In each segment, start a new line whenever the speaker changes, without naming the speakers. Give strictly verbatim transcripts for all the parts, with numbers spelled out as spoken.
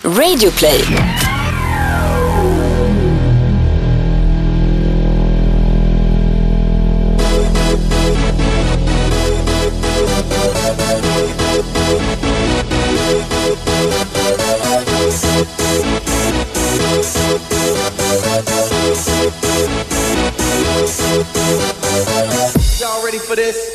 Radioplay.
Y'all ready for this?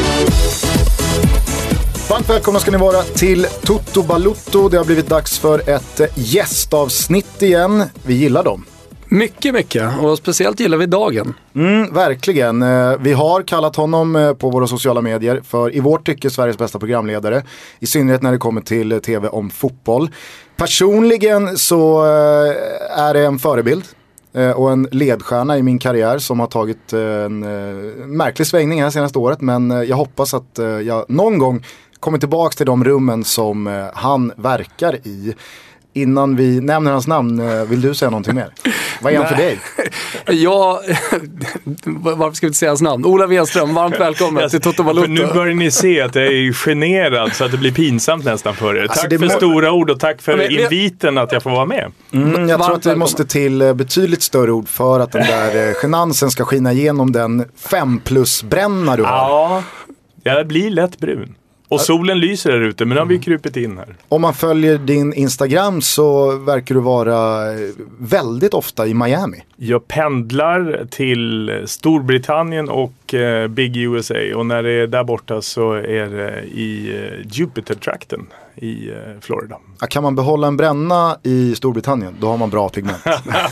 Varmt välkomna ska ni vara till Toto Balutto. Det har blivit dags för ett gästavsnitt igen. Vi gillar dem.
Mycket, mycket. Och speciellt gillar vi dagen.
Mm, verkligen. Vi har kallat honom på våra sociala medier för i vårt tycke Sveriges bästa programledare. I synnerhet när det kommer till tv om fotboll. Personligen så är det en förebild och en ledstjärna i min karriär som har tagit en märklig svängning här senaste året. Men jag hoppas att jag någon gång kommer tillbaka till de rummen som han verkar i. Innan vi nämner hans namn, vill du säga någonting mer? Vad är han för dig?
Ja, varför ska vi inte säga hans namn? Ola Wenström, varmt välkommen till Toto Balutto.
Nu börjar ni se att jag är generad så att det blir pinsamt nästan för er.
Alltså,
tack
det
för
må...
stora ord och tack för
men,
inviten att jag får vara med.
Mm, jag
varmt
tror att det
välkommen.
måste till betydligt större ord för att den där genansen ska skina igenom den fem plus bränna du har.
Ja, jag blir lätt brun. Och solen lyser där ute, men nu har vi krupit in här.
Om man följer din Instagram så verkar du vara väldigt ofta i Miami.
Jag pendlar till Storbritannien och eh, Big U S A. Och när det är där borta så är det i eh, Jupiter-trakten i eh, Florida.
Ja, kan man behålla en bränna i Storbritannien, då har man bra pigment.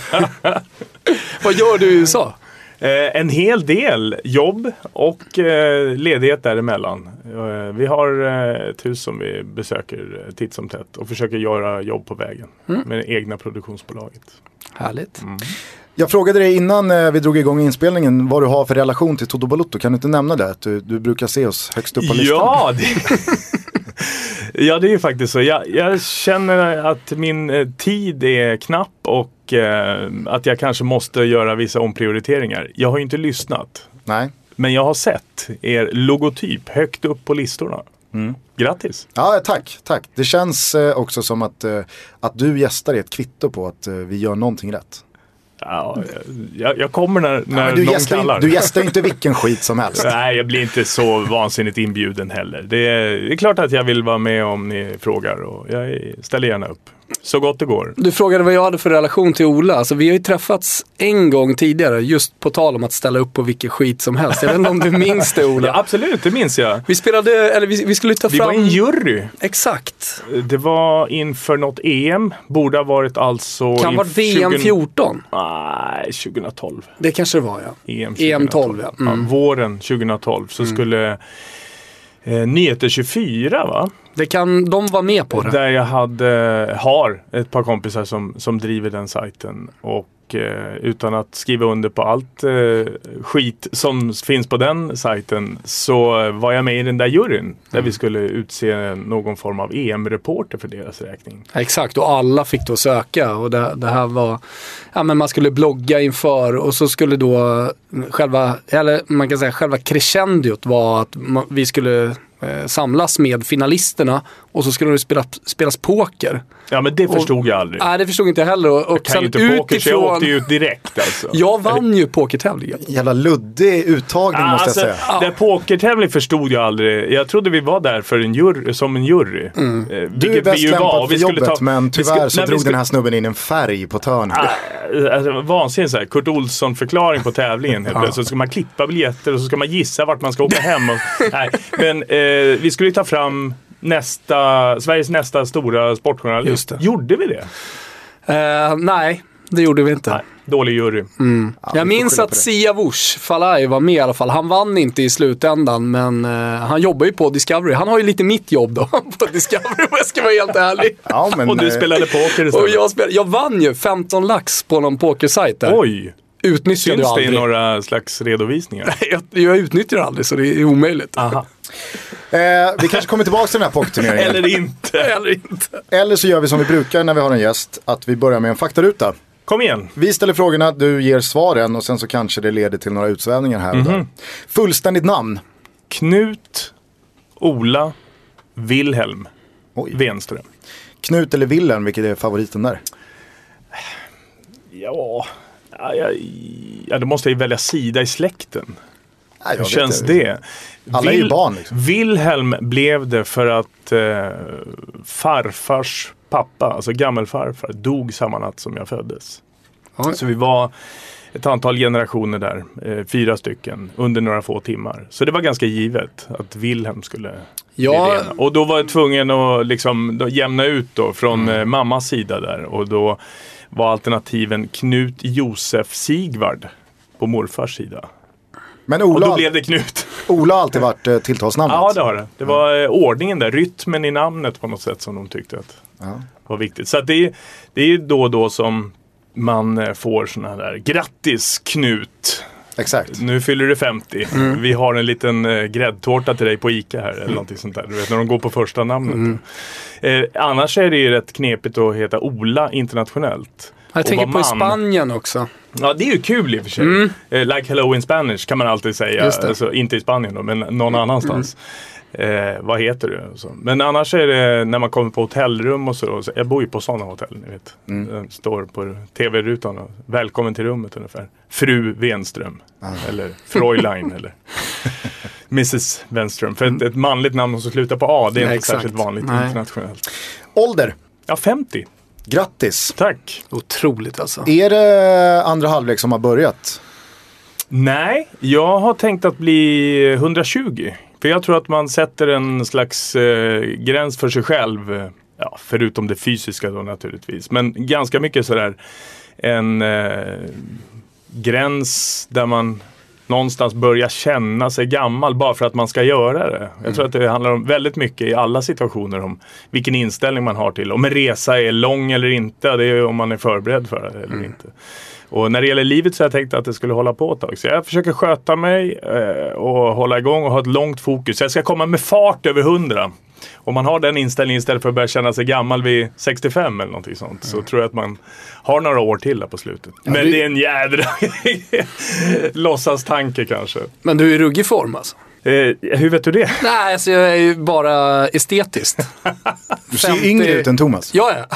Vad gör du i U S A?
Eh, en hel del jobb och eh, ledighet däremellan. Eh, vi har eh, ett hus som vi besöker eh, titt som tätt och försöker göra jobb på vägen mm. med det egna produktionsbolaget.
Härligt.
Mm.
Jag frågade dig innan eh, vi drog igång inspelningen vad du har för relation till Toto Balutto. Kan du inte nämna det? Att du, du brukar se oss högst upp på listan.
Ja, det, ja, det är ju faktiskt så. Jag, jag känner att min eh, tid är knapp och att jag kanske måste göra vissa omprioriteringar. Jag har ju inte lyssnat.
Nej.
Men jag har sett er logotyp högt upp på listorna. Mm. Grattis.
Ja, tack, tack. Det känns eh, också som att, eh, att du gästar är ett kvitto på att eh, vi gör någonting rätt.
Ja, jag, jag kommer när, när
ja, du
någon
gästar
kallar.
In, du gästar inte vilken skit som helst.
Nej, jag blir inte så vansinnigt inbjuden heller. Det är, det är klart att jag vill vara med om ni frågar och jag ställer gärna upp. Så gott det går.
Du frågade vad jag hade för relation till Ola. Alltså, vi har ju träffats en gång tidigare just på tal om att ställa upp på vilken skit som helst. Jag vet inte om du minns det, Ola.
Ja, absolut, det minns jag.
Vi spelade, eller vi, vi skulle ta
vi
fram...
Vi var en jury.
Exakt.
Det var inför något E M. Borde ha varit alltså...
Kan vara V M fjorton?
Nej, tjugotolv.
Det kanske det var, ja.
E M,
E M tolv, ja. Mm.
ja. Våren tjugotolv så mm. skulle... Eh, Nyheter tjugofyra, va?
Det kan de vara med på det.
Där jag hade, har ett par kompisar som, som driver den sajten. Och eh, utan att skriva under på allt eh, skit som finns på den sajten så var jag med i den där juryn. Mm. Där vi skulle utse någon form av E M-reporter för deras räkning.
Exakt, och alla fick då söka. Och det, det här var, ja men man skulle blogga inför och så skulle då själva, eller man kan säga själva crescendiot var att man, vi skulle eh, samlas med finalisterna och så skulle det spela, spelas poker.
Ja, men det förstod
och,
jag aldrig.
Nej, det förstod inte jag heller. Och, och
jag kan ju inte poker, så jag åkte ju ut direkt alltså.
Jag vann ju pokertävlingen.
Jävla luddig uttagning ah, måste
alltså,
jag säga.
Ja. Det pokertävling förstod jag aldrig. Jag trodde vi var där för en jury, som en jury.
Mm. Eh, du är bäst lämpad för jobbet, ta, men tyvärr skulle, så nej, drog skulle, den här snubben in en färg på törn.
Ah, alltså, vansinnigt så här. Kurt Olsson-förklaring på tävlingen. Helt ah. Så ska man klippa biljetter och så ska man gissa vart man ska åka hem. Och, nej. Men eh, vi skulle ta fram nästa, Sveriges nästa stora sportjournalist. Gjorde vi det?
Uh, nej, det gjorde vi inte.
Nej, dålig jury.
Mm. Ja, jag minns att Siavush Falai var med i alla fall. Han vann inte i slutändan, men uh, han jobbar ju på Discovery. Han har ju lite mitt jobb då på Discovery, om jag ska vara helt ärlig.
Ja, men,
och du spelade poker istället.
Och jag, spelade, jag vann ju femton lax på någon pokersajt där.
Oj!
Utnyttjade
Syns
aldrig.
det i några slags redovisningar?
jag, jag utnyttjar aldrig, så det är omöjligt.
Aha.
Eh, vi kanske kommer tillbaka till den här pokerturneringen.
Eller inte.
Eller inte.
Eller så gör vi som vi brukar när vi har en gäst, att vi börjar med en faktaruta.
Kom igen.
Vi ställer frågorna, du ger svaren och sen så kanske det leder till några utsvävningar här och
mm-hmm.
där. Fullständigt namn?
Knut Ola Wilhelm Oj. Wenström.
Knut eller Wilhelm, vilket är favoriten där?
Ja, ja, ja, ja då måste jag ju välja sida i släkten.
Nej,
Hur känns det?
Alla är ju barn liksom.
Wilhelm blev det för att eh, farfars pappa, alltså gammelfarfar, dog samma natt som jag föddes.
Oj.
Så vi var ett antal generationer där, eh, fyra stycken, under några få timmar. Så det var ganska givet att Wilhelm skulle
Ja.
bli det. Och då var jag tvungen att liksom, då, jämna ut då från mm. eh, mammas sida där. Och då var alternativen Knut Josef Sigvard på morfars sida.
Men Ola,
och då blev det Knut.
Ola har alltid varit eh, tilltalsnamnet.
Ja, det har det. Det var eh, ordningen där, rytmen i namnet på något sätt som de tyckte att
Ja.
var viktigt. Så att det, är, det är ju då och då som man eh, får såna där, grattis Knut.
Exakt.
Nu fyller du femtio.
Mm.
Vi har en liten eh, gräddtårta till dig på Ica här. Eller mm. någonting sånt där. Du vet när de går på första namnet.
Mm.
Eh, annars är det ju rätt knepigt att heta Ola internationellt.
Jag tänker på
man...
i Spanien också.
Ja, det är ju kul i och för sig.
Mm.
Eh, like hello in Spanish kan man alltid säga. Alltså, inte i Spanien då, men någon annanstans. Mm. Eh, vad heter det? Så. Men annars är det när man kommer på hotellrum och så. så jag bor ju på sådana hotell, ni vet. Mm. Den står på tv-rutan och välkommen till rummet ungefär. Fru Wenström. Mm. Eller Fräulein eller missus Wenström. För ett, ett manligt namn som slutar på A, det är
Nej,
inte
exakt.
särskilt vanligt
Nej.
internationellt.
Ålder?
Ja, femtio.
Grattis.
Tack.
Otroligt alltså.
Är det andra halvlek som har börjat?
Nej, jag har tänkt att bli hundratjugo. För jag tror att man sätter en slags eh, gräns för sig själv. Ja, förutom det fysiska då naturligtvis. Men ganska mycket sådär en eh, gräns där man någonstans börjar känna sig gammal bara för att man ska göra det. Jag mm. tror att det handlar om väldigt mycket i alla situationer om vilken inställning man har till. Om en resa är lång eller inte, det är om man är förberedd för det eller mm. inte. Och när det gäller livet så har jag tänkt att det skulle hålla på ett tag. Så jag försöker sköta mig eh, och hålla igång och ha ett långt fokus. Jag ska komma med fart över hundra. Om man har den inställningen istället för att börja känna sig gammal vid sextiofem eller någonting sånt. Så mm. tror jag att man har några år till där på slutet. Ja, men vi... det är en jädra låtsas tanke kanske.
Men du är i ruggig form alltså?
Eh, hur vet du det?
Nej, alltså jag är ju bara estetiskt.
Du ser femtio... yngre ut än Thomas.
Ja, ja.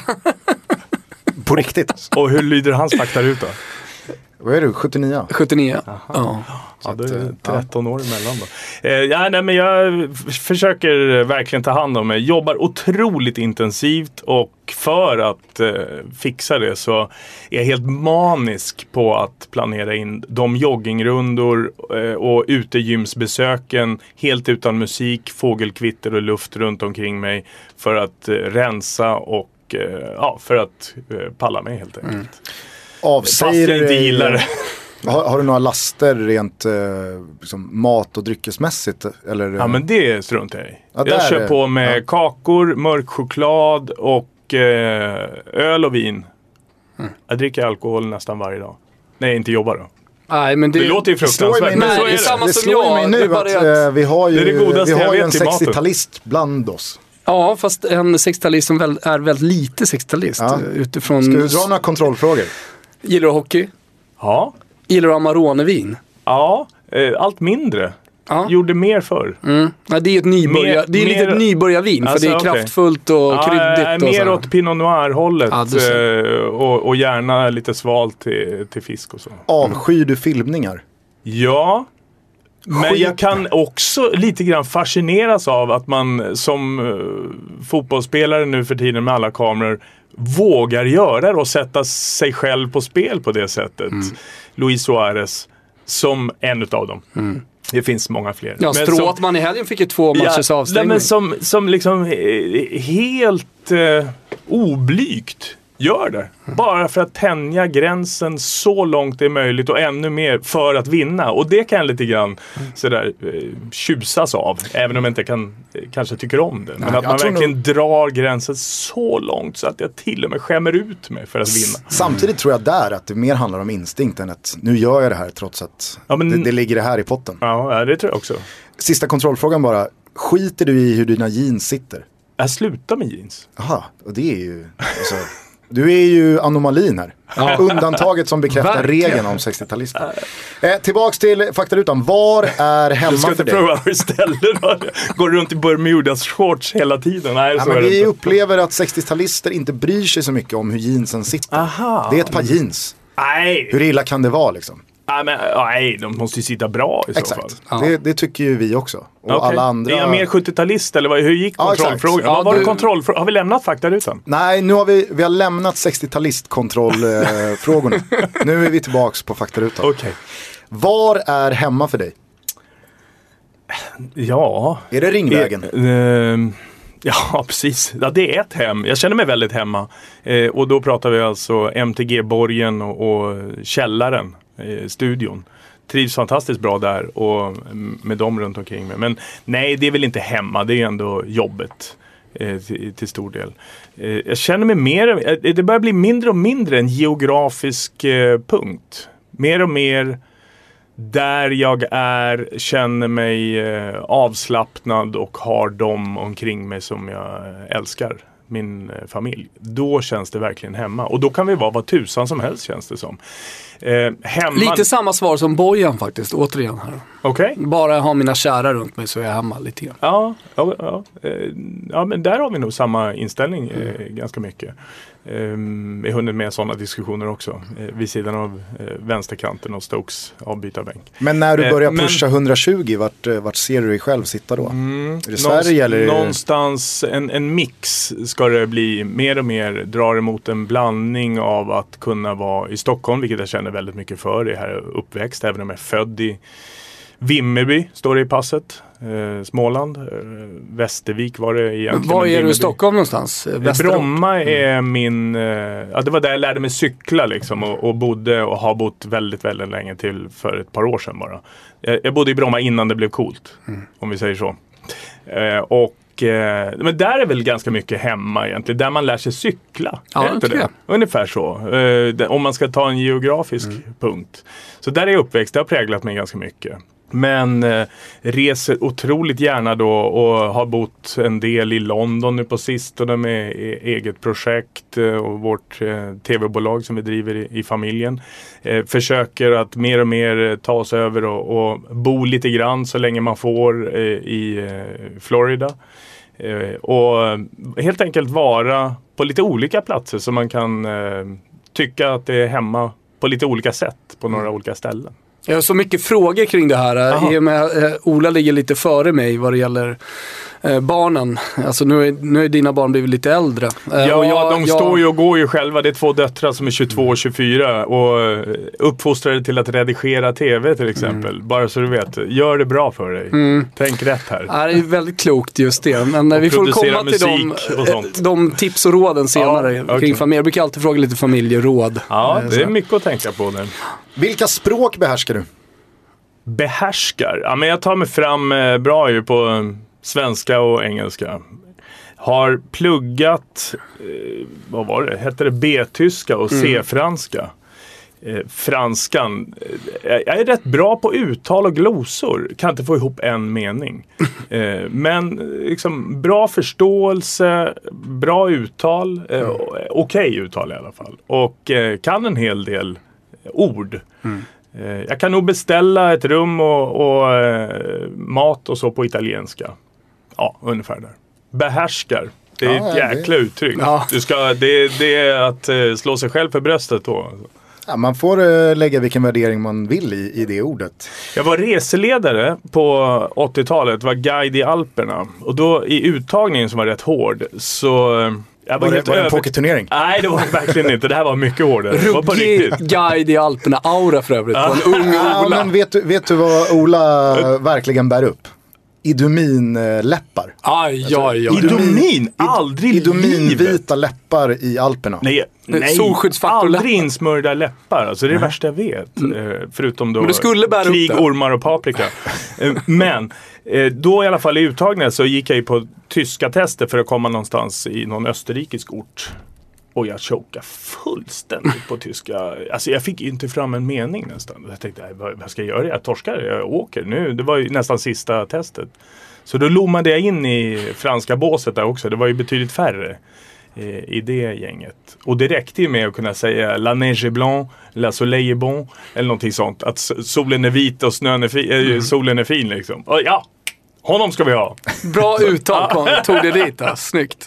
På riktigt.
Och hur lyder hans faktaruta?
Vad är du? sjuttionio?
sjuttionio. Ja.
Ja, det är tretton år emellan då. Eh, ja, nej, men jag försöker verkligen ta hand om mig. Jobbar otroligt intensivt och för att eh, fixa det så är jag helt manisk på att planera in de joggingrundor eh, och utegymsbesöken helt utan musik, fågelkvitter och luft runt omkring mig för att eh, rensa och eh, ja, för att eh, palla mig helt enkelt. Mm.
Avsäger
jag inte gillar det.
Har, har du några laster rent eh, liksom mat- och dryckesmässigt? Eller?
Ja, men det struntar jag i.
Ja,
jag kör
är...
på med
ja.
kakor, mörk choklad och eh, öl och vin. Mm. Jag dricker alkohol nästan varje dag. Nej, jag inte jobbar då.
Nej, men det,
det låter ju fruktansvärt.
Nej,
så
det är
är
samma
det
som
slår
jag.
mig nu att, att äh, vi har ju,
det är det godaste
vi har
jag
ju
vet
en sextiotalist bland oss.
Ja, fast en sextiotalist som väl, är väldigt lite sextiotalist.
Ja.
Utifrån...
Ska du dra några kontrollfrågor?
Gillar du hockey?
Ja.
Gillar du Amarone-vin?
Ja, eh, allt mindre. Ja. Gjorde mer förr.
Mm. Ja, det är ett nybörjar, mer, det är lite mer... nybörjarvin, alltså, för det är okay. kraftfullt och ja, kryddigt. Och
mer
så.
Åt Pinot Noir-hållet
ja,
och, och gärna lite svalt till, till fisk och så.
Avskyr du filmningar?
Ja, men Skit. jag kan också lite grann fascineras av att man som uh, fotbollsspelare nu för tiden med alla kameror vågar göra det och sätta sig själv på spel på det sättet. Mm. Luis Suarez som en utav dem. Mm. Det finns många fler.
Ja, Stråtman i helgen fick ju två matchers ja, avstängning.
Men som, som liksom helt eh, oblygt gör det. Mm. Bara för att tänja gränsen så långt det är möjligt och ännu mer för att vinna. Och det kan jag lite grann mm. sådär eh, tjusas av. Även om jag inte kan, eh, kanske tycker om det. Men Nej, att man verkligen nog... drar gränsen så långt så att jag till och med skämmer ut mig för att vinna.
S- Samtidigt tror jag där att det mer handlar om instinkt än att nu gör jag det här trots att ja, men... det, det ligger det här i potten.
Ja, det tror jag också.
Sista kontrollfrågan bara. Skiter du i hur dina jeans sitter?
Jag slutar med jeans.
Jaha, och det är ju... Alltså... Du är ju anomalin här. Ja. Undantaget som bekräftar
Verkligen.
regeln om sextio-talister. Eh, tillbaks till faktarutan. Var är hemma för dig?
Du ska inte prova vad du ställer då. Går runt i Bermudas shorts hela tiden. Nej,
ja,
så
men
är det
vi
inte.
upplever att sextio-talister inte bryr sig så mycket om hur jeansen sitter.
Aha.
Det är ett par jeans.
Nej.
Hur illa kan det vara liksom?
Nej, men, nej, de måste ju sitta bra i så fall.
Exakt, ja. det, det tycker ju vi också. Och
okay.
alla andra...
Är jag mer sjuttiotalist eller vad, hur gick
ja,
kontrollfrågan?
ja,
vad var
du...
det kontrollfrågan? Har vi lämnat faktarutan?
Nej, nu har vi, vi har lämnat sextio-talistkontrollfrågorna. Nu är vi tillbaks på faktarutan.
Okay.
Var är hemma för dig?
Ja...
Är det Ringvägen?
Är, uh... Ja, precis. Ja, det är ett hem. Jag känner mig väldigt hemma. Eh, och då pratar vi alltså M T G-borgen och, och källaren, eh, studion. Trivs fantastiskt bra där och med dem runt omkring mig. Men nej, det är väl inte hemma. Det är ändå jobbet eh, till, till stor del. Eh, jag känner mig mer... Eh, det börjar bli mindre och mindre en geografisk eh, punkt. Mer och mer... Där jag är, känner mig eh, avslappnad och har dem omkring mig som jag älskar, min eh, familj. Då känns det verkligen hemma. Och då kan vi vara vad tusan som helst, känns det som. Eh, hemma...
Lite samma svar som Bojan faktiskt, återigen här.
Okej. Okay.
Bara ha mina kära runt mig så är jag hemma lite grann.
Ja, ja, ja. Eh, ja, men där har vi nog samma inställning eh, mm. ganska mycket. Um, jag hunnit med sådana diskussioner också eh, vid sidan av eh, vänsterkanten och Stokes avbytarbänk.
Men när du börjar
eh,
pusha
men,
hundratjugo, vart, vart ser du dig själv sitta då?
Mm,
är det Sverige eller?
Någonstans en, en mix ska det bli, mer och mer drar emot en blandning av att kunna vara i Stockholm, vilket jag känner väldigt mycket för. Det här är uppväxt, även om jag är född i Vimmerby, står det i passet. Eh, Småland, eh, Västervik var det egentligen.
Var är du i Stockholm någonstans?
Västerort. Bromma är mm. min, eh, ja, det var där jag lärde mig cykla liksom, och, och bodde och har bott väldigt, väldigt länge till för ett par år sedan bara. Jag, jag bodde i Bromma innan det blev coolt, mm. om vi säger så. Eh, och eh, men där är väl ganska mycket hemma egentligen, där man lär sig cykla.
Ja,
inte det? Ungefär så. Eh, om man ska ta en geografisk mm. punkt. Så där är jag uppväxt, det har präglat mig ganska mycket. Men eh, reser otroligt gärna då och har bott en del i London nu på sistone med e- eget projekt eh, och vårt eh, tv-bolag som vi driver i, i familjen. Eh, försöker att mer och mer eh, ta oss över och, och bo lite grann så länge man får eh, i eh, Florida. Eh, och helt enkelt vara på lite olika platser så man kan eh, tycka att det är hemma på lite olika sätt på några mm. olika ställen.
Jag har så mycket frågor kring det här. I och med, eh, Ola ligger lite före mig vad det gäller eh, barnen. Alltså nu är, nu är dina barn blivit lite äldre. Eh,
ja,
och jag,
de
jag...
står ju och går ju själva. Det är två döttrar som är tjugotvå och tjugofyra och uppfostrade till att redigera tv till exempel. Mm. Bara så du vet. Gör det bra för dig. Mm. Tänk rätt här.
Ja, det är väldigt klokt just det. Men vi får komma till de, de tips och råden senare ja, okay. kring familj. Jag brukar alltid fråga lite familjeråd.
Ja, det är mycket att tänka på nu.
Vilka språk behärskar du?
Behärskar? Ja, men jag tar mig fram eh, bra ju på eh, svenska och engelska. Har pluggat, eh, vad var det? Hette det B-tyska och mm. C-franska. Eh, franskan. Eh, jag är rätt bra på uttal och glosor. Kan inte få ihop en mening. Eh, men liksom bra förståelse, bra uttal. Eh, mm. Okej okay uttal i alla fall. Och eh, kan en hel del ord. Mm. Jag kan nog beställa ett rum och, och eh, mat och så på italienska. Ja, ungefär där. Behärskar. Det är ja, ett jäkla det... uttryck. Ja. Du ska, det, det är att eh, slå sig själv för bröstet då.
Ja, man får eh, lägga vilken värdering man vill i, i det ordet.
Jag var reseledare på åttiotalet, var guide i Alperna. Och då i uttagningen som var rätt hård så... Jag var,
var det, var det en pokerturnering?
Nej, det var verkligen inte. Det här var mycket hårdare.
Ruggig guide i Alperna. Aura för övrigt. Ja. En ung Ola.
Ja, men vet du, vet du vad Ola verkligen bär upp? Idominläppar.
Aj, ja, ja.
Idomin? Aldrig
Idominvita läppar i Alperna.
Nej, nej. Aldrig insmörda läppar. Alltså det är det värsta jag vet. Mm. Förutom då
men du skulle bära
krig,
upp det.
Ormar och paprika. Men då i alla fall i uttagningen så gick jag ju på tyska tester för att komma någonstans i någon österrikisk ort. Och jag chokade fullständigt på tyska. Alltså jag fick inte fram en mening nästan. Jag tänkte, vad ska jag göra? Jag torskar, jag åker nu. Det var ju nästan sista testet. Så då lommade jag in i franska båset där också. Det var ju betydligt färre. i det gänget. Och det räckte ju med att kunna säga La neige est blanc, La soleil est bon eller någonting sånt. Att solen är vit och snön är fin, mm. solen är fin liksom. Och ja, honom ska vi ha.
Bra uttal kom, tog det dit då. Snyggt.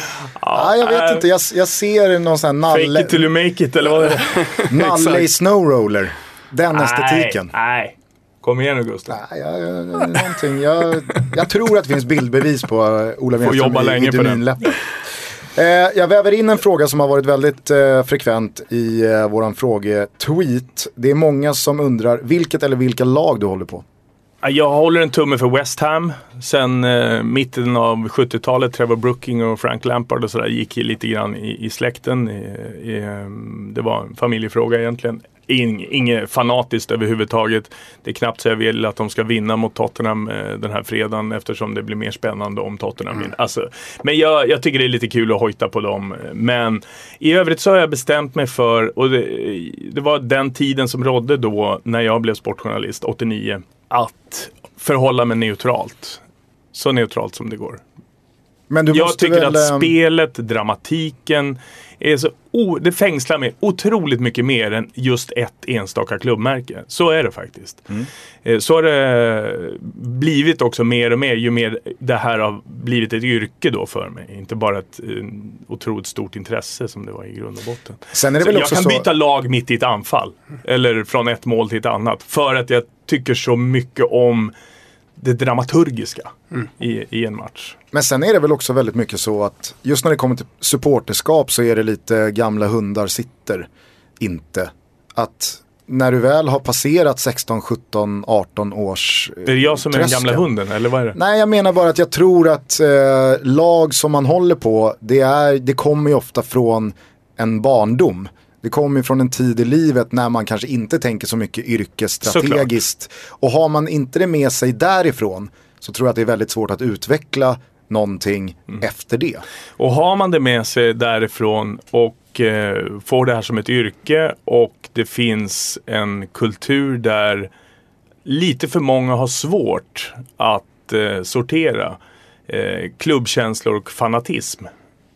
Ja, jag vet inte, jag, jag ser någon sån här nalle...
Fake it till you make it, eller vad är det?
Nalle i snowroller. Den estetiken.
Nej, kom igen nu Gustav.
Nej, jag, jag, någonting. Jag, jag tror att det finns bildbevis på Ola Wenström i, i Duminläppen. Eh, jag väver in en fråga som har varit väldigt eh, frekvent i eh, våran frågetweet. Det är många som undrar vilket eller vilka lag du håller på.
Jag håller en tumme för West Ham. Sen eh, mitten av sjuttiotalet, Trevor Brooking och Frank Lampard och sådär gick lite grann i, i släkten. I, i, det var en familjefråga egentligen. In, inget fanatiskt överhuvudtaget. Det är knappt så jag vill att de ska vinna mot Tottenham eh, den här fredagen, eftersom det blir mer spännande om Tottenham vinner. Alltså, men jag, jag tycker det är lite kul att hojta på dem. Men i övrigt så har jag bestämt mig för, och det, det var den tiden som rådde då när jag blev sportjournalist, åttionio, att förhålla mig neutralt. Så neutralt som det går.
Men du
jag
måste
tycker
väl,
att spelet, dramatiken är så o- det fängslar mig otroligt mycket mer än just ett enstaka klubbmärke. Så är det faktiskt. Mm. Så har det blivit också mer och mer ju mer det här har blivit ett yrke då för mig. Inte bara ett en otroligt stort intresse som det var i grund och botten.
Sen är det väl
jag
också
kan
så...
byta lag mitt i ett anfall. Eller från ett mål till ett annat. För att jag tycker så mycket om det dramaturgiska mm. i, i en match.
Men sen är det väl också väldigt mycket så att just när det kommer till supporterskap så är det lite gamla hundar sitter inte. Att när du väl har passerat sexton, sjutton, arton års
Det är jag som är den gamla hunden, eller vad är det?
Nej, jag menar bara att jag tror att eh, lag som man håller på, det, är, det kommer ju ofta från en barndom. Det kommer från en tid i livet när man kanske inte tänker så mycket yrkesstrategiskt. Såklart. Och har man inte det med sig därifrån så tror jag att det är väldigt svårt att utveckla någonting mm. efter det.
Och har man det med sig därifrån och eh, får det här som ett yrke och det finns en kultur där lite för många har svårt att eh, sortera eh, klubbkänslor och fanatism,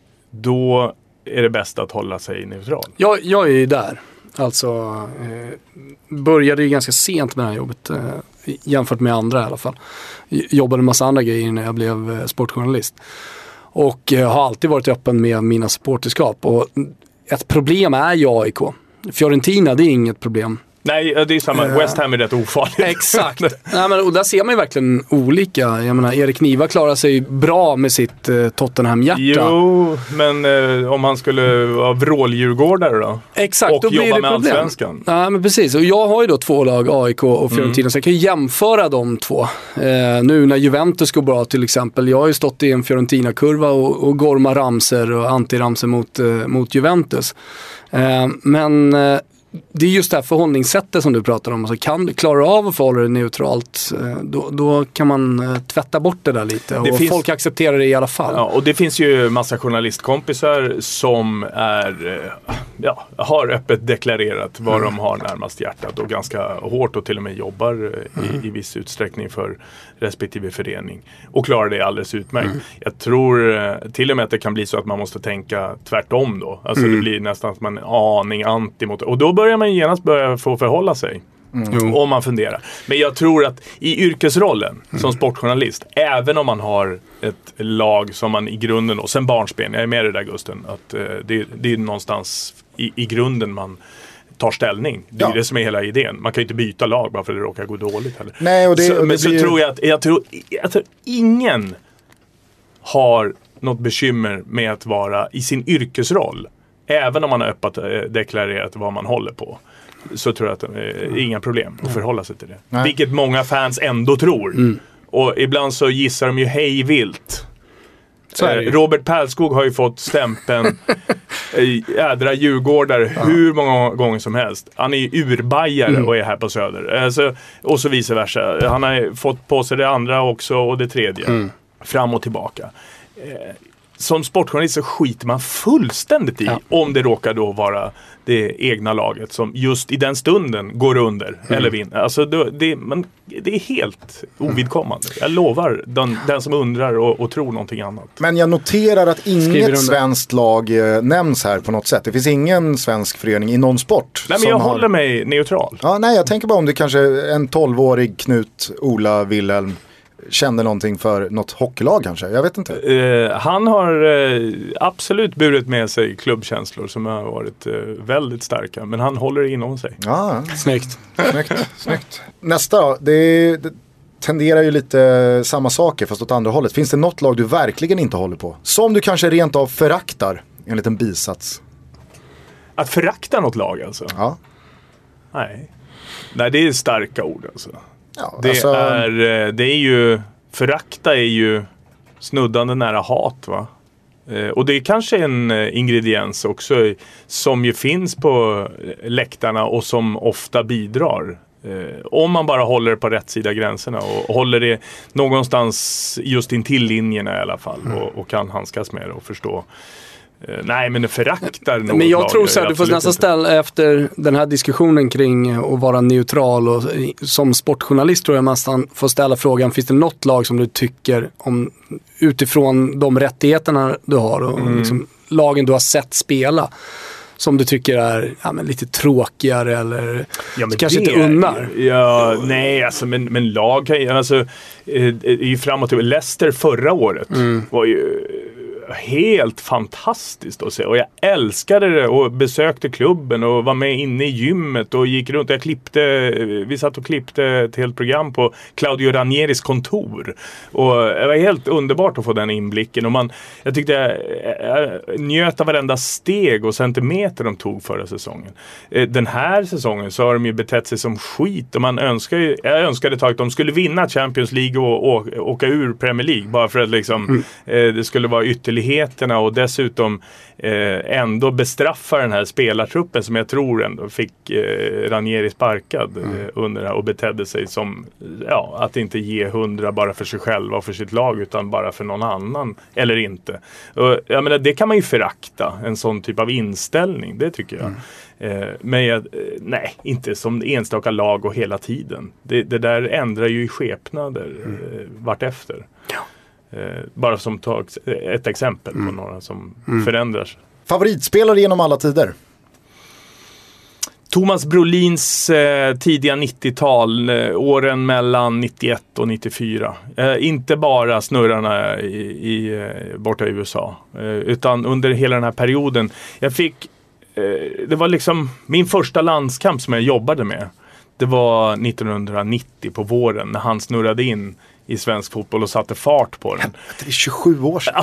då är det bäst att hålla sig neutral.
Jag, jag är ju där. Alltså eh, började ju ganska sent med det här jobbet eh, jämfört med andra i alla fall. Jobbade en massa andra grejer när jag blev eh, sportjournalist. Och eh, har alltid varit öppen med mina supporterskap. Och ett problem är ju A I K. Fiorentina, det är inget problem.
Nej, det är samma. Uh, West Ham är rätt ofarligt.
Exakt. Nej, men, och där ser man ju verkligen olika. Jag menar, Erik Niva klarar sig bra med sitt eh, Tottenham-hjärta.
Jo, men eh, om han skulle vara vråldjurgårdare då?
Exakt,
och
då blir
jobba
det
med
problem.
Allsvenskan.
Ja, men precis. Och jag har ju då två lag, A I K och Fiorentina, mm. så jag kan ju jämföra de två. Eh, nu när Juventus går bra till exempel. Jag har ju stått i en Fiorentina-kurva och, och gorma ramser och antiramser mot, eh, mot Juventus. Eh, men... Eh, det är just det här förhållningssättet som du pratar om. Alltså, kan du klara av att förhålla dig neutralt, då, då kan man tvätta bort det där lite. Och finns, folk accepterar det i alla fall.
Ja, och det finns ju massa journalistkompisar som är, ja, har öppet deklarerat vad mm. de har närmast hjärtat och ganska hårt och till och med jobbar mm. i, i viss utsträckning för respektive förening. Och klarar det alldeles utmärkt. Mm. Jag tror till och med att det kan bli så att man måste tänka tvärtom då. Alltså mm. det blir nästan att man är en aning anti mot. Och då börjar man genast börja få förhålla sig. Mm. Om man funderar. Men jag tror att i yrkesrollen mm. som sportjournalist, även om man har ett lag som man i grunden, och sen barnsben, jag är med i det där Gusten, att eh, det, det är någonstans i, i grunden man tar ställning. Det är ja. det som är hela idén. Man kan ju inte byta lag bara för att det råkar gå dåligt heller.
Nej, och det,
så,
och det
men
blir...
så tror jag att jag tror, jag tror ingen har något bekymmer med att vara i sin yrkesroll. Även om man har öppet deklarerat vad man håller på, så tror jag att det är inga problem att förhålla sig till det. Nej. Vilket många fans ändå tror. Mm. Och ibland så gissar de ju hej vilt. Eh, Robert Pärlskog har ju fått stämpeln ädra djurgårdare ja. hur många gånger som helst. Han är ju urbajare mm. och är här på Söder. Alltså, och så vice versa. Han har fått på sig det andra också och det tredje. Mm. Fram och tillbaka. Eh, som sportjournalist så skiter man fullständigt i ja. om det råkar då vara det egna laget som just i den stunden går under mm. eller vinner. Alltså det, det, man, det är helt ovidkommande. Jag lovar den, den som undrar och, och tror någonting annat.
Men jag noterar att inget svenskt lag eh, nämns här på något sätt. Det finns ingen svensk förening i någon sport.
Nej, men jag har... håller mig neutral.
Ja, nej, jag tänker bara om det kanske en tolvårig Knut, Ola, Wilhelm kände någonting för något hockeylag kanske, jag vet inte.
Uh, han har uh, absolut burit med sig klubbkänslor som har varit uh, väldigt starka, men han håller inom sig.
Ja,
snyggt.
snyggt, snyggt. Nästa då, det, det tenderar ju lite samma saker fast åt andra hållet. Finns det något lag du verkligen inte håller på? Som du kanske rent av föraktar, en liten bisats.
Att förakta något lag alltså?
Ja.
Nej. Nej, det är starka ord alltså.
Ja,
det,
alltså...
är, det är ju, förakta är ju snuddande nära hat va? Eh, och det är kanske en ingrediens också som ju finns på läktarna och som ofta bidrar. Eh, om man bara håller på rätt sida gränserna och håller det någonstans just in till linjerna i alla fall mm. och, och kan handskas med det och förstå. Uh, nej, men det föraktar något.
Men jag tror så här, du får nästan ställa efter den här diskussionen kring att vara neutral och som sportjournalist tror jag nästan får ställa frågan, finns det något lag som du tycker om utifrån de rättigheterna du har och mm. liksom, lagen du har sett spela som du tycker är ja, men lite tråkigare eller ja, men kanske inte unnar?
Ja, nej, alltså, men, men lag alltså, är ju framåt. Leicester förra året mm. var ju helt fantastiskt att se och jag älskade det och besökte klubben och var med inne i gymmet och gick runt. Jag klippte, vi satt och klippte ett helt program på Claudio Ranieris kontor och det var helt underbart att få den inblicken och man, jag tyckte jag, jag njöt av varenda steg och centimeter de tog förra säsongen. Den här säsongen så har de ju betett sig som skit och man önskar ju, jag önskade ett tag att de skulle vinna Champions League och, och åka ur Premier League bara för att liksom mm. eh, det skulle vara ytterligare och dessutom eh, ändå bestraffa den här spelartruppen som jag tror ändå fick eh, Ranieri sparkad mm. eh, under det här och betedde sig som ja, att inte ge hundra bara för sig själva och för sitt lag utan bara för någon annan eller inte. Och, jag menar, det kan man ju förakta, en sån typ av inställning, det tycker jag. Mm. Eh, men jag, eh, nej, inte som enstaka lag och hela tiden. Det, det där ändrar ju i skepnader mm. eh, vart efter. Ja. Eh, bara som tag, ett exempel mm. på några som mm. förändras.
Favoritspelare genom alla tider?
Thomas Brolins eh, tidiga nittiotal, eh, åren mellan nittioett och nittiofyra. Eh, inte bara snurrarna i, i, eh, borta i U S A, eh, utan under hela den här perioden. Jag fick, eh, det var liksom min första landskamp som jag jobbade med. Det var nittonhundranittio på våren när han snurrade in i svensk fotboll och satte fart på den.
Det är tjugosju år sedan.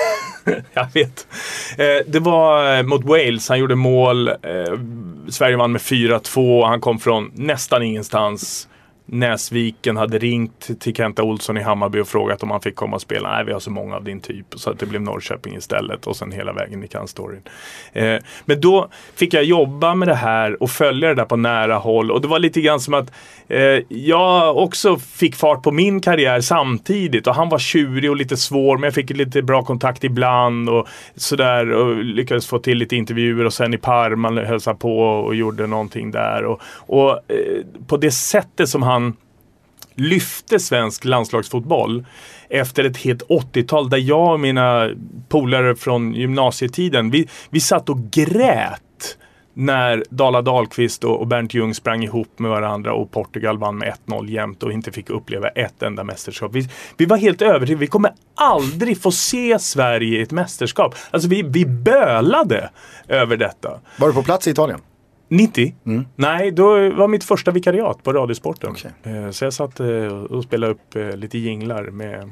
Jag vet. Eh, det var mot Wales. Han gjorde mål. Eh, Sverige vann med fyra två. Han kom från nästan ingenstans. Näsviken hade ringt till Kenta Olsson i Hammarby och frågat om han fick komma och spela. Nej, vi har så många av din typ. Så att det blev Norrköping istället. Och sen hela vägen i kan-storyn. Eh, men då fick jag jobba med det här och följa det där på nära håll. Och det var lite grann som att eh, jag också fick fart på min karriär samtidigt. Och han var tjurig och lite svår. Men jag fick lite bra kontakt ibland. Och sådär. Och lyckades få till lite intervjuer. Och sen i Parma hälsade på och gjorde någonting där. Och, och eh, på det sättet som han Han lyfte svensk landslagsfotboll efter ett helt åttiotal där jag och mina polare från gymnasietiden, vi, vi satt och grät när Dala Dahlqvist och, och Bernt Ljung sprang ihop med varandra och Portugal vann med ett noll jämt och inte fick uppleva ett enda mästerskap. Vi, vi var helt övertygade, vi kommer aldrig få se Sverige i ett mästerskap. Alltså vi, vi bölade över detta.
Var du på plats i Italien?
nittio? Mm. Nej, då var mitt första vikariat på Radiosporten.
Okay.
Så jag satt och spelade upp lite jinglar med,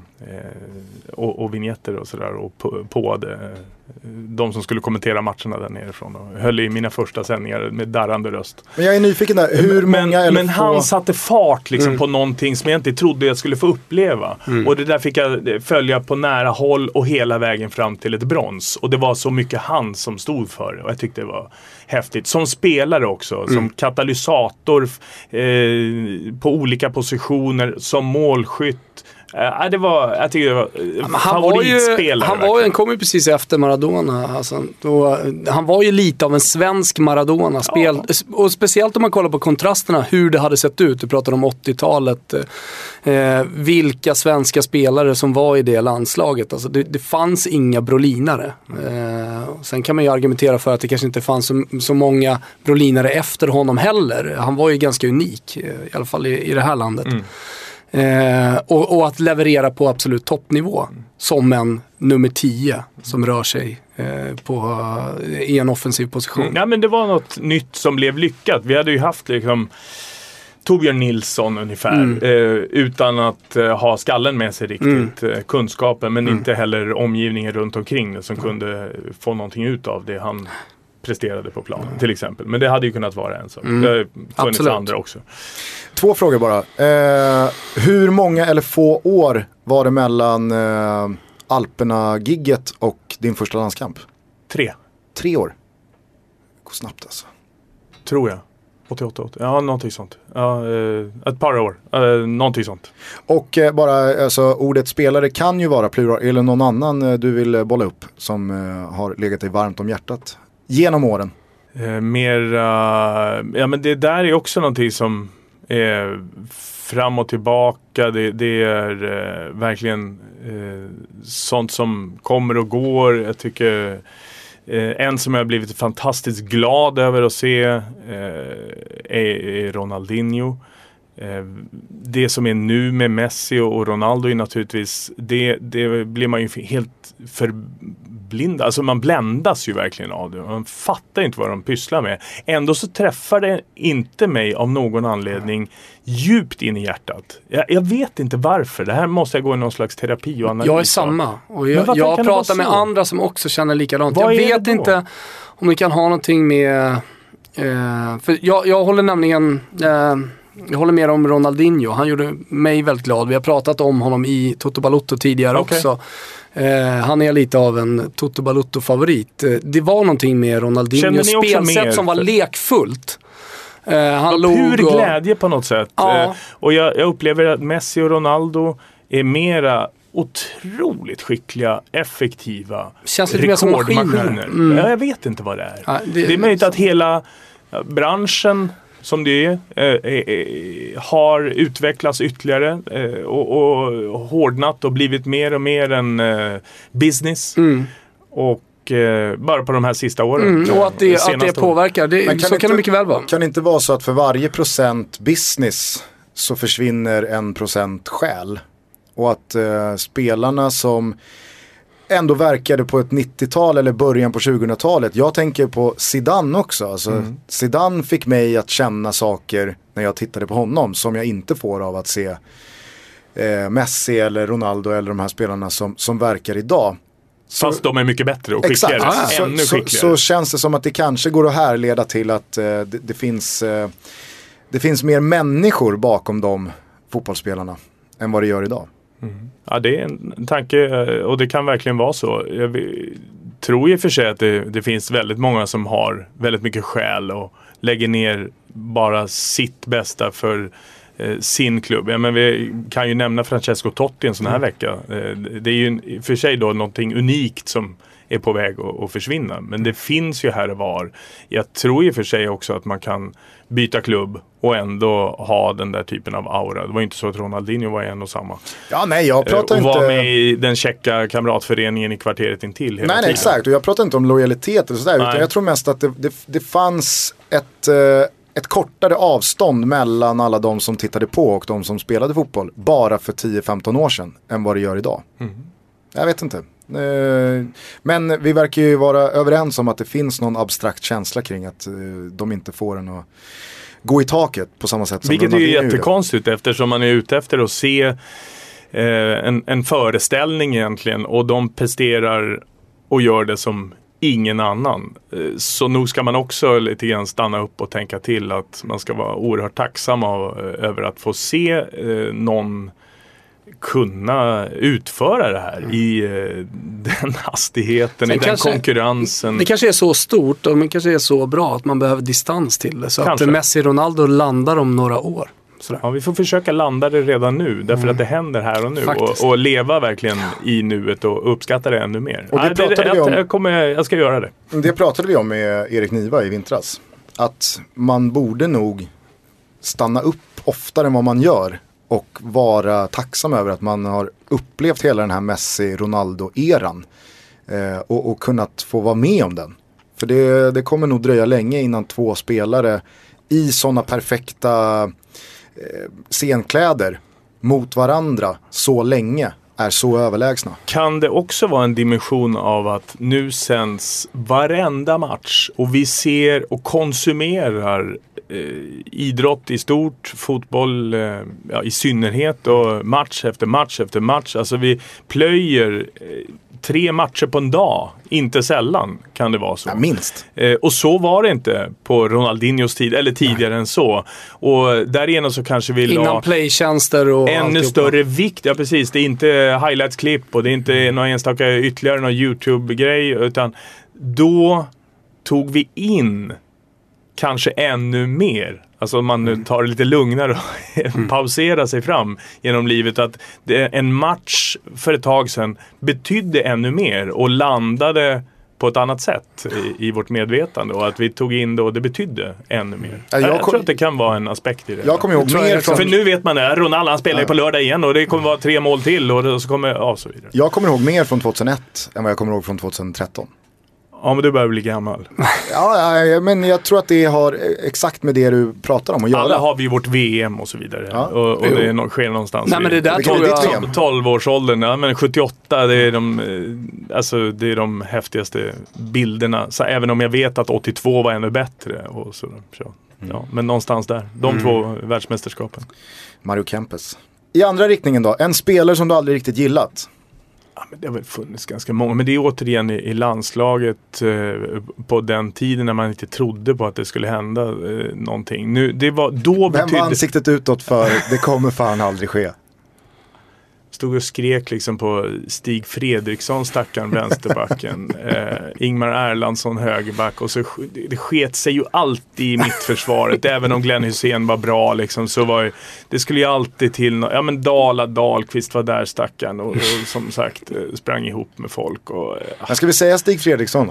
och, och vignetter och sådär och på, på det, de som skulle kommentera matcherna där nerifrån och höll i mina första sändningar med darrande röst.
Men jag är nyfiken där, hur
men,
många eller
Men
få...
han satte fart liksom
mm.
på någonting som jag inte trodde jag skulle få uppleva. Mm. Och det där fick jag följa på nära håll och hela vägen fram till ett brons. Och det var så mycket han som stod för det och jag tyckte det var häftigt. Som spelare också, mm. som katalysator eh, på olika positioner, som målskytt. Ja, det var, jag tycker det var
ja, han favoritspelare. Han, var ju, han kom ju precis efter Maradona. Alltså, då, han var ju lite av en svensk Maradona. Spel, ja. Och speciellt om man kollar på kontrasterna, hur det hade sett ut. Du pratar om åttiotalet. Eh, vilka svenska spelare som var i det landslaget. Alltså, det, det fanns inga brolinare. Eh, sen kan man ju argumentera för att det kanske inte fanns så, så många brolinare efter honom heller. Han var ju ganska unik, i alla fall i, i det här landet. Mm. Eh, och, och att leverera på absolut toppnivå mm. som en nummer tio som rör sig eh, på, i en offensiv position.
Mm. Ja, men det var något nytt som blev lyckat. Vi hade ju haft liksom Torbjörn Nilsson ungefär mm. eh, utan att eh, ha skallen med sig riktigt, mm. eh, kunskapen, men mm. inte heller omgivningen runt omkring det som mm. kunde få någonting ut av det han presterade på planen mm. till exempel. Men det hade ju kunnat vara en sak. Mm. Det har funnits Absolut. andra också.
Två frågor bara. Eh, hur många eller få år var det mellan eh, Alperna-gigget och din första landskamp?
Tre.
Tre år? Det går snabbt alltså.
Tror jag. åttioåtta, åttio. Ja, någonting sånt. Ja, eh, ett par år. Eh, någonting sånt.
Och eh, bara, alltså, ordet spelare kan ju vara plural, eller någon annan eh, du vill bolla upp som eh, har legat dig varmt om hjärtat genom åren.
Eh, mer, uh, ja men det där är också någonting som är fram och tillbaka. Det, det är eh, verkligen eh, sånt som kommer och går. Jag tycker Eh, en som jag har blivit fantastiskt glad över att se eh, är, är Ronaldinho. Eh, det som är nu med Messi och Ronaldo är naturligtvis, det, det blir man ju helt förblindad. Alltså man bländas ju verkligen av det. Man fattar inte vad de pysslar med. Ändå så träffar det inte mig av någon anledning djupt in i hjärtat. Jag, jag vet inte varför. Det här måste jag gå i någon slags terapi och analys.
Jag är samma. Och jag, jag pratar med andra som också känner likadant. Vad jag vet inte om det kan ha någonting med... Eh, för jag, jag håller nämligen... Eh, jag håller med om Ronaldinho. Han gjorde mig väldigt glad. Vi har pratat om honom i Toto Balotto tidigare okay. också. Eh, han är lite av en Toto Balotto-favorit. Det var någonting med Ronaldinhos spelsätt som var lekfullt.
Eh, han låg pur och... glädje på något sätt. Ja. Eh, och jag, jag upplever att Messi och Ronaldo är mera otroligt skickliga, effektiva
känns lite mer som maskiner.
Mm. Ja, jag vet inte vad det är. Ja, det, det är möjligt att hela branschen som det är, eh, eh, har utvecklats ytterligare eh, och, och hårdnat och blivit mer och mer en eh, business. Mm. Och eh, bara på de här sista åren.
Mm, och att det, att det påverkar, det, kan så
inte,
kan det mycket väl vara.
Kan det inte vara så att för varje procent business så försvinner en procent själ? Och att eh, spelarna som ändå verkade på ett nittiotal eller början på tjugohundratalet. Jag tänker på Zidane också. Alltså, mm. Zidane fick mig att känna saker när jag tittade på honom som jag inte får av att se eh, Messi eller Ronaldo eller de här spelarna som, som verkar idag.
Så, fast de är mycket bättre och skickligare.
Exakt. Ah, ännu så, skickligare. Så, så känns det som att det kanske går att härleda till att eh, det, det, finns, eh, det finns mer människor bakom de fotbollsspelarna än vad det gör idag.
Mm. Ja, det är en tanke och det kan verkligen vara så. Jag tror i och för sig att det, det finns väldigt många som har väldigt mycket själ och lägger ner bara sitt bästa för eh, sin klubb. Ja, men vi kan ju nämna Francesco Totti en sån här mm. vecka. Eh, det är ju i och för sig då någonting unikt som är på väg att, att försvinna. Men det finns ju här och var. Jag tror i och för sig också att man kan byta klubb och ändå ha den där typen av aura. Det var inte så att Ronaldinho var en och samma.
Ja, nej, jag pratar
och
inte...
Och var med i den tjecka kamratföreningen i kvarteret intill hela
nej, nej, exakt. Och jag pratar inte om lojalitet eller sådär. Utan jag tror mest att det, det, det fanns ett, ett kortare avstånd mellan alla de som tittade på och de som spelade fotboll bara för tio femton år sedan än vad det gör idag. Mm. Jag vet inte. Men vi verkar ju vara överens om att det finns någon abstrakt känsla kring att de inte får en att gå i taket på samma sätt som
vilket är ju jättekonstigt eftersom man är ute efter att se eh, en, en föreställning egentligen och de presterar och gör det som ingen annan. Så nog ska man också lite grann stanna upp och tänka till att man ska vara oerhört tacksam av, över att få se eh, någon kunna utföra det här mm. i eh, den hastigheten, sen i kanske, den konkurrensen.
Det kanske är så stort och det kanske är så bra att man behöver distans till det. Så kanske. Att Messi och Ronaldo landar om några år. Sådär.
Ja, vi får försöka landa det redan nu, därför mm. att det händer här och nu. Och, och leva verkligen i nuet och uppskatta det ännu mer.
Och det
ja,
pratade
det,
vi om,
jag, kommer, jag ska göra det.
Det pratade vi om med Erik Niva i vintras. Att man borde nog stanna upp oftare än vad man gör och vara tacksam över att man har upplevt hela den här Messi-Ronaldo-eran eh, och, och kunnat få vara med om den. För det, det kommer nog dröja länge innan två spelare i sådana perfekta eh, scenkläder mot varandra så länge är så överlägsna.
Kan det också vara en dimension av att nu sänds varenda match och vi ser och konsumerar eh, idrott i stort, fotboll eh, ja, i synnerhet och match efter match efter match. Alltså vi plöjer eh, tre matcher på en dag, inte sällan kan det vara så.
Ja, minst.
Eh, och så var det inte på Ronaldinhos tid, eller tidigare Nej. än så. Och därigenom så kanske vi la
innan playtjänster och
ännu större vikt. Ja, precis. Det är inte highlights-klipp och det är inte någon enstaka ytterligare någon YouTube-grej, utan då tog vi in kanske ännu mer. Alltså om man nu tar det lite lugnare och mm. pauserar sig fram genom livet, att det, en match för ett tag sedan betydde ännu mer och landade på ett annat sätt i, i vårt medvetande, och att vi tog in det och det betydde ännu mer. Ja, jag, jag kom, tror att det kan vara en aspekt i det.
Jag kommer ihåg mer från...
För nu vet man det, Ronaldo han spelar ju ja. på lördag igen och det kommer vara tre mål till och så kommer ja, så vidare.
Jag kommer ihåg mer från tjugohundraett än vad jag kommer ihåg från tjugotretton.
Ja, men du börjar bli gammal.
Ja, ja, men jag tror att det har exakt med det du pratar om att göra.
Alla har vi vårt V M och så vidare. Ja. Och, och det är no- sker någonstans.
Nej, men det där
det
tror jag...
tolv-årsåldern, ja, men sjuttioåtta, det är de, alltså, det är de häftigaste bilderna. Så även om jag vet att åttiotvå var ännu bättre. Och så, så. Ja, men någonstans där. De mm. två världsmästerskapen.
Mario Kempes. I andra riktningen då, en spelare som du aldrig riktigt gillat.
Ja, men det har väl funnits ganska många, men det är återigen i, i landslaget eh, på den tiden när man inte trodde på att det skulle hända eh, någonting. Nu, det var, då
Vem
betydde...
var ansiktet utåt för det kommer fan aldrig ske?
Stod och skrek liksom på Stig Fredriksson, stackaren vänsterbacken, eh, Ingmar Erlandsson högerback, och så det sket sig ju alltid i mittförsvaret. Även om Glenn Hussein var bra liksom, så var ju, det skulle ju alltid till no- ja men Dala Dahlqvist var där, stackaren, och, och som sagt eh, sprang ihop med folk och, eh.
Men ska vi säga Stig Fredriksson då?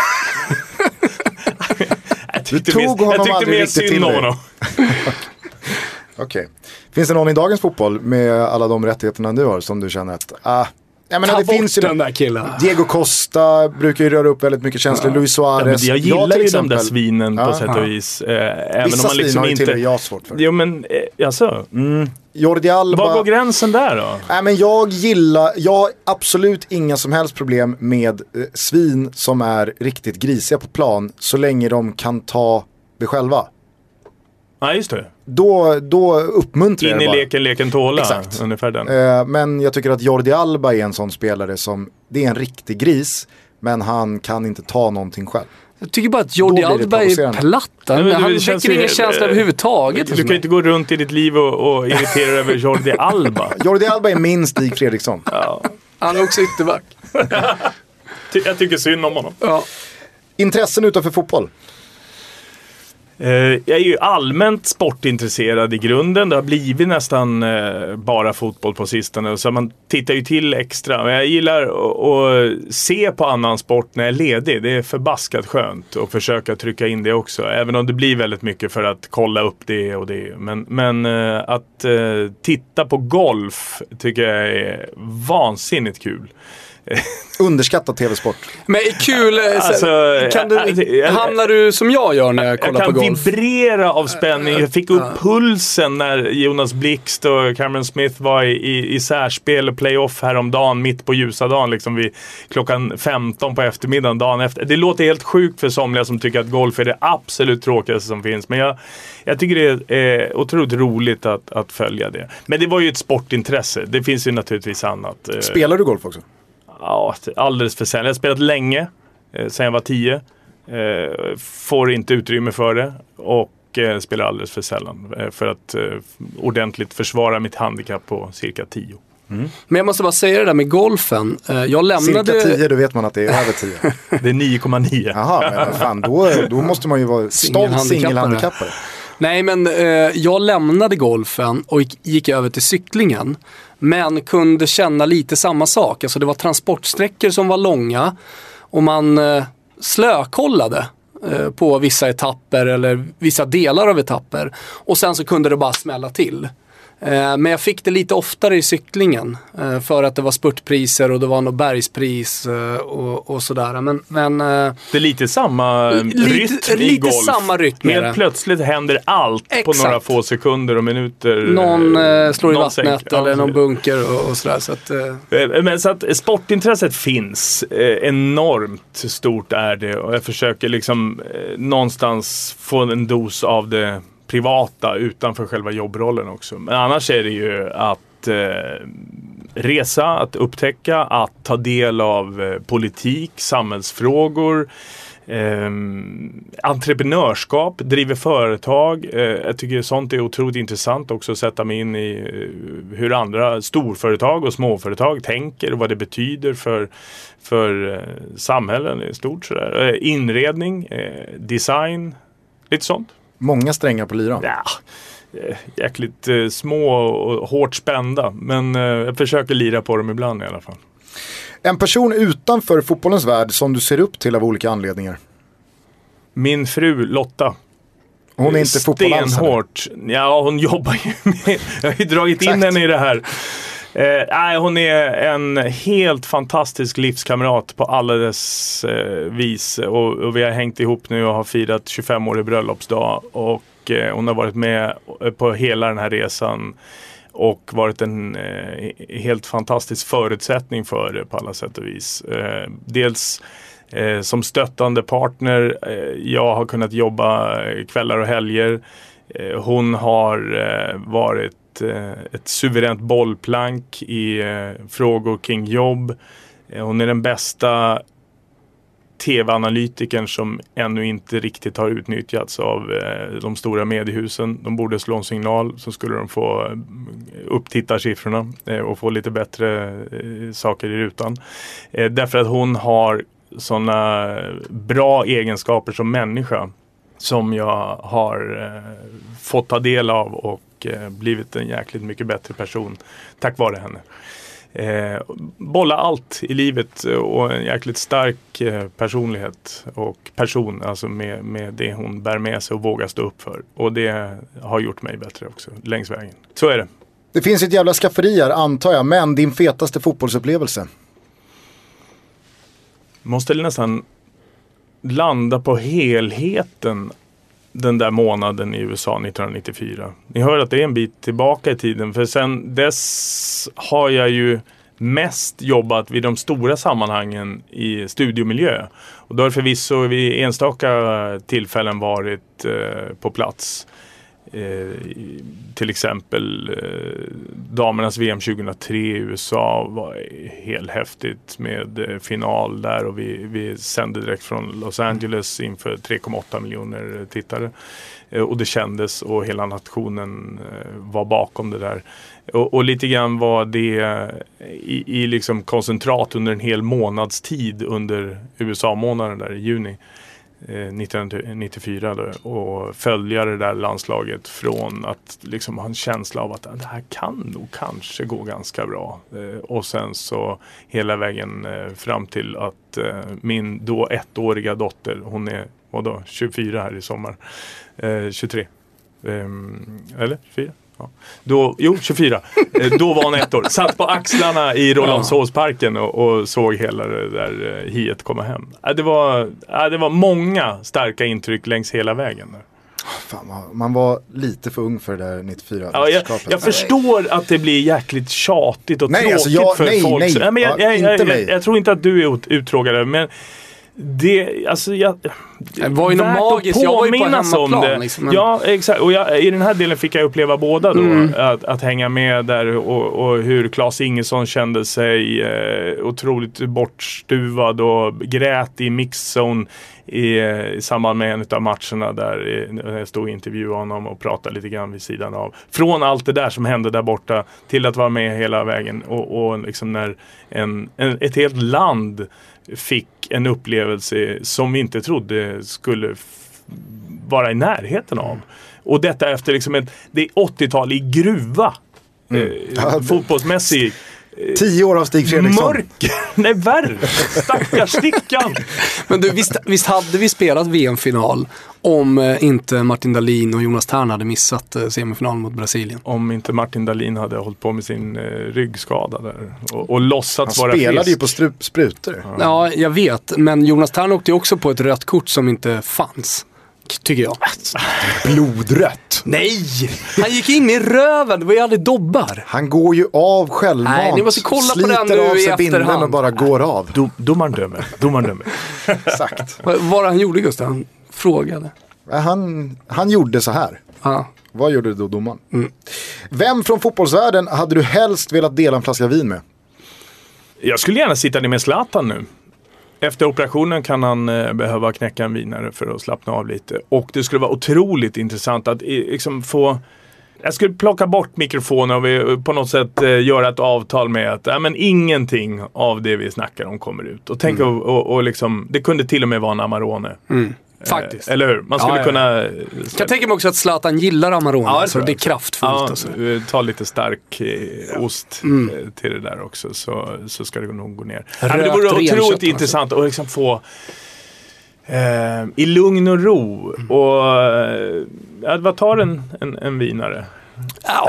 Du tog
mer,
honom aldrig riktigt till dig. Okej. Okay. Finns det någon i dagens fotboll med alla de rättigheterna du har som du känner att ah, jag menar,
ta
det
bort
finns ju
den där killen.
Diego Costa brukar ju röra upp väldigt mycket känslor. Ja. Luis Suarez.
Ja, jag gillar jag, ju
exempel,
de där svinen
ja,
på sätt och
ja.
vis. Eh, även
Vissa
om man liksom
svin har ju
inte...
till jag svårt för.
Jo, men eh, alltså.
Mm. Jordi Alba.
Var går gränsen där då?
Nej, men jag gillar, jag har absolut inga som helst problem med eh, svin som är riktigt grisiga på plan så länge de kan ta det själva.
Ja, just det.
Då, då uppmuntrar
In
jag
i
bara.
leken, leken tåla.
Exakt.
Ungefär den.
Eh, men jag tycker att Jordi Alba är en sån spelare som, det är en riktig gris, men han kan inte ta någonting själv.
Jag tycker bara att Jordi Alba är platt. Han väcker ingen känsla överhuvudtaget.
Du kan ju inte gå runt i ditt liv och, och irritera över Jordi Alba.
Jordi Alba är min Stig Fredriksson.
Ja.
Han är också ytterback.
Jag tycker synd om honom.
Ja.
Intressen utanför fotboll?
Uh, jag är ju allmänt sportintresserad i grunden. Det har blivit nästan uh, bara fotboll på sistone, så man tittar ju till extra. Men jag gillar att se på annan sport när jag är ledig. Det är förbaskat skönt att försöka trycka in det också. Även om det blir väldigt mycket för att kolla upp det och det. Men, men uh, att uh, titta på golf tycker jag är vansinnigt kul.
Underskattad tv-sport.
Men kul, alltså, kan du, jag, hamnar du som jag gör när jag kollar
jag
på golf?
Jag kan vibrera av spänning. Jag fick upp uh. pulsen när Jonas Blixt och Cameron Smith var i, i, i särspel och playoff häromdagen, mitt på ljusa dagen, liksom vid klockan femton på eftermiddagen, dagen efter. Det låter helt sjukt för somliga som tycker att golf är det absolut tråkigaste som finns. Men jag, jag tycker det är otroligt roligt att, att följa det. Men det var ju ett sportintresse. Det finns ju naturligtvis annat.
Spelar du golf också?
Ja, alldeles för sällan. Jag har spelat länge, eh, sedan jag var tio. Eh, får inte utrymme för det och eh, spelar alldeles för sällan. Eh, för att eh, ordentligt försvara mitt handikapp på cirka tio.
Mm.
Men jag måste bara säga det där med golfen. Eh, jag lämnade...
Cirka tio, då vet man att det är över tio.
Det är nio komma nio.
Jaha, men fan, då, då måste man ju vara stolt singelhandikappare.
Nej, men eh, jag lämnade golfen och gick, gick över till cyklingen. Men kunde känna lite samma sak. Alltså det var transportsträckor som var långa och man eh, slökollade eh, på vissa etapper eller vissa delar av etapper. Och sen så kunde det bara smälla till. Men jag fick det lite oftare i cyklingen för att det var spurtpriser och det var något bergspris och, och sådär. Men, men, det
är lite samma
lite,
rytm i
lite
golf.
Samma rytm.
Helt plötsligt händer allt. Exakt. På några få sekunder och minuter.
Någon eh, slår någon i vattnet sänk, eller ja, någon bunker och, och sådär. Så att, eh.
Men så att sportintresset finns. Eh, enormt stort är det. Och jag försöker liksom eh, någonstans få en dos av det privata utanför själva jobbrollen också. Men annars är det ju att eh, resa, att upptäcka, att ta del av eh, politik, samhällsfrågor, eh, entreprenörskap, driver företag. Eh, jag tycker sånt är otroligt intressant också att sätta mig in i eh, hur andra storföretag och småföretag tänker och vad det betyder för, för eh, samhällen i stort. Sådär. Eh, inredning, eh, design, lite sånt.
Många strängar på lyran.
Ja, jäkligt eh, små och hårt spända. Men eh, jag försöker lira på dem ibland i alla fall.
En person utanför fotbollens värld som du ser upp till av olika anledningar?
Min fru Lotta.
Hon är inte fotbollsspelare.
Stenhårt. Ja, hon jobbar ju med. Jag har ju dragit in henne i det här. Eh, nej, hon är en helt fantastisk livskamrat på alla dess eh, vis. Och, och vi har hängt ihop nu och har firat tjugofem år i bröllopsdag. Och eh, hon har varit med på hela den här resan. Och varit en eh, helt fantastisk förutsättning för det på alla sätt och vis. Eh, dels eh, som stöttande partner. Eh, jag har kunnat jobba kvällar och helger. Eh, hon har eh, varit ett suveränt bollplank i eh, frågor kring jobb. Eh, hon är den bästa tv-analytikern som ännu inte riktigt har utnyttjats av eh, de stora mediehusen. De borde slå en signal så skulle de få upp tittarsiffrorna eh, och få lite bättre eh, saker i rutan. Eh, därför att hon har sådana bra egenskaper som människa som jag har eh, fått ta del av och eh, blivit en jäkligt mycket bättre person tack vare henne. Eh, bolla allt i livet och en jäkligt stark eh, personlighet och person, alltså med, med det hon bär med sig och vågar stå upp för. Och det har gjort mig bättre också längs vägen. Så är det.
Det finns ett jävla skafferi här, antar jag, men din fetaste fotbollsupplevelse?
Måste nästan landa på helheten den där månaden i U S A nittonhundranittiofyra. Ni hör att det är en bit tillbaka i tiden, för sen dess har jag ju mest jobbat vid de stora sammanhangen i studiomiljö. Och då har förvisso vid enstaka tillfällen varit eh, på plats. Eh, till exempel eh, damernas V M tjugohundratre i U S A var helt häftigt med eh, final där, och vi, vi sände direkt från Los Angeles inför tre komma åtta miljoner tittare, eh, och det kändes, och hela nationen eh, var bakom det där, och, och lite grann var det eh, i, i liksom koncentrat under en hel månads tid under U S A-månaden där i juni nittonhundranittiofyra då, och följa det där landslaget från att liksom ha en känsla av att det här kan nog kanske gå ganska bra, eh, och sen så hela vägen eh, fram till att eh, min då ettåriga dotter, hon är vadå, tjugofyra här i sommar, eh, tjugotre eh, eller tjugofyra? Ja. Då, jo, tjugofyra. Då var hon ett år. Satt på axlarna i Rålambshovsparken och, och såg hela det där hiet komma hem. Det var, det var många starka intryck längs hela vägen där.
Fan, man var lite för ung för det där nittiofyra.
Ja, jag, jag förstår att det blir jäkligt tjatigt och nej, tråkigt
alltså jag,
för
nej,
folk.
Nej,
nej, men jag,
ja,
jag,
inte
jag,
mig.
jag, jag tror inte att du är uttråkad, men det, alltså jag,
det var ju något magiskt, jag var ju på hemmaplan liksom, men...
Ja, exakt, och jag, i den här delen fick jag uppleva båda då, mm. att, att hänga med där, och, och hur Claes Ingesson kände sig eh, otroligt bortstuvad och grät i mixzone i, i samband med en av matcherna där när jag stod och intervjuade honom och pratade lite grann vid sidan av. Från allt det där som hände där borta till att vara med hela vägen, och, och liksom när en, en, ett helt land fick en upplevelse som vi inte trodde skulle f- vara i närheten av. Och detta efter liksom ett, det är åttiotal i gruva. Mm. Eh, ja, fotbollsmässig. Eh,
Tio år av Stig Fredriksson.
Mörk. Nej, värre. Stackars stickan.
Men du, visst, visst hade vi spelat V M-final om eh, inte Martin Dahlin och Jonas Thern hade missat eh, semifinalen mot Brasilien?
Om inte Martin Dahlin hade hållit på med sin eh, ryggskada där och, och låtsats
vara
frisk.
Han spelade ju på stru- sprutor.
Ja. ja, jag vet. Men Jonas Thern åkte ju också på ett rött kort som inte fanns. Tycker jag.
Blodrött.
Nej! Han gick in i röven. Det var ju aldrig dobbar.
Han går ju av självmant.
Nej, ni måste kolla
Sliter
på den nu
av sig
i
binden
efterhand.
och bara går av.
Dom, domaren dömer. Domaren dömer.
Exakt.
Vad var det han gjorde, Gustav? Han frågade.
Han, han gjorde så här.
Ja.
Vad gjorde då domaren?
Mm.
Vem från fotbollsvärlden hade du helst velat dela en flaska vin med?
Jag skulle gärna sitta ner med Zlatan nu. Efter operationen kan han eh, behöva knäcka en vinare för att slappna av lite. Och det skulle vara otroligt intressant att eh, liksom få... Jag skulle plocka bort mikrofonen och vi, på något sätt eh, göra ett avtal med att äh, men ingenting av det vi snackar om kommer ut. Och tänk mm. och, och, och liksom, det kunde till och med vara en Amarone.
Mm. Faktiskt.
Eh, eller hur? Man skulle
ja, ja.
kunna...
Jag kan tänka mig också att Zlatan gillar Amarone, ja, så det är kraftfullt.
Ja,
och så.
Ta lite stark eh, ost mm. eh, till det där också, så, så ska det nog gå ner. Ja, det vore otroligt intressant att liksom få eh, i lugn och ro mm. och eh, vad tar en, en, en vinare?
Ja,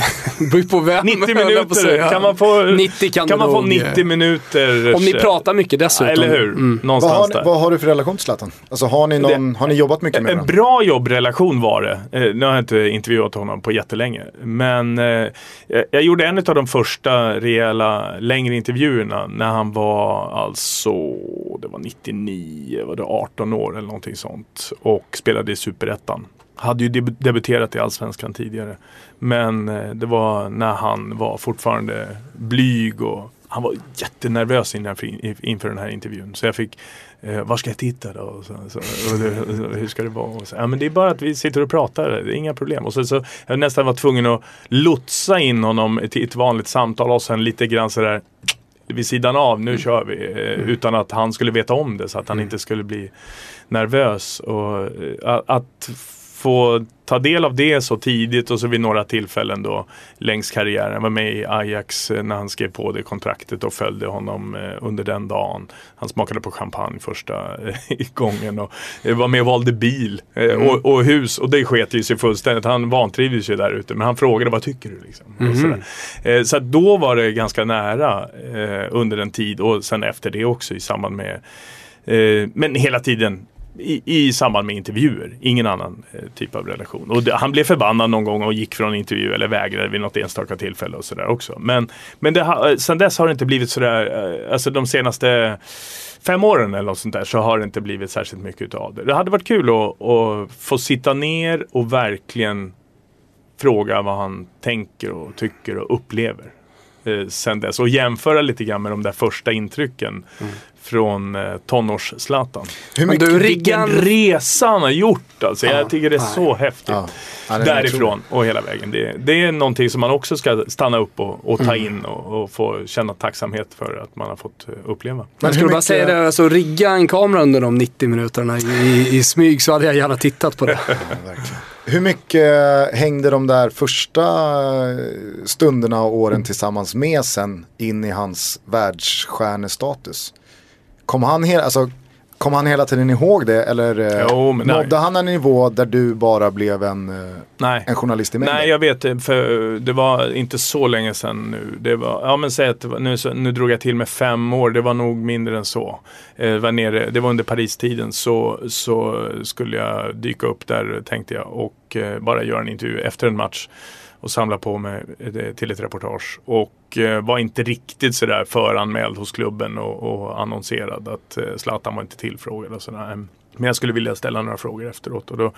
på vem,
nittio minuter, kan man få
nittio, kan
kan man
nog,
få nittio minuter
om ni pratar mycket dessutom.
Ja, eller hur? Mm. Någonstans
vad, har,
där.
vad har du för relation till Zlatan? Alltså har ni, någon, det, har ni jobbat mycket med
en
varandra?
En bra jobbrelation var det. Eh, nu har jag inte intervjuat honom på jättelänge. Men eh, jag gjorde en av de första rejäla längre intervjuerna när han var alltså, det var nittionio, var det arton år eller någonting sånt. Och spelade i Superettan. Hade ju deb- debuterat i Allsvenskan tidigare. Men eh, det var när han var fortfarande blyg och han var jättenervös inför, inför den här intervjun. Så jag fick, eh, var ska jag titta då? Och så, så, och det, och hur ska det vara? Och så, ja, men det är bara att vi sitter och pratar, det är inga problem. Och så, så jag nästan var tvungen att lotsa in honom till ett vanligt samtal och sen lite grann sådär vid sidan av, nu kör vi. Eh, utan att han skulle veta om det så att han inte skulle bli nervös. Och eh, att få ta del av det så tidigt och så vid några tillfällen då längs karriären. Jag var med i Ajax när han skrev på det kontraktet och följde honom under den dagen. Han smakade på champagne första gången och var med och valde bil mm. och, och hus, och det sket ju sig fullständigt. Han vantrivdes ju där ute, men han frågade, vad tycker du liksom? Mm. Och sådär. Så att då var det ganska nära under en tid och sen efter det också i samband med men hela tiden I, i samband med intervjuer. Ingen annan eh, typ av relation. Och det, han blev förbannad någon gång och gick från intervju eller vägrade vid något enstaka tillfälle och sådär också. Men, men det ha, sen dess har det inte blivit sådär, eh, alltså de senaste fem åren eller något sånt där, så har det inte blivit särskilt mycket av det. Det hade varit kul att, att få sitta ner och verkligen fråga vad han tänker och tycker och upplever eh, sen dess. Och jämföra lite grann med de där första intrycken mm. från eh, tonårs-Zlatan.
Hur mycket
du
Vilken resa han har gjort alltså.
Ja,
jag tycker det är
nej.
så häftigt.
Ja. Ja,
Därifrån och hela vägen. Det, det är någonting som man också ska stanna upp och, och ta
mm.
in och, och få känna tacksamhet för att man har fått uppleva.
Men
Men
skulle
hur
bara
mycket...
säga det, alltså, rigga en kamera under de nittio minuterna i, i smyg, så hade jag gärna tittat på det.
Ja, verkligen. Hur mycket hängde de där första stunderna och åren tillsammans med sen in i hans världsstjärnestatus? Kom han, he- alltså, kom han hela tiden ihåg det, eller
jo, men
nådde
nej.
han en nivå där du bara blev en,
Nej.
en journalist i mängden?
Nej, jag vet, för det var inte så länge sedan nu. Det var, ja men säg att det var, nu, nu drog jag till med fem år, det var nog mindre än så. Eh, var nere, det var under Paris-tiden, så, så skulle jag dyka upp där, tänkte jag, och eh, bara göra en intervju efter en match och samla på mig till ett reportage. Och eh, var inte riktigt sådär föranmäld hos klubben och, och annonserad att eh, Zlatan var inte tillfrågad och sådär. Men jag skulle vilja ställa några frågor efteråt. Och då,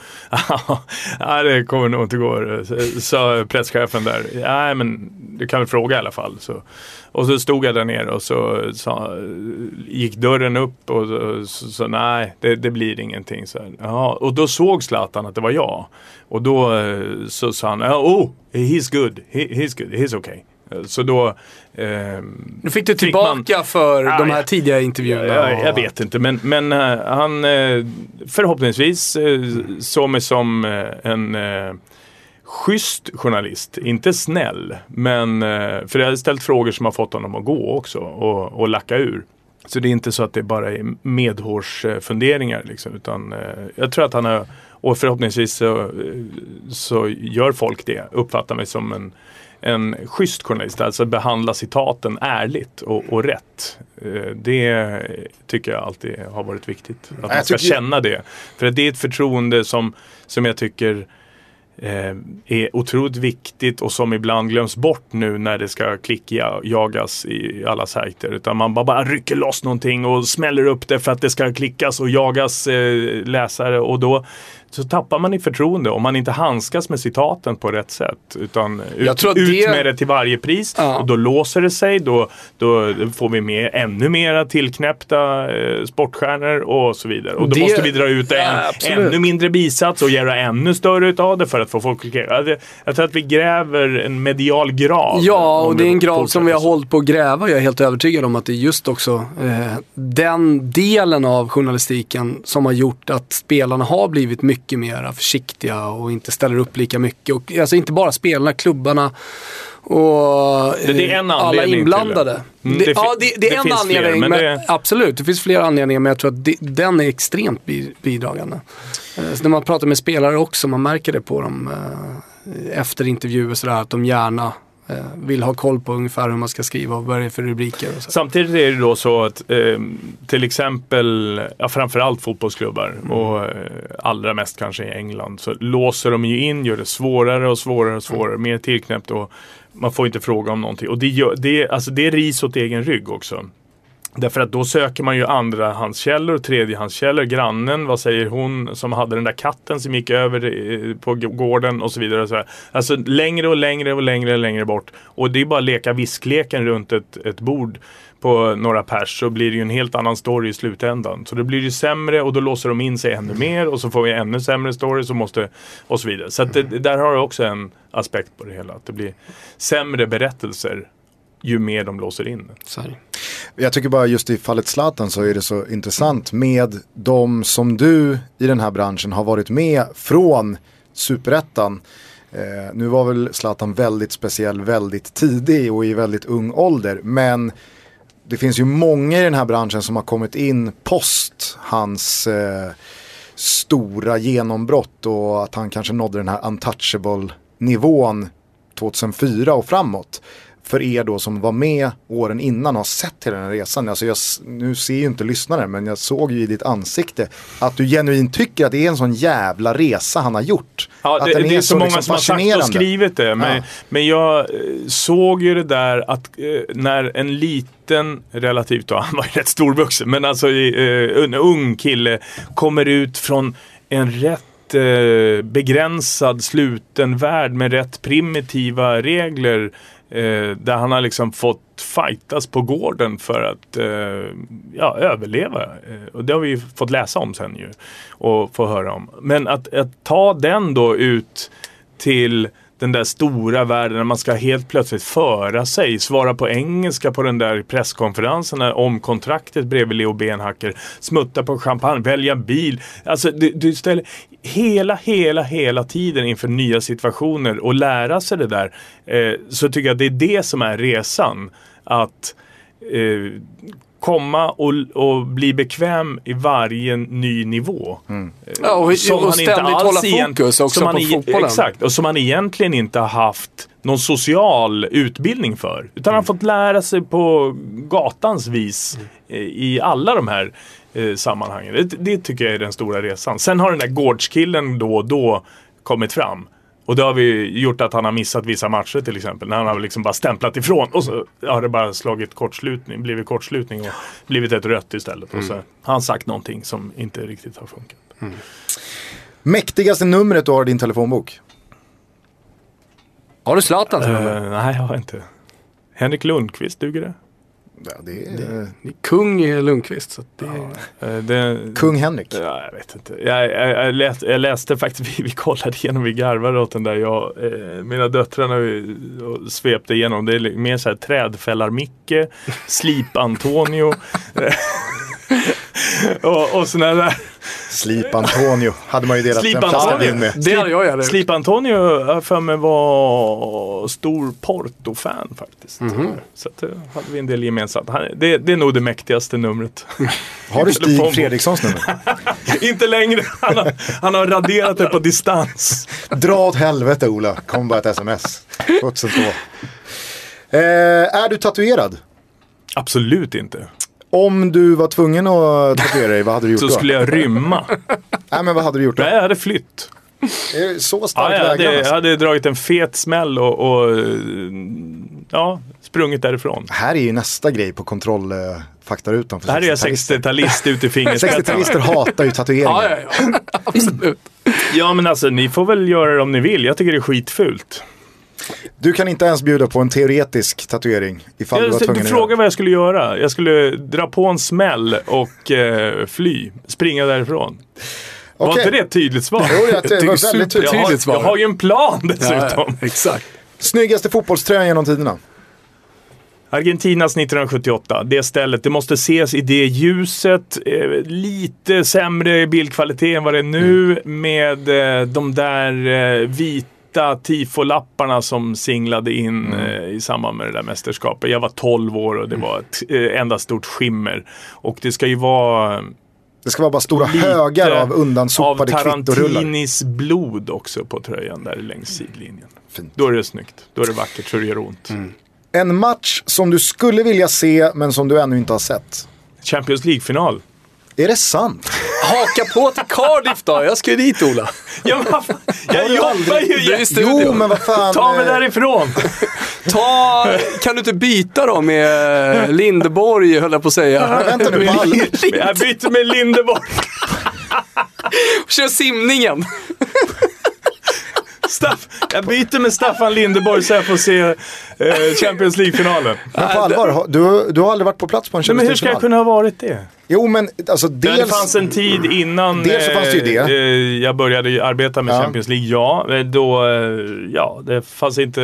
ja det kommer nog inte gå, sa presschefen där. Nej men du kan väl fråga i alla fall. Så, och så stod jag där nere och så, så gick dörren upp och så, så, så nej, det, det blir ingenting. Så här. Jaha, och då såg Zlatan att det var jag. Och då så sa han, oh, he's good, He, he's good, he's okay. Så då... Eh,
nu fick du tillbaka man, för ah, de här tidiga intervjuerna.
Jag, jag, jag vet inte, men, men uh, han uh, förhoppningsvis uh, såg mig som uh, en uh, schysst journalist. Inte snäll, men uh, för jag har ställt frågor som har fått honom att gå också och, och lacka ur. Så det är inte så att det bara är medhårsfunderingar liksom, utan uh, jag tror att han har, och förhoppningsvis så, så gör folk det, uppfattar mig som en en schysst journalist, alltså behandla citaten ärligt och, och rätt. Det tycker jag alltid har varit viktigt. Att man ska känna det. För att det är ett förtroende som, som jag tycker eh, är otroligt viktigt och som ibland glöms bort nu när det ska klicka jagas i alla sajter. Utan man bara, bara rycker loss någonting och smäller upp det för att det ska klickas och jagas eh, läsare, och då så tappar man i förtroende om man inte handskas med citaten på rätt sätt, utan ut, ut det... med det till varje pris, ja. Och då låser det sig, då, då får vi med ännu mera tillknäppta eh, sportstjärnor och så vidare, och då det... måste vi dra ut en ja, ännu mindre bisats och göra ännu större utav det för att få folk att klicka. Jag tror att vi gräver en medial grav.
Ja, och det är en grav som vi har hållit på att gräva. Jag är helt övertygad om att det är just också eh, den delen av journalistiken som har gjort att spelarna har blivit mycket mycket mer försiktiga och inte ställer upp lika mycket. Och, alltså inte bara spelarna, klubbarna och
det, det är en
alla inblandade.
Mm,
det,
det,
ja, det, det är det en anledning, fler, men men det... absolut, det finns flera anledningar, men jag tror att det, den är extremt bidragande. Så när man pratar med spelare också, man märker det på dem efter intervjuer sådär, att de gärna vill ha koll på ungefär hur man ska skriva och vad det är för rubriker. Och så.
Samtidigt är det då så att eh, till exempel, ja, framförallt fotbollsklubbar mm. och eh, allra mest kanske i England, så låser de ju in, gör det svårare och svårare och svårare, mm. mer tillknäppt, och man får inte fråga om någonting. Och det, gör, det, alltså det är ris åt egen rygg också. Därför att då söker man ju andrahandskällor och tredjehandskällor. Grannen, vad säger hon som hade den där katten som gick över på gården och så vidare. Och så alltså längre och längre och längre och längre bort. Och det är bara att leka viskleken runt ett, ett bord på några pers, så blir det ju en helt annan story i slutändan. Så det blir ju sämre, och då låser de in sig ännu mer, och så får vi ännu sämre story, så måste, och så vidare. Så att det, där har jag också en aspekt på det hela. Att det blir sämre berättelser ju mer de låser in.
Sorry.
Jag tycker bara just i fallet Zlatan så är det så intressant med de som du i den här branschen har varit med från Superettan. Eh, nu var väl Zlatan väldigt speciell, väldigt tidig och i väldigt ung ålder, men det finns ju många i den här branschen som har kommit in post hans eh, stora genombrott, och att han kanske nådde den här untouchable-nivån tjugohundrafyra och framåt. För er då som var med åren innan och har sett hela den här resan. Alltså jag, nu ser ju inte lyssnaren, men jag såg ju i ditt ansikte att du genuint tycker att det är en sån jävla resa han har gjort.
Ja,
att
det,
den
det är, är så, så
många
liksom som har sagt och skrivit det. Men, ja. men jag såg ju det där att eh, när en liten, relativt då, han var ju rätt storvuxen, men alltså eh, en ung kille kommer ut från en rätt begränsad sluten värld med rätt primitiva regler, eh, där han har liksom fått fightas på gården för att eh, ja, överleva, eh, och det har vi ju fått läsa om sen ju och få höra om, men att, att ta den då ut till den där stora världen där man ska helt plötsligt föra sig, svara på engelska på den där presskonferensen om kontraktet bredvid Leo Benhacker, smutta på champagne, välja bil. Alltså du, du ställer hela, hela, hela tiden inför nya situationer och lära sig det där. Eh, så tycker jag att det är det som är resan. Att eh, komma och, och bli bekväm i varje ny nivå.
Mm. Ja, och, och, och ständigt hålla fokus också på
i,
fotbollen.
Exakt, och som man egentligen inte har haft någon social utbildning för. Utan mm. har fått lära sig på gatans vis mm. i alla de här eh, sammanhangen. Det, det tycker jag är den stora resan. Sen har den där gårdskillen då och då kommit fram. Och det har vi gjort att han har missat vissa matcher till exempel. När han har liksom bara stämplat ifrån. Och så har det bara slagit kortslutning. Blivit kortslutning och blivit ett rött istället. Mm. Och så har han sagt någonting som inte riktigt har funkat. Mm.
Mäktigaste numret du har i din telefonbok?
Har du Zlatan?
Uh, nej, jag har inte. Henrik Lundqvist, duger det?
Ja, det är,
det, det är kung Lundqvist. Så det är...
ja, det,
kung Henrik.
Ja, jag vet inte. Jag, jag, jag, läste, jag läste faktiskt, vi, vi kollade igenom, vi garvade åt den där. Jag, eh, mina döttrar vi, svepte igenom. Det är mer så här trädfällar-Micke, Slip-Antonio och, och sådana där.
Slip-Antonio hade man ju delat en flaska vin med.
Det hade jag gjort.
Slip-Antonio för mig var stor Porto-fan faktiskt.
Mm-hmm.
Så att, hade vi en del gemensamt. Det, det är nog det mäktigaste numret.
Har du Stig Fredrikssons nummer?
Inte längre. Han har, han har raderat det på distans.
Dra åt helvete, Ola. Kom bara ett sms. två. Eh, är du tatuerad?
Absolut inte.
Om du var tvungen att tatuera dig, vad hade du gjort
så
då?
Så skulle jag rymma.
Nej, men vad hade du gjort då?
Nej, jag hade flytt.
Är det så starkt
ja, jag, hade,
alltså?
jag hade dragit en fet smäll och, och ja, sprungit därifrån.
Här är ju nästa grej på kontrollfaktarutan.
För här är jag sextiotalist ute i fingerspetsarna.
sextiotalister hatar ju tatueringar.
Ja, ja, ja. Absolut.
Ja, men alltså, ni får väl göra det om ni vill. Jag tycker det är skitfult.
Du kan inte ens bjuda på en teoretisk tatuering ifall
jag,
du var tvungen
du frågar vad jag skulle göra. Jag skulle dra på en smäll och eh, fly. Springa därifrån. Var
okay.
inte det ett tydligt svar?
Jo, det, det var väldigt tydligt
jag har,
svar.
Jag har ju en plan dessutom.
Ja, ja, exakt.
Snyggaste fotbollströjan genom tiderna?
Argentinas nittonhundrasjuttioåtta, det stället, det måste ses i det ljuset, eh, lite sämre bildkvalitet än vad det är nu, mm. med eh, de där eh, vita tifolapparna som singlade in mm. eh, i samband med det där mästerskapet. Jag var tolv år och det var ett eh, enda stort skimmer. Och det ska ju vara...
Det ska vara bara stora högar av undansopade kvittorullar.
Av Tarantinis blod också på tröjan där längs sidlinjen. Fint. Då är det snyggt, då är det vackert så det gör ont.
Mm. En match som du skulle vilja se men som du ännu inte har sett?
Champions League-final.
Är det sant?
Haka på till Cardiff då, jag ska ju dit, Ola.
Ja, men vad fan? Jag jobbar ju.
Jo, men vad fan.
Ta mig därifrån.
Ta, kan du inte byta då med Lindeborg, höll jag på att säga.
Ja, vänta nu, på all...
Jag byter med Lindeborg.
Kör simningen.
Staff, jag byter med Staffan Lindeborg så jag får se eh, Champions League-finalen.
Men på allvar, du, du har aldrig varit på plats på en Champions League-final?
Men hur ska jag kunna ha varit det?
Jo, men alltså dels...
Ja, det fanns en tid innan
dels så fanns det ju det.
Eh, jag började arbeta med ja. Champions League, ja. Då, ja, det fanns inte...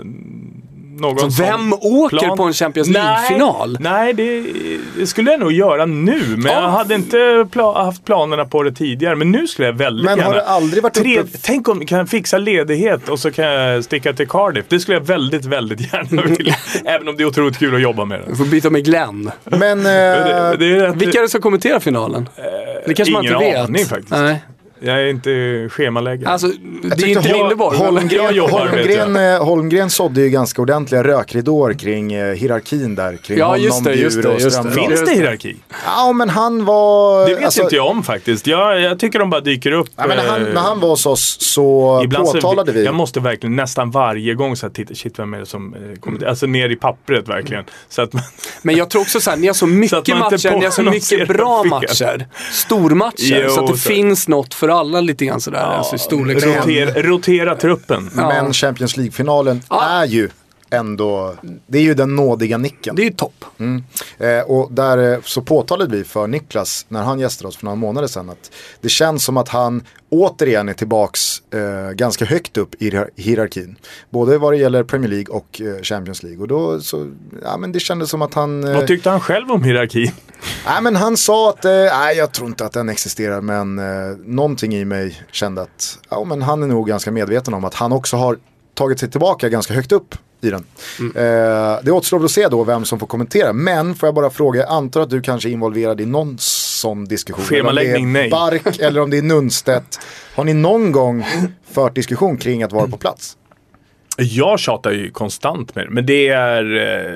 Någon
så vem åker
plan.
På en Champions League-final?
Nej, nej det, det skulle jag nog göra nu. Men oh. jag hade inte pla- haft planerna på det tidigare. Men nu skulle jag väldigt
men
gärna.
Men har det aldrig varit
Tre,
uppe...
Tänk om jag kan fixa ledighet och så kan jag sticka till Cardiff. Det skulle jag väldigt, väldigt gärna vilja. Även om det är otroligt kul att jobba med det.
Du får byta med Glenn.
Men, äh...
det, det är rätt...
Vilka är det som kommenterar finalen? Äh, det kanske man inte vet.
Ingen aning faktiskt. Nej. Jag är inte schemaläggare.
Alltså, det är inte Lindeborg.
Holmgren,
jobbar,
Holmgren, Holmgren sådde ju ganska ordentliga rökridåer kring eh, hierarkin där. Kring
ja,
honom,
just det, just det, just det.
Finns det hierarki?
Ja, men han var...
Det vet alltså, inte jag om faktiskt. Jag, jag tycker de bara dyker upp.
Ja, men när, han, när han var hos oss så påtalade
så,
vi.
Jag måste verkligen nästan varje gång så här, titta, shit, vem är det som eh, kommer alltså ner i pappret verkligen. Så att man,
men jag tror också så här, ni har så mycket så matcher, ni har så mycket bra matcher. Stormatcher, jo, så att det så. finns något för alla lite grann sådär. Ja, alltså
rotera, rotera truppen.
Ja. Men Champions League-finalen ja. är ju ändå, det är ju den nådiga nicken.
Det är ju topp.
Mm. Eh, och där så påtalade vi för Niklas när han gästade oss för några månader sedan att det känns som att han återigen är tillbaks eh, ganska högt upp i hierarkin. Både vad det gäller Premier League och eh, Champions League. Och då så, ja men det kändes som att han... Eh,
vad tyckte han själv om hierarkin?
Nej men han sa att, nej eh, jag tror inte att den existerar men eh, någonting i mig kände att, ja men han är nog ganska medveten om att han också har tagit sig tillbaka ganska högt upp i den. Mm. Eh, det återstår att se då vem som får kommentera. Men får jag bara fråga, jag antar att du kanske är involverad i någon sån diskussion.
Schemaläggning, nej.
Bark eller om det är Nunstedt. Har ni någon gång fört diskussion kring att vara på plats?
Jag tjatar ju konstant med det. Men det är,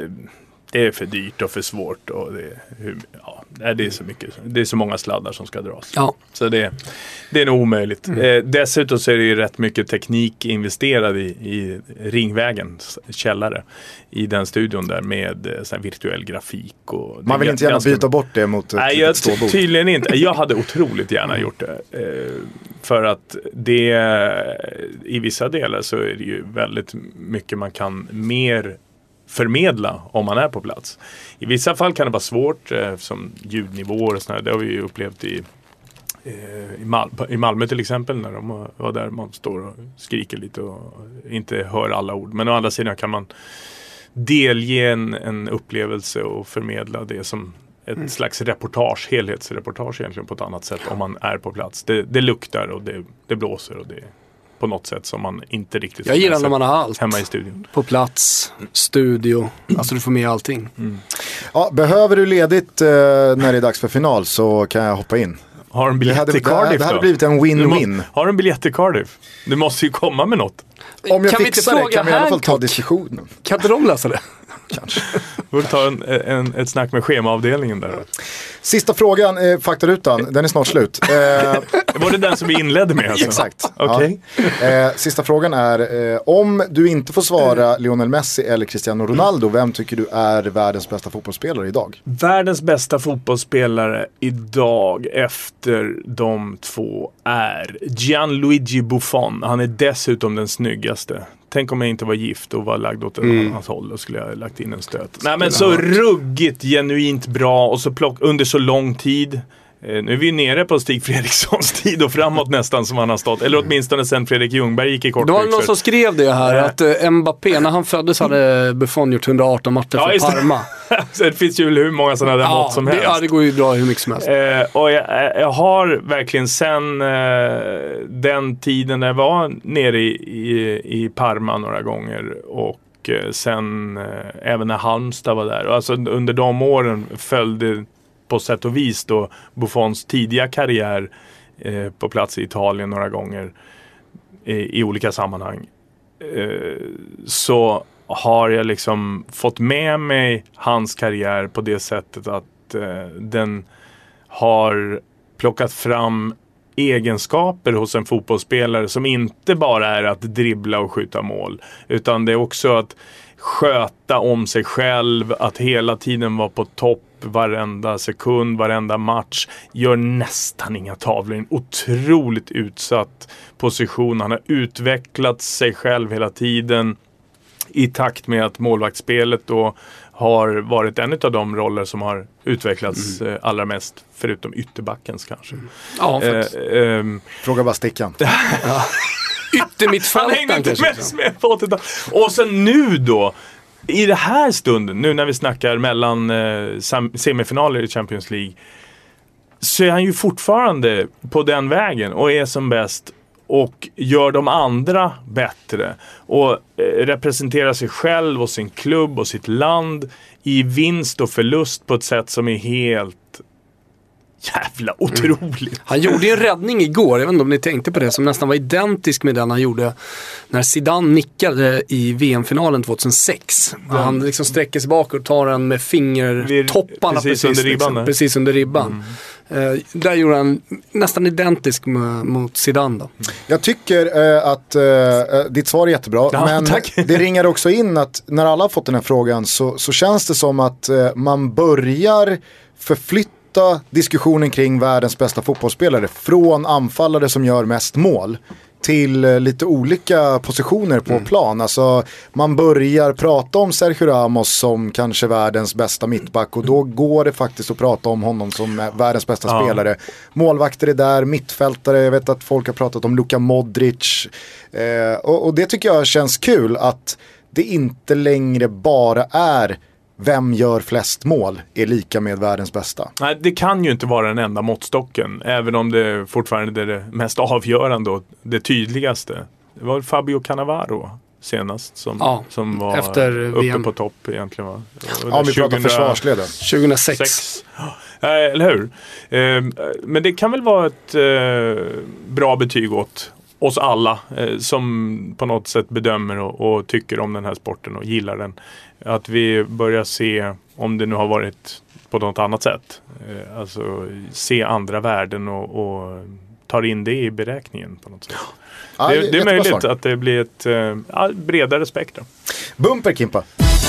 det är för dyrt och för svårt. Och det, hur, ja, det, är så mycket, det är så många sladdar som ska dras.
Ja.
Så det, det är nog omöjligt. Mm. Eh, dessutom så är det ju rätt mycket teknik investerad i, i Ringvägens källare. I den studion där med eh, sån virtuell grafik. Och
man vill inte gärna
ganska...
byta bort det mot ett,
Nej, jag,
ett ståbord.
Tydligen inte. Jag hade otroligt gärna gjort det. Eh, för att det i vissa delar så är det ju väldigt mycket man kan mer förmedla om man är på plats. I vissa fall kan det vara svårt eh, som ljudnivåer och sådär. Det har vi ju upplevt i, eh, i, Mal- i Malmö till exempel när de var där man står och skriker lite och inte hör alla ord. Men å andra sidan kan man delge en, en upplevelse och förmedla det som ett mm. slags reportage, helhetsreportage egentligen på ett annat sätt om man är på plats. Det, det luktar och det, det blåser och det på något sätt som man inte riktigt
jag gillar när man har allt
hemma i studion.
På plats, studio, alltså du får med allting.
Mm. Ja, behöver du ledigt eh, när det är dags för final så kan jag hoppa in.
Har en biljett
det hade,
till Cardiff
det, det hade
då?
blivit en win-win.
Må, har en biljett till Cardiff? Du måste ju komma med något.
Om jag
kan
fixar det kan vi i alla fall ta diskussionen.
Kan inte de lösa det?
Kanske.
Vi får ta en, en, ett snack med schemaavdelningen där.
Sista frågan, eh, faktarutan, den är snart slut. Eh,
Var det den som vi inledde med? Alltså?
Exakt.
Okay.
Ja. Eh, sista frågan är, eh, om du inte får svara Lionel Messi eller Cristiano Ronaldo, vem tycker du är världens bästa fotbollsspelare idag?
Världens bästa fotbollsspelare idag efter de två är Gianluigi Buffon. Han är dessutom den snyggaste. Tänk om jag inte var gift och var lagd åt en mm. annans håll och skulle jag ha lagt in en stöt. Nej men så ruggigt, genuint bra och så plock under så lång tid. Eh, nu är vi nere på Stig Fredrikssons tid och framåt nästan som han har stått. Eller åtminstone sen Fredrik Ljungberg gick i kortbyxor.
Det var någon som skrev det här äh. att uh, Mbappé när han föddes hade Buffon gjort hundraarton matcher ja, för Parma.
Så det finns ju hur många sådana där ja, mått som
det,
helst.
Ja, det går ju bra hur mycket som helst.
Eh, och jag, jag har verkligen sen eh, den tiden när jag var nere i, i, i Parma några gånger och eh, sen eh, även när Halmstad var där. Och alltså under de åren följde på sätt och vis då Buffons tidiga karriär eh, på plats i Italien några gånger i, i olika sammanhang. Eh, så har jag liksom fått med mig hans karriär på det sättet att eh, den har plockat fram egenskaper hos en fotbollsspelare som inte bara är att dribbla och skjuta mål, utan det är också att sköta om sig själv, att hela tiden vara på topp varenda sekund, varenda match, gör nästan inga tavlor, en otroligt utsatt position. Han har utvecklat sig själv hela tiden i takt med att målvaktsspelet då har varit en av de roller som har utvecklats mm. allra mest, förutom ytterbackens kanske. Mm.
Ja, faktiskt.
Eh, eh,
Fråga bara stickan.
Ja. Yttermittfältaren
han hängde inte mest med på åttiotalet. Och sen nu då, i det här stunden, nu när vi snackar mellan eh, semifinaler i Champions League, så är han ju fortfarande på den vägen och är som bäst och gör de andra bättre och eh, representerar sig själv och sin klubb och sitt land i vinst och förlust på ett sätt som är helt jävla otroligt. Mm.
Han gjorde ju en räddning igår, jag vet inte om ni tänkte på det, som nästan var identisk med den han gjorde när Zidane nickade i V M-finalen tjugohundrasex. Mm. Han liksom sträcker sig bak och tar den med fingertopparna
precis,
precis,
under ribban,
liksom, precis under ribban. Mm. Uh, där gjorde han nästan identisk med, mot Zidane då.
Jag tycker uh, att uh, ditt svar är jättebra, ja, men tack. Det ringar också in att när alla har fått den här frågan så, så känns det som att uh, man börjar förflytta diskussionen kring världens bästa fotbollsspelare från anfallare som gör mest mål till lite olika positioner på mm. plan. Alltså man börjar prata om Sergio Ramos som kanske världens bästa mittback och då går det faktiskt att prata om honom som världens bästa ja. spelare. Målvakter är där, mittfältare, jag vet att folk har pratat om Luka Modric eh, och, och det tycker jag känns kul att det inte längre bara är vem gör flest mål är lika med världens bästa.
Nej, det kan ju inte vara den enda måttstocken, även om det fortfarande är det mest avgörande och det tydligaste. Det var Fabio Cannavaro senast som, ja, som var
efter
uppe
V M
på topp egentligen. Va?
Ja, vi pratar försvarsledare.
tjugohundrasex.
Sex. Eller hur? Men det kan väl vara ett bra betyg åt oss alla som på något sätt bedömer och, och tycker om den här sporten och gillar den. Att vi börjar se, om det nu har varit på något annat sätt, alltså se andra värden och, och tar in det i beräkningen på något sätt. Ja, det, det är möjligt svar. Att det blir ett ja, bredare spektrum.
Bumper, Kimpa.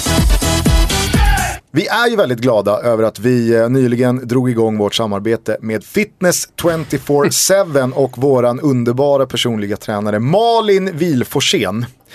Vi är ju väldigt glada över att vi nyligen drog igång vårt samarbete med Fitness tjugofyra sju och våran underbara personliga tränare Malin Wilforsén.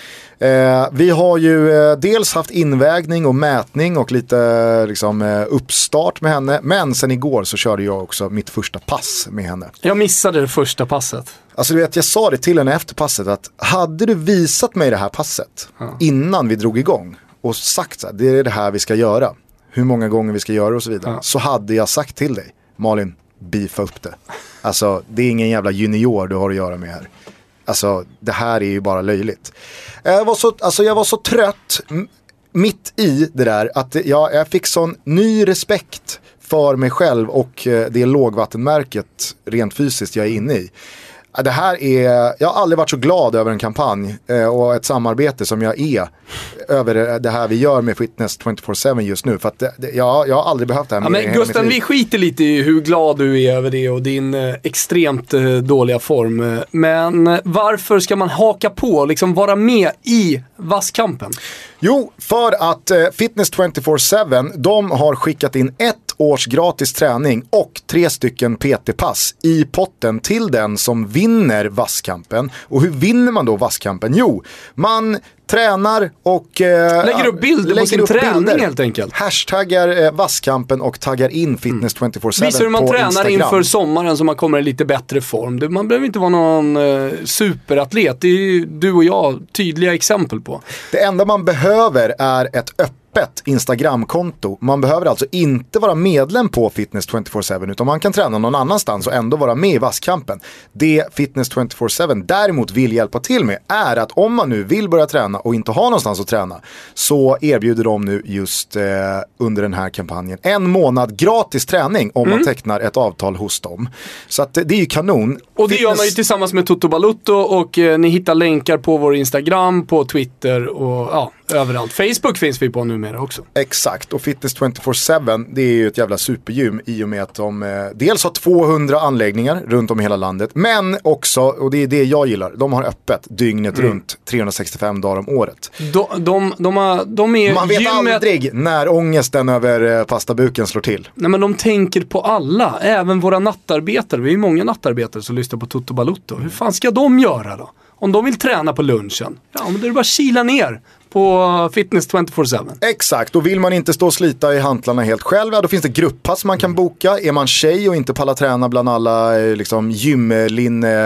Eh, vi har ju eh, dels haft invägning och mätning och lite eh, liksom, eh, uppstart med henne. Men sen igår så körde jag också mitt första pass med henne.
Jag missade det första passet.
Alltså du vet, jag sa det till henne efter passet att hade du visat mig det här passet
ja.
innan vi drog igång och sagt så här, det är det här vi ska göra, hur många gånger vi ska göra och så vidare, ja. så hade jag sagt till dig, Malin, beefa upp det. Alltså det är ingen jävla junior du har att göra med här. Alltså det här är ju bara löjligt. Jag var så, alltså, jag var så trött m- mitt i det där att jag, jag fick sån ny respekt för mig själv och eh, det lågvattenmärket rent fysiskt jag är inne i. Det här är, jag har aldrig varit så glad över en kampanj eh, och ett samarbete som jag är över det här vi gör med Fitness tjugofyra sju just nu. För att det, det, jag, jag har aldrig behövt det här.
Ja, men Gusten, vi skiter lite i hur glad du är över det och din eh, extremt eh, dåliga form. Men varför ska man haka på och liksom vara med i vasskampen?
Jo, för att eh, Fitness tjugofyra sju, de har skickat in ett års gratis träning och tre stycken P T-pass i potten till den som vinner vasskampen. Och hur vinner man då vasskampen? Jo, man tränar och eh,
lägger upp bilder på sin träning bilder. Helt enkelt.
Hashtaggar eh, vasskampen och taggar in Fitness tjugofyra sju
mm. Visar hur man
på
tränar
Instagram.
Inför sommaren så man kommer i lite bättre form. Man behöver inte vara någon eh, superatlet. Det är ju du och jag tydliga exempel på.
Det enda man behöver är ett öppet Instagramkonto. Man behöver alltså inte vara medlem på Fitness tjugofyra sju utan man kan träna någon annanstans och ändå vara med i vasskampen. Det Fitness tjugofyra sju däremot vill hjälpa till med är att om man nu vill börja träna och inte har någonstans att träna så erbjuder de nu just eh, under den här kampanjen en månad gratis träning om mm. man tecknar ett avtal hos dem. Så att det är ju kanon.
Och det Fitness... gör man ju tillsammans med Toto Balutto och eh, ni hittar länkar på vår Instagram, på Twitter och ja, överallt. Facebook finns vi på numera också.
Exakt, och Fitness tjugofyra sju det är ju ett jävla supergym i och med att de eh, dels har tvåhundra anläggningar runt om i hela landet, men också, och det är det jag gillar, de har öppet dygnet mm. runt trehundrasextiofem dagar om året.
De, de, de, har, de är
Man vet
gymmet...
aldrig när ångesten över eh, pastabuken slår till.
Nej, men de tänker på alla, även våra nattarbetare. Vi är många nattarbetare som lyssnar på Toto Balutto. Hur fan ska de göra då? Om de vill träna på lunchen, ja men då är det bara kila ner på Fitness tjugofyra sju.
Exakt, och vill man inte stå och slita i hantlarna helt själv, ja, då finns det grupppass man kan boka. Är man tjej och inte pallar träna bland alla liksom, gymlinne,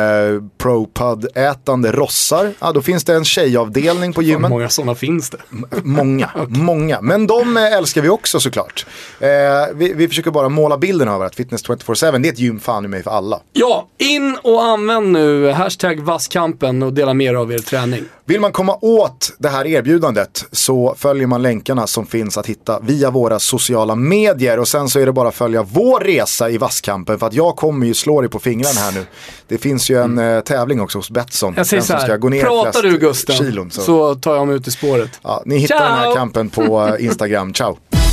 pro-pud-ätande rossar, ja, då finns det en tjejavdelning på gymmen.
Hur många sådana finns det?
M- många, okay. många. Men de älskar vi också såklart. Eh, vi, vi försöker bara måla bilden av att Fitness tjugofyra sju, det är ett gym fan i mig för alla.
Ja, in och använd nu hashtag vasskampen och dela mer av er träning.
Vill man komma åt det här erbjudandet så följer man länkarna som finns att hitta via våra sociala medier och sen så är det bara att följa vår resa i vasskampen för att jag kommer ju slå dig på fingrarna här nu. Det finns ju en mm. eh, tävling också hos Betsson.
Jag säger så här, pratar du Gusten kilon, så. så tar jag mig ut i spåret.
Ja, ni hittar Ciao. Den här kampen på Instagram. Ciao!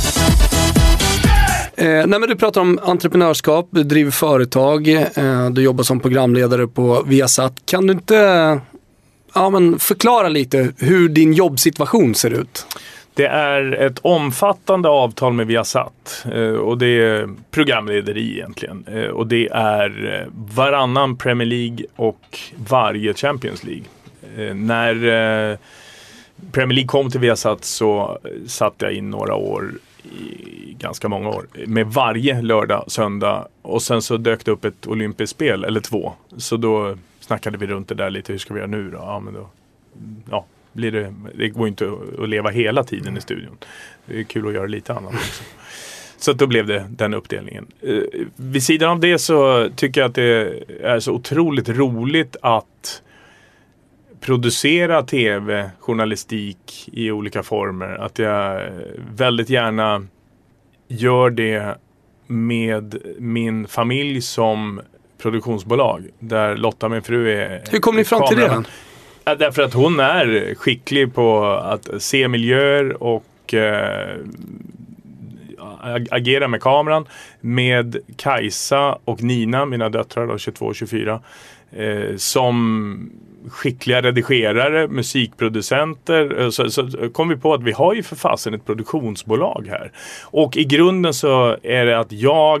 Eh, nej men du pratar om entreprenörskap, du driver företag, eh, du jobbar som programledare på Viasat. Kan du inte... Ja, men förklara lite hur din jobbsituation ser ut.
Det är ett omfattande avtal med Viasat och det är programlederi egentligen. Och det är varannan Premier League och varje Champions League. När Premier League kom till Viasat så satt jag in några år, i ganska många år, med varje lördag, söndag och sen så dök det upp ett olympiskt spel eller två. Så då snackade vi runt det där lite, hur ska vi göra nu då? Ja, men då ja, blir det, det går inte att leva hela tiden mm. i studion. Det är kul att göra lite annat också. Så då blev det den uppdelningen. Eh, vid sidan av det så tycker jag att det är så otroligt roligt att producera tv, journalistik i olika former. Att jag väldigt gärna gör det med min familj som produktionsbolag. Där Lotta, min fru, är...
Hur kom ni fram till det?
Ja, därför att hon är skicklig på att se miljöer och eh, agera med kameran. Med Kajsa och Nina, mina döttrar då, tjugotvå och tjugofyra, eh, som skickliga redigerare, musikproducenter. Så, så kom vi på att vi har ju för fasen ett produktionsbolag här. Och i grunden så är det att jag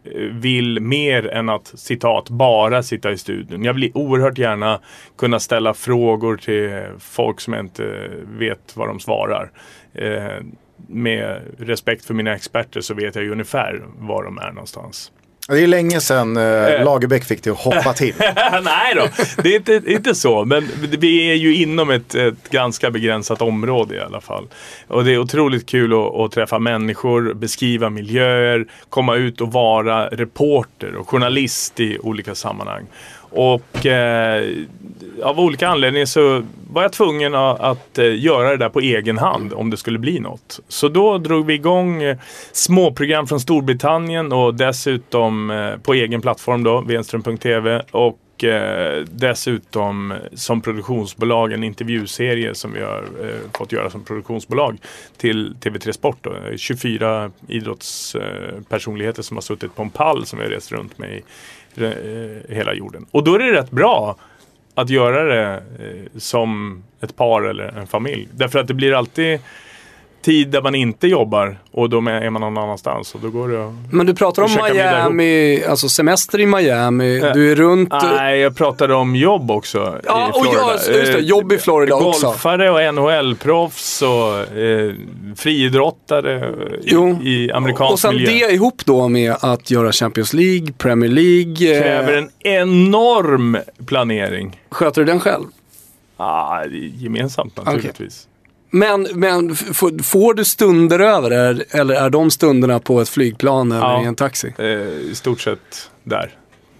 vill mer än att, citat, bara sitta i studion. Jag vill oerhört gärna kunna ställa frågor till folk som jag inte vet vad de svarar. Eh, med respekt för mina experter så vet jag ju ungefär var de är någonstans.
Det är länge sedan eh, Lagerbäck fick det att hoppa till.
Nej då, det är inte, inte så. Men vi är ju inom ett, ett ganska begränsat område i alla fall. Och det är otroligt kul att, att träffa människor, beskriva miljöer, komma ut och vara reporter och journalist i olika sammanhang. Och eh, av olika anledningar så var jag tvungen att, att eh, göra det där på egen hand om det skulle bli något. Så då drog vi igång eh, småprogram från Storbritannien och dessutom eh, på egen plattform då, venström punkt tv, och eh, dessutom som produktionsbolag en intervjuserie som vi har eh, fått göra som produktionsbolag till T V tre Sport då. tjugofyra idrottspersonligheter eh, som har suttit på en pall som vi har rest runt med i hela jorden. Och då är det rätt bra att göra det eh, som ett par eller en familj. Därför att det blir alltid tid där man inte jobbar och då är man någon annanstans och då går det att...
Men du pratar om Miami, alltså semester i Miami, äh, du är runt...
Nej, jag pratade om jobb också
ja,
i Florida.
Och ja, just det, jobb i Florida
Golfare
också.
Golfare och N H L-proffs och eh, friidrottare i, i amerikansk
och sen
miljö.
det ihop då med att göra Champions League, Premier League...
Kräver en enorm planering.
Sköter du den själv?
Ah, gemensamt naturligtvis.
Okay. Men, men f- får du stunder över det, eller är de stunderna på ett flygplan eller ja, i en taxi?
Eh, i stort sett där.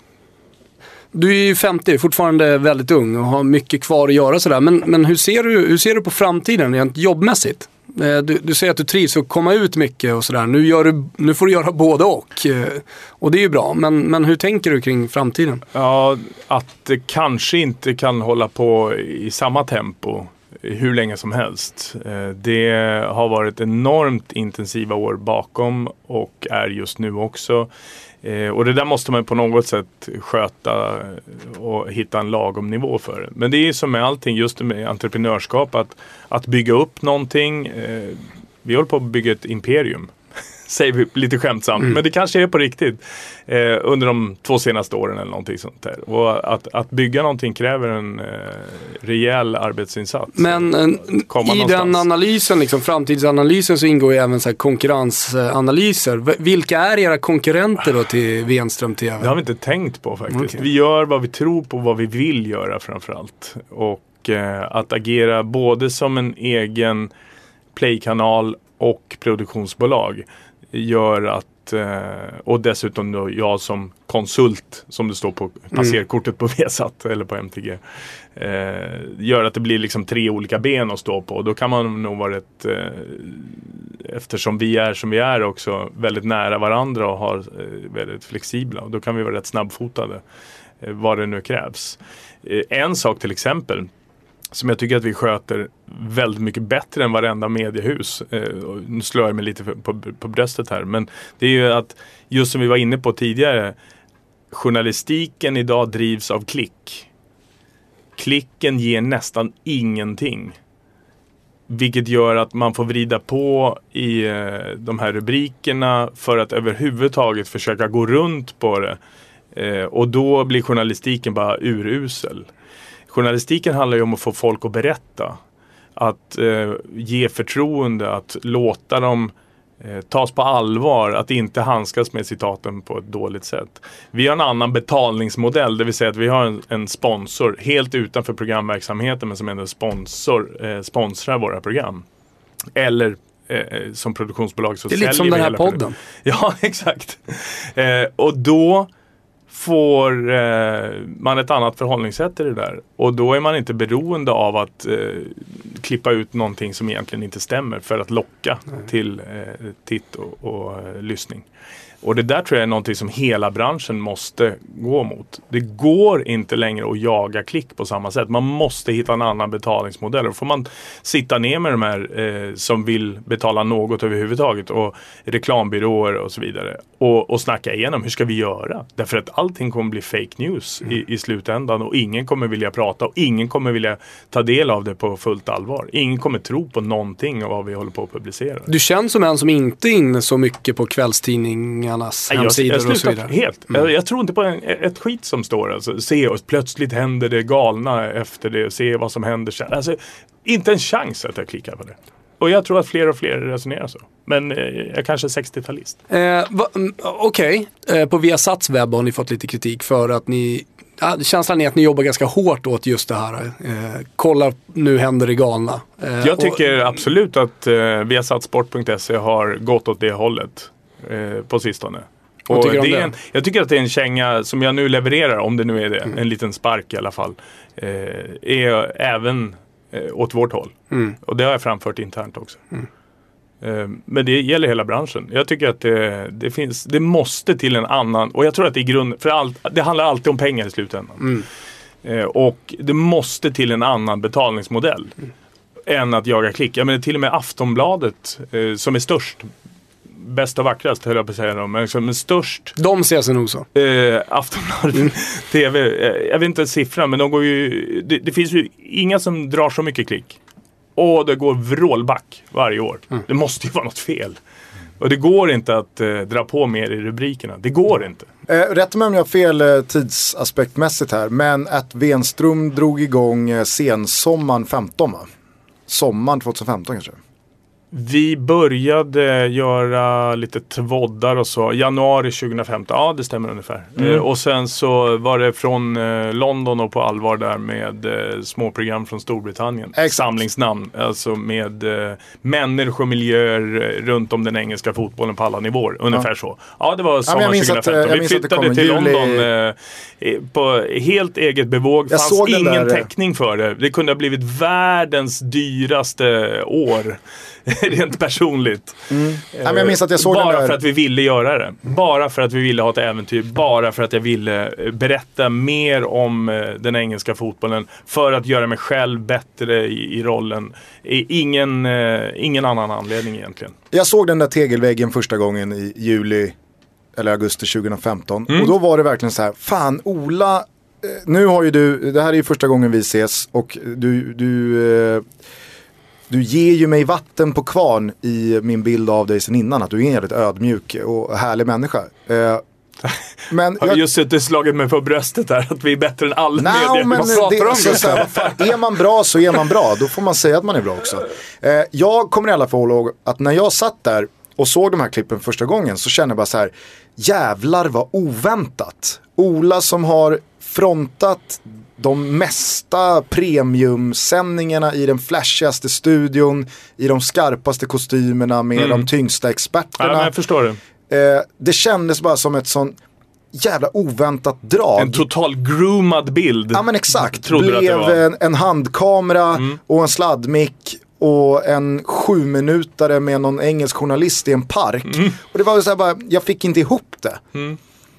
Du är ju femtio, fortfarande väldigt ung och har mycket kvar att göra sådär. Men, men hur, ser du, hur ser du på framtiden rent jobbmässigt? Eh, du, du säger att du trivs att komma ut mycket och sådär. Nu, gör du, nu får du göra både och. Eh, och det är ju bra. Men, men hur tänker du kring framtiden?
Ja, att det kanske inte kan hålla på i samma tempo hur länge som helst. Det har varit enormt intensiva år bakom och är just nu också. Och det där måste man på något sätt sköta och hitta en lagom nivå för. Men det är som med allting, just med entreprenörskap, att, att bygga upp någonting. Vi håller på att bygga ett imperium. Säger vi lite skämtsamt, mm. men det kanske är på riktigt eh, under de två senaste åren eller någonting sånt där. Och att, att bygga någonting kräver en eh, rejäl arbetsinsats.
Men eh, i någonstans. Den analysen, liksom, framtidsanalysen, så ingår ju även så här konkurrensanalyser. V- vilka är era konkurrenter då till Venström T V?
Det har vi inte tänkt på faktiskt. Okay. Vi gör vad vi tror på, vad vi vill göra framförallt. Och eh, att agera både som en egen playkanal och produktionsbolag gör att, och dessutom då jag som konsult, som det står på passerkortet på Vesat eller på M T G, gör att det blir liksom tre olika ben att stå på. Och då kan man nog vara rätt, eftersom vi är som vi är också väldigt nära varandra och har väldigt flexibla, och då kan vi vara rätt snabbfotade vad det nu krävs. En sak till exempel som jag tycker att vi sköter väldigt mycket bättre än varenda mediehus. Eh, nu slår jag mig lite för, på, på bröstet här. Men det är ju att, just som vi var inne på tidigare, journalistiken idag drivs av klick. Klicken ger nästan ingenting. Vilket gör att man får vrida på i eh, de här rubrikerna för att överhuvudtaget försöka gå runt på det. Eh, och då blir journalistiken bara urusel. Journalistiken handlar ju om att få folk att berätta. Att eh, ge förtroende, att låta dem eh, tas på allvar, att inte handskas med citaten på ett dåligt sätt. Vi har en annan betalningsmodell, det vill säga att vi har en, en sponsor helt utanför programverksamheten, men som ändå sponsor, eh, sponsrar våra program. Eller eh, som produktionsbolag så
det är lite som den här podden. Program.
Ja, exakt. Eh, och då får eh, man ett annat förhållningssätt till det där. Och då är man inte beroende av att eh, klippa ut någonting som egentligen inte stämmer för att locka Nej. till eh, titt och, och eh, lyssning. Och det där tror jag är någonting som hela branschen måste gå mot. Det går inte längre att jaga klick på samma sätt. Man måste hitta en annan betalningsmodell. Då får man sitta ner med de här eh, som vill betala något överhuvudtaget, och reklambyråer och så vidare. Och, och snacka igenom, hur ska vi göra? Därför att allting kommer bli fake news mm. i, i slutändan. Och ingen kommer vilja prata, och ingen kommer vilja ta del av det på fullt allvar. Ingen kommer tro på någonting av vad vi håller på att publicera.
Du känns som en som inte är inne så mycket på kvällstidning tidningarnas
jag,
hemsidor
jag
och så vidare.
Helt. Mm. Jag, jag tror inte på en, ett skit som står. Alltså. Se oss, plötsligt händer det galna efter det. Se vad som händer sen. Alltså, inte en chans att jag klickar på det. Och jag tror att fler och fler resonerar så. Men eh, jag är kanske sextiotalist.
Eh, Okej, okay. eh, på Viasats webb har ni fått lite kritik för att ni... Ja, känslan är att ni jobbar ganska hårt åt just det här. Eh, kolla, nu händer det galna. Eh,
jag tycker
och,
absolut att eh, viasatsport punkt se har gått åt det hållet eh, på sistone. Och
tycker
det är
det?
en, jag tycker att det är en känga som jag nu levererar, om det nu är det, mm. en liten spark i alla fall, eh, är även eh, åt vårt håll. Mm. Och det har jag framfört internt också. Mm. Eh, men det gäller hela branschen. Jag tycker att det, det finns, det måste till en annan, och jag tror att det är grund, för allt, det handlar alltid om pengar i slutändan. Mm. Eh, och det måste till en annan betalningsmodell mm. än att jaga klick. Jag menar till och med Aftonbladet eh, som är störst, bäst och vackrast höll jag på att säga dem, men som är störst.
De ser sig nog så.
Eh, Aftonbladet, mm. T V, eh, jag vet inte siffran, men de går ju, det, det finns ju inga som drar så mycket klick. Och det går vrålback varje år. Mm. Det måste ju vara något fel. Och det går inte att eh, dra på mer i rubrikerna. Det går inte.
Eh, rätt mig om jag har fel eh, tidsaspektmässigt här. Men att Wenström drog igång eh, sensommaren femton, va? Sommaren tjugohundrafemton kanske?
Vi började göra lite tvoddar och så. Januari tjugohundrafemton, ja det stämmer ungefär. Mm. Eh, och sen så var det från eh, London och på allvar där med eh, småprogram från Storbritannien. Exakt. Samlingsnamn, alltså med eh, människor och miljöer runt om den engelska fotbollen på alla nivåer. Ungefär ja. så. Ja, det var sommar ja, tjugohundrafemton. Att, vi flyttade till juli... London eh, på helt eget bevåg. Det fanns ingen där... täckning för det. Det kunde ha blivit världens dyraste år. Rent personligt. Mm.
Ja, men jag minns att jag såg
bara
den där...
för att vi ville göra det. Bara för att vi ville ha ett äventyr. Bara för att jag ville berätta mer om den engelska fotbollen. För att göra mig själv bättre i, i rollen. Ingen, ingen annan anledning egentligen.
Jag såg den där tegelväggen första gången i juli eller augusti tjugohundrafemton. Mm. Och då var det verkligen så här, fan Ola, nu har ju du, det här är ju första gången vi ses och du... du Du ger ju mig vatten på kvarn i min bild av dig sen innan. Att du är en jävligt ödmjuk och härlig människa. Eh, men
har
jag...
just suttit slaget mig på bröstet där. Att vi är bättre än alla
Nej,
medier.
Men det, om så, så här, fan, är man bra så är man bra. Då får man säga att man är bra också. Eh, jag kommer i alla fall ihåg att när jag satt där och såg de här klippen första gången. Så kände jag bara så här. Jävlar vad oväntat. Ola som har frontat de mesta premiumsändningarna i den flashigaste studion, i de skarpaste kostymerna med mm. de tyngsta experterna.
Ja, jag förstår det.
Eh, det kändes bara som ett sån jävla oväntat drag.
En total groomad bild.
Ja men exakt. Trodde blev det en, en handkamera mm. och en sladdmick och en sju minutare med någon engelsk journalist i en park. Mm. Och det var så här bara, jag fick inte ihop det. Mm.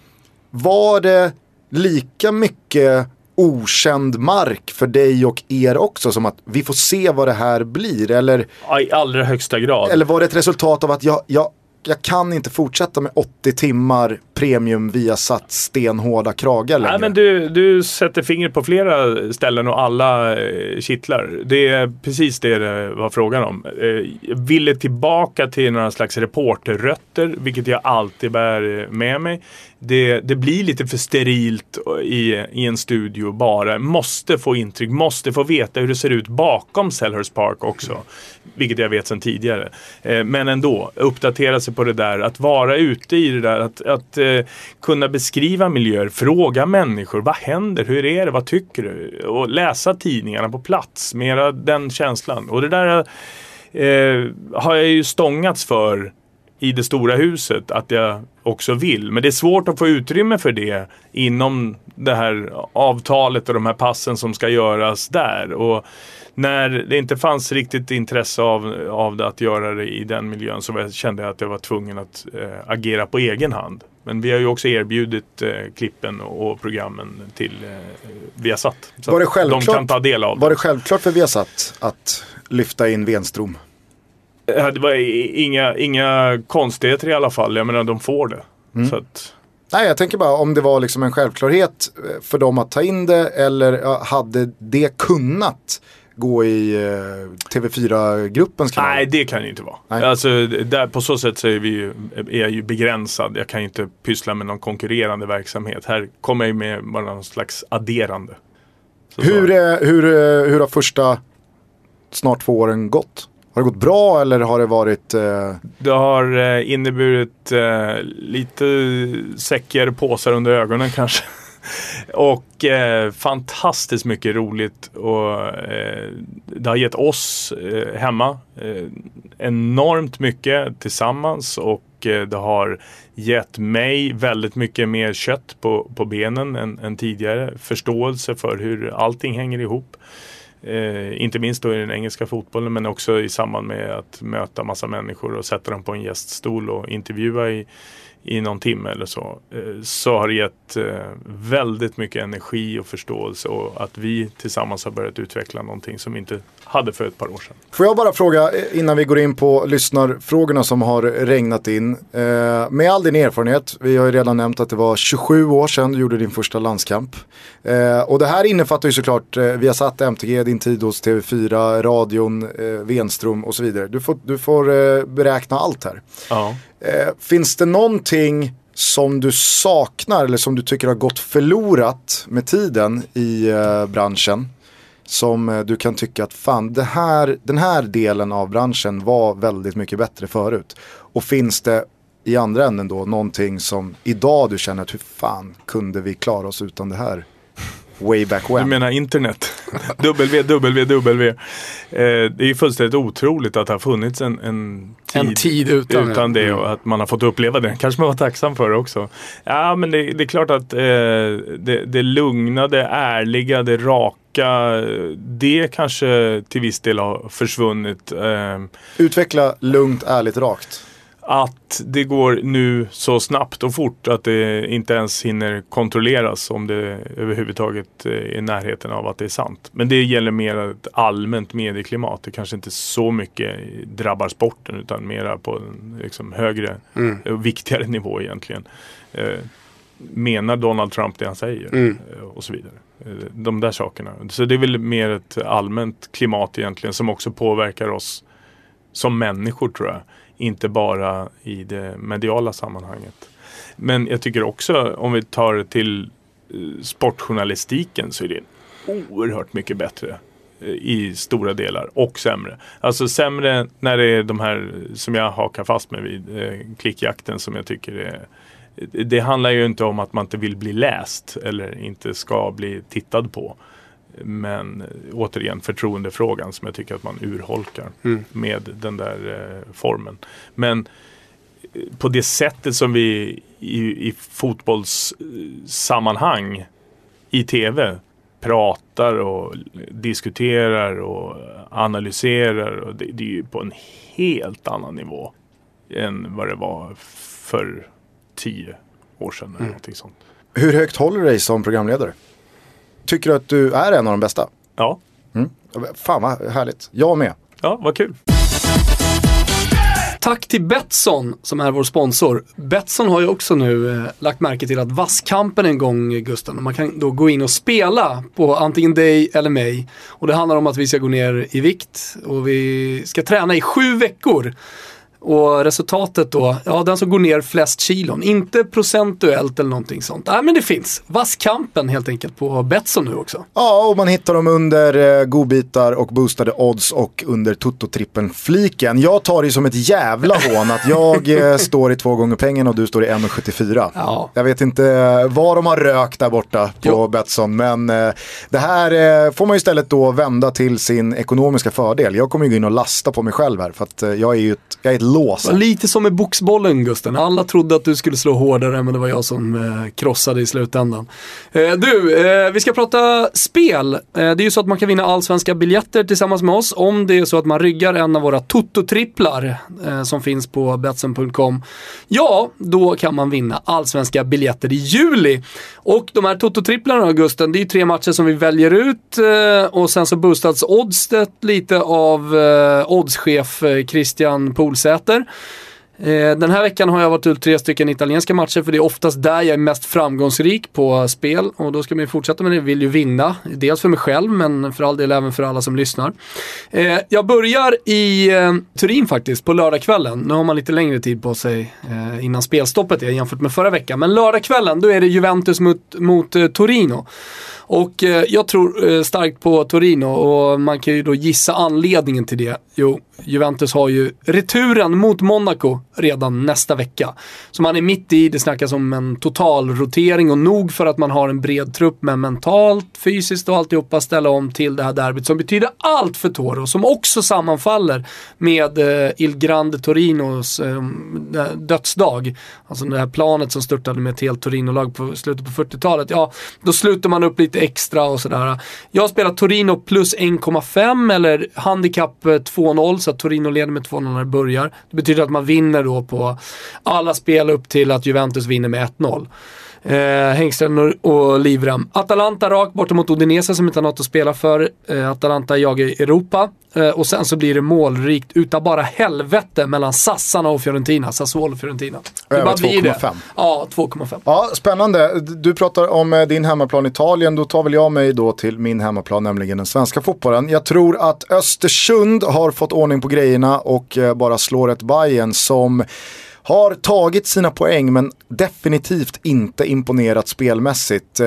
Var det lika mycket okänd mark för dig och er också, som att vi får se vad det här blir, eller
i allra högsta grad,
eller var det ett resultat av att jag, jag, jag kan inte fortsätta med åttio timmar premium via satt stenhårda kragar längre?
Nej, men du, du sätter fingret på flera ställen och alla eh, kittlar. Det är precis det det var frågan om. Eh, jag ville tillbaka till några slags reporterrötter, vilket jag alltid bär med mig. Det, det blir lite för sterilt i, i en studio bara. Måste få intryck, måste få veta hur det ser ut bakom Selhurst Park också. Vilket jag vet sedan tidigare. Eh, men ändå, uppdatera sig på det där. Att vara ute i det där. Att, att eh, kunna beskriva miljöer. Fråga människor. Vad händer? Hur är det? Vad tycker du? Och läsa tidningarna på plats. Mera den känslan. Och det där eh, har jag ju stångats för i det stora huset, att jag också vill. Men det är svårt att få utrymme för det inom det här avtalet och de här passen som ska göras där. Och när det inte fanns riktigt intresse av, av det, att göra det i den miljön, så kände jag att jag var tvungen att eh, agera på egen hand. Men vi har ju också erbjudit eh, klippen och programmen till eh, Viasat. Så
var det självklart,
de kan ta del av det.
Var det självklart för Viasat att lyfta in Wenström?
Det var inga, inga konstigheter i alla fall. Jag menar, de får det. Mm. Så att...
Nej, jag tänker bara om det var liksom en självklarhet för dem att ta in det, eller hade det kunnat gå i eh, T V fyra-gruppens kanal?
Nej, det kan ju inte vara. Nej. Alltså, där, på så sätt så är, vi ju, är jag ju begränsad. Jag kan ju inte pyssla med någon konkurrerande verksamhet. Här kommer jag ju med bara någon slags adderande. Så
hur,
så.
Är, hur, hur har första snart två åren gått? Har det gått bra eller har det varit... Eh...
Det har eh, inneburit eh, lite säckar, påsar under ögonen kanske. Och eh, fantastiskt mycket roligt och eh, det har gett oss eh, hemma eh, enormt mycket tillsammans och eh, det har gett mig väldigt mycket mer kött på, på benen än, än tidigare. Förståelse för hur allting hänger ihop. Eh, inte minst då i den engelska fotbollen men också i samband med att möta massa människor och sätta dem på en gäststol och intervjua i i någon timme eller så, så har det gett väldigt mycket energi och förståelse och att vi tillsammans har börjat utveckla någonting som vi inte hade för ett par år sedan.
Får jag bara fråga innan vi går in på lyssnarfrågorna som har regnat in. Eh, med all din erfarenhet, vi har ju redan nämnt att det var tjugosju år sedan du gjorde din första landskamp. Eh, och det här innefattar ju såklart eh, vi har satt M T G, din tid hos T V fyra, radion, eh, Venström och så vidare. Du får, du får eh, beräkna allt här.
Ja.
Eh, finns det någonting som du saknar eller som du tycker har gått förlorat med tiden i eh, branschen som eh, du kan tycka att fan, det här, den här delen av branschen var väldigt mycket bättre förut? Och finns det i andra änden då någonting som idag du känner att hur fan kunde vi klara oss utan det här? Way back when.
Du menar internet? W W W. Eh, det är ju fullständigt otroligt att det har funnits en, en, tid,
en tid utan,
utan det och att man har fått uppleva det. Kanske man var tacksam för det också. Ja, men det, det är klart att eh, det, det lugna, det ärliga, det raka, det kanske till viss del har försvunnit. Eh,
Utveckla lugnt, ärligt, rakt.
Att det går nu så snabbt och fort att det inte ens hinner kontrolleras om det överhuvudtaget är i närheten av att det är sant. Men det gäller mer ett allmänt medieklimat. Det kanske inte så mycket drabbar sporten utan mer på en liksom högre mm. och viktigare nivå egentligen. Eh, menar Donald Trump det han säger? Mm. Och så vidare. De där sakerna. Så det är väl mer ett allmänt klimat egentligen som också påverkar oss som människor tror jag. Inte bara i det mediala sammanhanget. Men jag tycker också, om vi tar det till sportjournalistiken så är det oerhört mycket bättre i stora delar och sämre. Alltså sämre när det är de här som jag hakar fast med vid eh, klickjakten som jag tycker är. Det handlar ju inte om att man inte vill bli läst eller inte ska bli tittad på. Men återigen förtroendefrågan som jag tycker att man urholkar mm. med den där eh, formen. Men på det sättet som vi i, i fotbollssammanhang i tv pratar och diskuterar och analyserar och det, det är ju på en helt annan nivå än vad det var för tio år sedan eller mm. någonting sånt.
Hur högt håller du dig som programledare? Tycker du att du är en av de bästa?
Ja.
Mm. Fan vad härligt. Jag med.
Ja, vad kul.
Tack till Betsson som är vår sponsor. Betsson har ju också nu eh, lagt märke till att Vasskampen en gång, Gusten. Man kan då gå in och spela på antingen dig eller mig. Och det handlar om att vi ska gå ner i vikt och vi ska träna i sju veckor. Och resultatet då, ja den som går ner flest kilon. Inte procentuellt eller någonting sånt. Nej men det finns. Vasskampen helt enkelt på Betsson nu också.
Ja och man hittar dem under eh, godbitar och boostade odds och under Toto-trippen-fliken. Jag tar det som ett jävla hån att jag eh, står i två gånger pengarna och du står i en komma sjuttiofyra. Ja. Jag vet inte eh, vad de har rökt där borta på jo. Betsson. Men eh, det här eh, får man ju istället då vända till sin ekonomiska fördel. Jag kommer ju gå in och lasta på mig själv här för att eh, jag är ju ett, jag är ett lås.
Lite som med boxbollen, Gusten. Alla trodde att du skulle slå hårdare, men det var jag som eh, krossade i slutändan. Eh, du, eh, vi ska prata spel. Eh, det är ju så att man kan vinna allsvenska biljetter tillsammans med oss om det är så att man ryggar en av våra Toto-tripplar eh, som finns på Betsson punkt com. Ja, då kan man vinna allsvenska biljetter i juli. Och de här Toto-tripplarna, Gusten, det är ju tre matcher som vi väljer ut eh, och sen så boostas oddset lite av eh, oddschef eh, Christian Polsäter. Eh, den här veckan har jag varit ut tre stycken italienska matcher, för det är oftast där jag är mest framgångsrik på spel, och då ska man ju fortsätta med det. Jag vill ju vinna, dels för mig själv men för all del även för alla som lyssnar. Eh, jag börjar i eh, Turin faktiskt på lördagskvällen. Nu har man lite längre tid på sig eh, innan spelstoppet är jämfört med förra veckan, men lördagskvällen då är det Juventus mot, mot eh, Torino. Och eh, jag tror eh, starkt på Torino, och man kan ju då gissa anledningen till det. Jo, Juventus har ju returen mot Monaco redan nästa vecka. Så man är mitt i, det snackas om en total rotering, och nog för att man har en bred trupp, men mentalt, fysiskt och alltihopa ställa om till det här derbyt som betyder allt för Toro, som också sammanfaller med eh, Il Grande Torinos eh, dödsdag. Alltså det här planet som störtade med ett helt Torino-lag på slutet på fyrtiotalet. Ja, då slutar man upp lite extra och sådär. Jag spelar Torino plus en komma fem eller handikapp två noll, så att Torino leder med två noll när det börjar. Det betyder att man vinner då på alla spel upp till att Juventus vinner med ett noll. Eh, Hängström och, och Livrem. Atalanta rakt borta mot Udinese som inte har något att spela för. Eh, Atalanta jagar i Europa. Eh, och sen så blir det målrikt utav bara helvete mellan Sassarna och Fiorentina. Sassuolo och Fiorentina.
Över två komma fem.
Ja, två komma fem.
Ja, spännande. Du pratar om din hemmaplan Italien. Då tar väl jag mig då till min hemmaplan, nämligen den svenska fotbollen. Jag tror att Östersund har fått ordning på grejerna och bara slår ett Bayern som har tagit sina poäng men definitivt inte imponerat spelmässigt.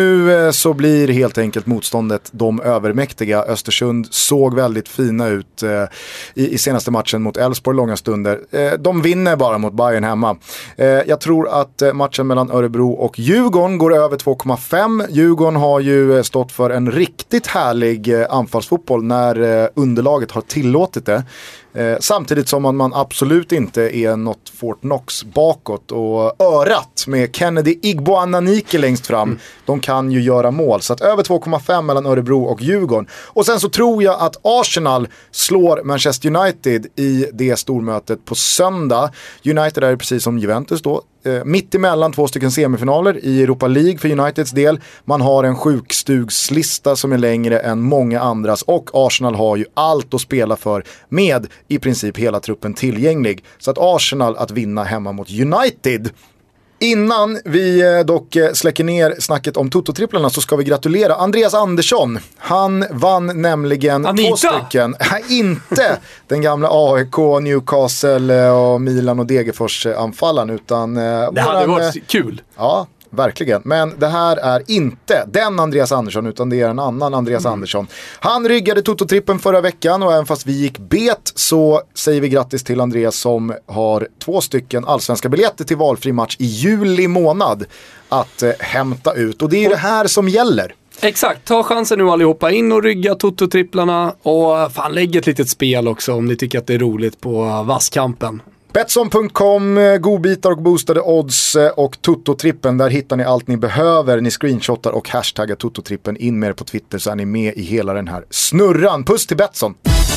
Nu så blir helt enkelt motståndet de övermäktiga. Östersund såg väldigt fina ut i, i senaste matchen mot Elfsborg långa stunder. De vinner bara mot Bayern hemma. Jag tror att matchen mellan Örebro och Djurgården går över två komma fem. Djurgården har ju stått för en riktigt härlig anfallsfotboll när underlaget har tillåtit det. Eh, samtidigt som man, man absolut inte är något Fort Knox bakåt, och örat med Kennedy Igboananike längst fram, mm. de kan ju göra mål, så att över två komma fem mellan Örebro och Djurgården. Och sen så tror jag att Arsenal slår Manchester United i det stormötet på söndag. United är precis som Juventus då Eh, mitt emellan två stycken semifinaler i Europa League för Uniteds del. Man har en sjukstugslista som är längre än många andras, och Arsenal har ju allt att spela för med i princip hela truppen tillgänglig. Så att Arsenal att vinna hemma mot United. Innan vi dock släcker ner snacket om Toto-tripplarna så ska vi gratulera Andreas Andersson. Han vann nämligen
Anita.
två stycken. Inte den gamla A I K, Newcastle och Milan och Degerfors anfallaren, utan
det hade varit kul.
Ja, verkligen. Men det här är inte den Andreas Andersson, utan det är en annan Andreas mm. Andersson. Han ryggade Toto-trippen förra veckan, och även fast vi gick bet så säger vi grattis till Andreas som har två stycken allsvenska biljetter till valfri match i juli månad att eh, hämta ut. Och det är det här som gäller.
Exakt, ta chansen nu allihopa in och rygga Toto-tripplarna, och fan lägg ett litet spel också om ni tycker att det är roligt på Vasskampen.
Betsson punkt com, godbitar och boostade odds och Toto-trippen. Där hittar ni allt ni behöver. Ni screenshotar och hashtaggar Toto-trippen in med er på Twitter, så är ni med i hela den här snurran. Puss till Betsson!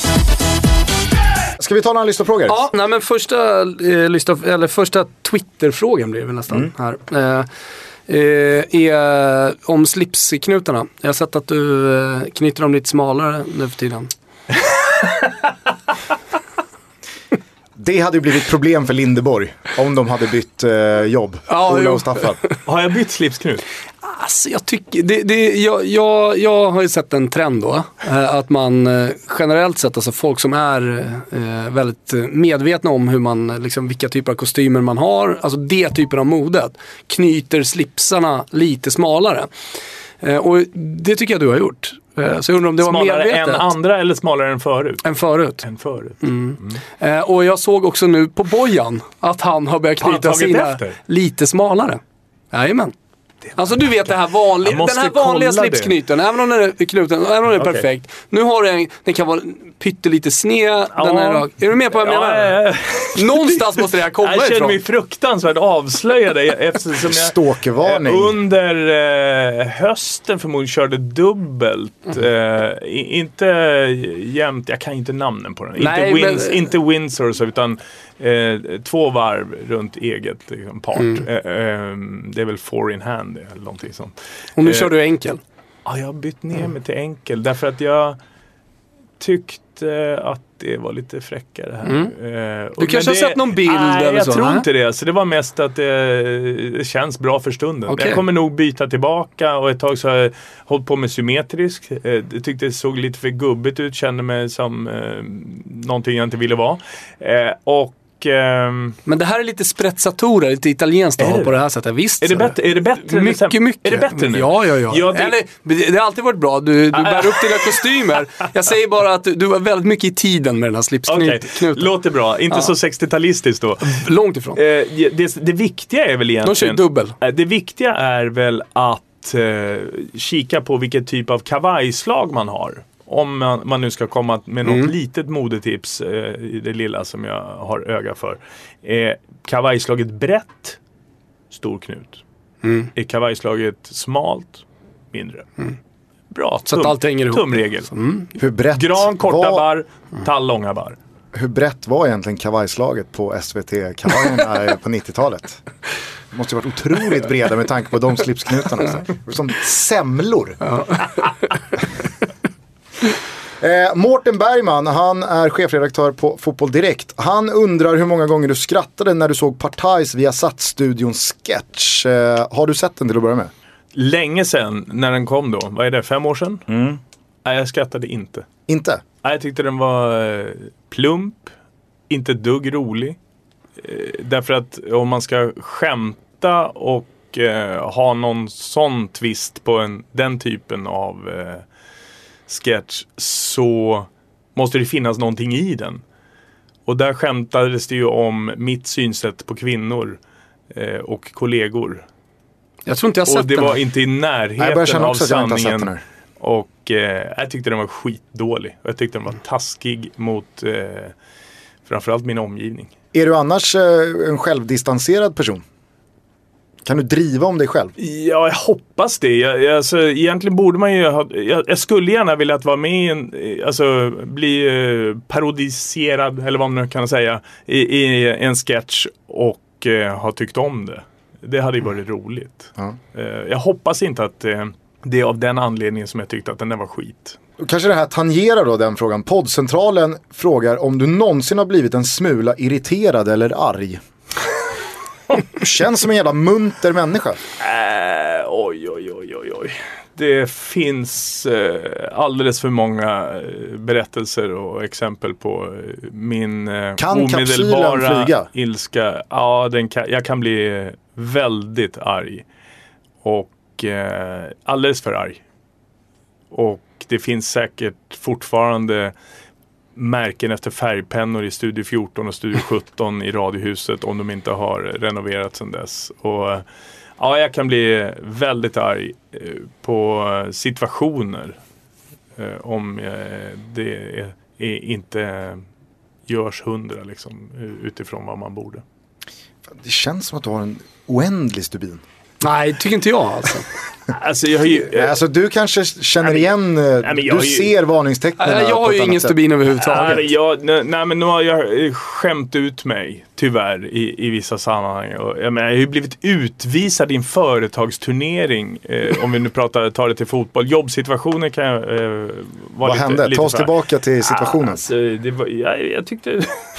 Ska vi ta några lyssnarfrågor?
Ja, nej, men första, eh, lyssna, eller första Twitter-frågan blir det nästan mm. här. Eh, eh, är om slipsknutarna. Jag har sett att du eh, knyter dem lite smalare nu för tiden.
Det hade ju blivit problem för Lindeborg om de hade bytt eh, jobb.
Ja,
Ola och Staffan.
Har jag bytt slipsknut?
Alltså jag tycker, det, det, jag, jag, jag har ju sett en trend då. Eh, att man eh, generellt sett, alltså folk som är eh, väldigt medvetna om hur man, liksom, vilka typer av kostymer man har. Alltså det typen av modet. Knyter slipsarna lite smalare. Eh, och det tycker jag du har gjort. Så jag undrar om det
smalare
var medvetet.
Än andra eller smalare än förut?
Än förut.
Än förut.
Mm. Mm. Eh, och jag såg också nu på Bojan att han har börjat knyta har sina efter? lite smalare. Jajamän. Alltså du vet det här vanliga, den här vanliga slipsknyten, även om den är knuten, även om den är okay. perfekt. Nu har den, den kan vara pyttelite sned, ja. den är rak. Är du med på vad jag menar? Ja, ja, ja. Någonstans måste det här komma ifrån.
Jag känner mig fruktansvärt avslöjad eftersom jag
Stalkervarning.
under eh, hösten förmodligen körde dubbelt. Mm. Eh, inte jämt, jag kan inte namnen på den. Nej, inte, Wins, men, inte Windsor så, utan eh, två varv runt eget liksom, part. Mm. Eh, eh, det är väl four in hand eller någonting sånt.
Och nu
eh,
kör du enkel?
Ja, jag har bytt ner mig till enkel därför att jag tyckte tyckte att det var lite fräckare här.
Mm.
Eh,
du kanske har sett någon bild
nej,
eller
jag
så?
tror
nej?
inte det. Så det var mest att det, det känns bra för stunden.
Okay.
Jag kommer nog byta tillbaka och ett tag så har jag hållit på med symmetrisk. Eh, jag tyckte det såg lite för gubbigt ut. Kände mig som eh, någonting jag inte ville vara. Eh, och
Men det här är lite sprezzatura, lite italienskt att ha på det här sättet. Visst.
Är det bättre? Är det bättre?
Mycket, mycket.
Är det bättre nu?
Ja, ja, ja.
ja det...
Eller, det har alltid varit bra. Du, du bär upp dina kostymer. Jag säger bara att du, du var väldigt mycket i tiden med den här slipsknuten.
Okay. Låter bra. Inte ja. så sextiotalistiskt då.
Långt ifrån.
Eh, det, det viktiga är väl egentligen...
De kör dubbel.
Det viktiga är väl att eh, kika på vilket typ av kavajslag man har. Om man, man nu ska komma med något mm. litet modetips eh, i det lilla som jag har öga för. Är kavajslaget brett, stor knut. Mm. Är kavajslaget smalt, mindre. Mm. Bra,
så tum, att allt hänger ihop.
Tumregel.
Mm. Hur brett
Gran, korta
var...
bar, tall, långa bar.
Hur brett var egentligen kavajslaget på S V T-kavajerna på nittiotalet? Det måste ju varit otroligt breda med tanke på de slipsknutarna. Som semlor. Ja. Eh, Mårten Bergman, han är chefredaktör på Fotboll Direkt. Han undrar hur många gånger du skrattade när du såg Partajs via Satt-studion sketch. Eh, har du sett den till att börja med?
Länge sedan när den kom då. Vad är det? Fem år sedan? Mm. Nej, jag skrattade inte.
Inte?
Nej, jag tyckte den var eh, plump. Inte dugg rolig. Eh, därför att om man ska skämta och eh, ha någon sån twist på en, den typen av... Eh, sketch, så måste det finnas någonting i den. Och där skämtades det ju om mitt synsätt på kvinnor eh, och kollegor.
Jag tror inte jag har sett
och det
den.
var inte i närheten av sanningen. Och eh, jag tyckte den var skitdålig. Och jag tyckte den var taskig mot eh, framförallt min omgivning.
Är du annars eh, en självdistanserad person? Kan du driva om dig själv?
Ja, jag hoppas det. Jag, jag, alltså, egentligen borde man ju ha... Jag, jag skulle gärna vilja att vara med i en... Alltså, bli eh, parodiserad, eller vad man nu kan säga, i, i en sketch och eh, ha tyckt om det. Det hade ju varit roligt. Mm. Eh, jag hoppas inte att eh, det är av den anledningen som jag tyckte att den där var skit.
Kanske det här tangerar då den frågan. Poddcentralen frågar om du någonsin har blivit en smula irriterad eller arg. Känns som en jävla munter människa.
Äh, oj, oj, oj, oj, oj. Det finns eh, alldeles för många eh, berättelser och exempel på eh, min eh,
kan
omedelbara
flyga?
ilska. Ja, den kan, jag kan bli eh, väldigt arg. Och eh, alldeles för arg. Och det finns säkert fortfarande märken efter färgpennor i Studio fjorton och Studio sjutton i Radiohuset om de inte har renoverat sedan dess. Och ja, jag kan bli väldigt arg på situationer om det är, är inte görs hundra liksom, utifrån vad man borde.
Det känns som att du har en oändlig stubin.
Nej, tycker inte jag alltså.
Alltså, jag har ju,
äh, alltså du kanske känner nej, igen, nej, du ju, ser varningstecknen.
Nej, jag har ju ingen stubin överhuvudtaget.
Nej, jag, nej, nej, men nu har jag skämt ut mig, tyvärr, i, i vissa sammanhang. Och, jag, menar, jag har ju blivit utvisad i en företagsturnering, eh, om vi nu pratar, tar det till fotboll. Jobbsituationer kan jag eh, vara
vad
lite,
hände?
lite
Ta oss tillbaka till situationen.
Alltså, det var, jag, jag tyckte...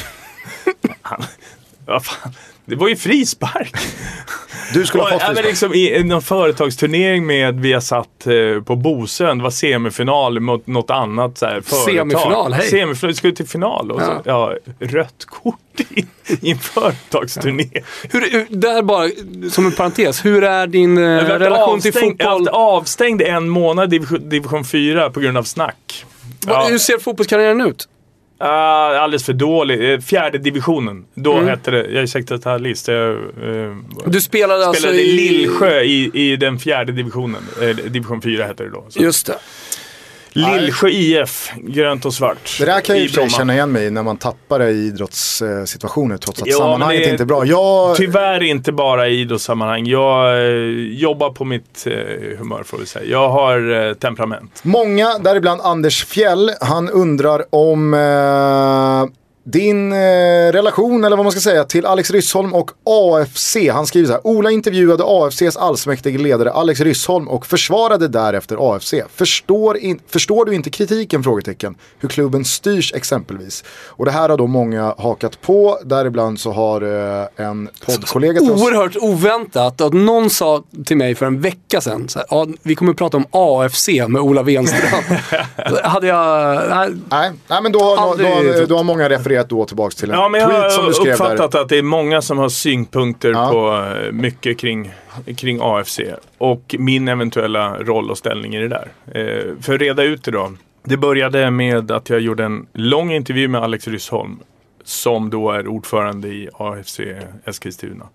Vad fan... Det var ju frispark.
Du skulle ha fått frispark.
Liksom i någon företagsturnering med vi har satt eh, på Bosön. Det var semifinal mot något annat så här, företag.
Semifinal, hej.
Semifinal, vi skulle till final. Och så, ja. Ja, rött kort i, i en företagsturné. Ja.
Hur, där bara, som en parentes, hur är din eh, relation till fotboll?
Jag har haft avstängd en månad i division, division fyra på grund av snack.
Ja. Hur ser fotbollskarriären ut?
Uh, alldeles för dålig. Fjärde divisionen. Då mm. hette det, jag är sekreterarlist. Jag uh,
du spelade,
spelade
alltså
i
i
Lillsjö i, i den fjärde divisionen. Eh, division fyra hette det då. Så.
Just det.
Lillsjö I F, grönt och svart.
Det där kan jag ju känna igen mig när man tappar i idrottssituationer trots att
ja,
sammanhanget
det är
inte är bra. Jag...
Tyvärr inte bara i idrottssammanhang. Jag eh, jobbar på mitt eh, humör får vi säga. Jag har eh, temperament.
Många, däribland Anders Fjäll, han undrar om... Eh... Din eh, relation, eller vad man ska säga, till Alex Ryssholm och A F C. Han skriver så här: Ola intervjuade A F C:s allsmäktige ledare Alex Ryssholm och försvarade därefter A F C. Förstår, in, förstår du inte kritiken? Frågetecken. Hur klubben styrs exempelvis. Och det här har då många hakat på. Däribland så har eh, en poddkollega till oss...
Oerhört oväntat att någon sa till mig för en vecka sedan så här, ja, vi kommer att prata om A F C med Ola Wenström. hade jag... Nej,
nej, nej men då har, då, då, då har många refererat då tillbaks till en
ja, men jag
tweet som du skrev där.
Jag har uppfattat att det är många som har synpunkter
ja.
på mycket kring, kring A F C och min eventuella roll och ställning i det där. Eh, för att reda ut det då. Det började med att jag gjorde en lång intervju med Alex Ryssholm som då är ordförande i A F C Eskilstuna.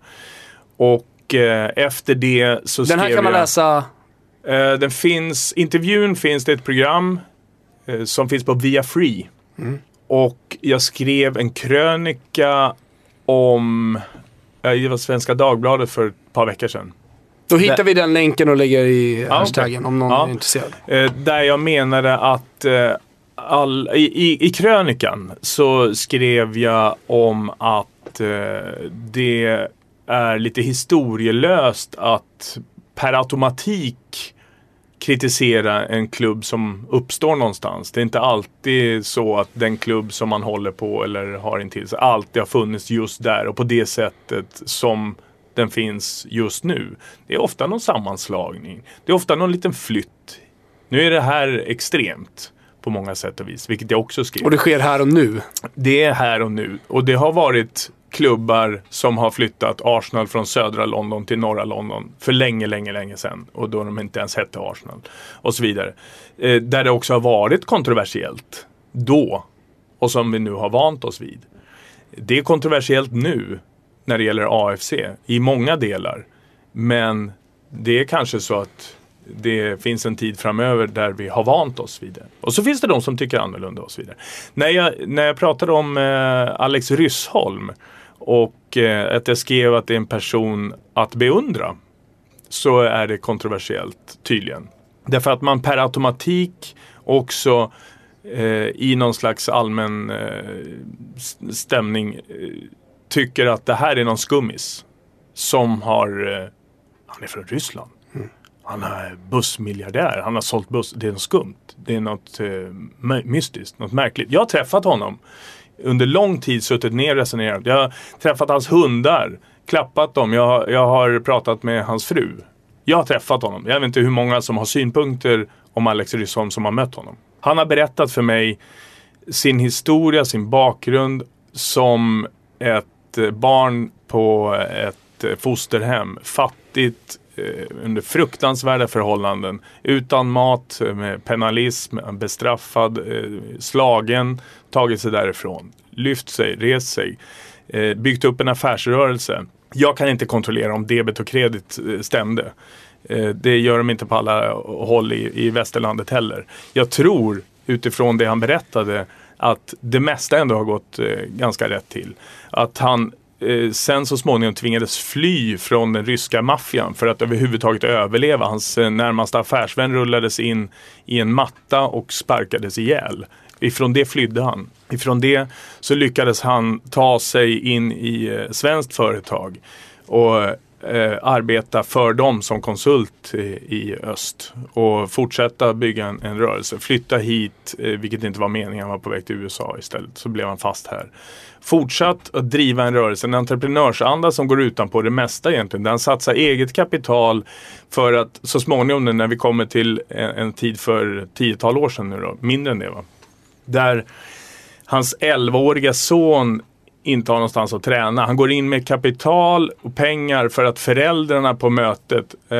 Och eh, efter det så skrev jag...
Den här kan man
jag,
läsa...
Eh, den finns, intervjun finns det ett program eh, som finns på Via Free. Mm. Och jag skrev en krönika om det var Svenska Dagbladet för ett par veckor sedan.
Då hittar där, vi den länken och lägger i
ja,
hashtaggen
okay.
om någon
ja.
är intresserad.
Eh, där jag menade att eh, all, i, i, i krönikan så skrev jag om att eh, det är lite historielöst att per automatik kritisera en klubb som uppstår någonstans. Det är inte alltid så att den klubb som man håller på eller har intill sig alltid har funnits just där och på det sättet som den finns just nu. Det är ofta någon sammanslagning. Det är ofta någon liten flytt. Nu är det här extremt på många sätt och vis, vilket jag också skrev.
Och det sker här och nu?
Det är här och nu. Och det har varit klubbar som har flyttat Arsenal från södra London till norra London för länge, länge, länge sedan. Och då de inte ens hette Arsenal. Och så vidare. Eh, där det också har varit kontroversiellt då. Och som vi nu har vant oss vid. Det är kontroversiellt nu när det gäller A F C. I många delar. Men det är kanske så att det finns en tid framöver där vi har vant oss vid det. Och så finns det de som tycker annorlunda och så vidare. När jag, när jag pratade om eh, Alex Ryssholm och eh, att jag skrev att det är en person att beundra, så är det kontroversiellt tydligen. Därför att man per automatik också eh, i någon slags allmän eh, stämning eh, tycker att det här är någon skummis som har eh, han är från Ryssland. Mm. Han är bussmiljardär. Han har sålt buss. Det är något skumt. Det är något eh, mystiskt. Något märkligt. Jag har träffat honom. Under lång tid suttit ner och resonerat. Jag har träffat hans hundar. Klappat dem. Jag, jag har pratat med hans fru. Jag har träffat honom. Jag vet inte hur många som har synpunkter om Alex Ryssholm som har mött honom. Han har berättat för mig sin historia, sin bakgrund som ett barn på ett fosterhem. Fattigt. Under fruktansvärda förhållanden, utan mat, med penalism, bestraffad, slagen, tagit sig därifrån, lyft sig, rest sig, byggt upp en affärsrörelse. Jag kan inte kontrollera om debet och kredit stämde. Det gör de inte på alla håll i, i västerlandet heller. Jag tror utifrån det han berättade att det mesta ändå har gått ganska rätt till. Att han sen så småningom tvingades fly från den ryska maffian för att överhuvudtaget överleva. Hans närmaste affärsvän rullades in i en matta och sparkades ihjäl. Ifrån det flydde han. Ifrån det så lyckades han ta sig in i svenskt företag och eh, arbeta för dem som konsult i, i öst och fortsätta bygga en, en rörelse. Flytta hit, eh, vilket inte var meningen, han var på väg till U S A istället. Så blev han fast här. Fortsatt att driva en rörelse, en entreprenörsanda som går utanpå det mesta egentligen. Där han satsar eget kapital för att så småningom när vi kommer till en, en tid för tiotal år sedan nu då, mindre än det va. Där hans elvaåriga son inte har någonstans att träna. Han går in med kapital och pengar för att föräldrarna på mötet eh,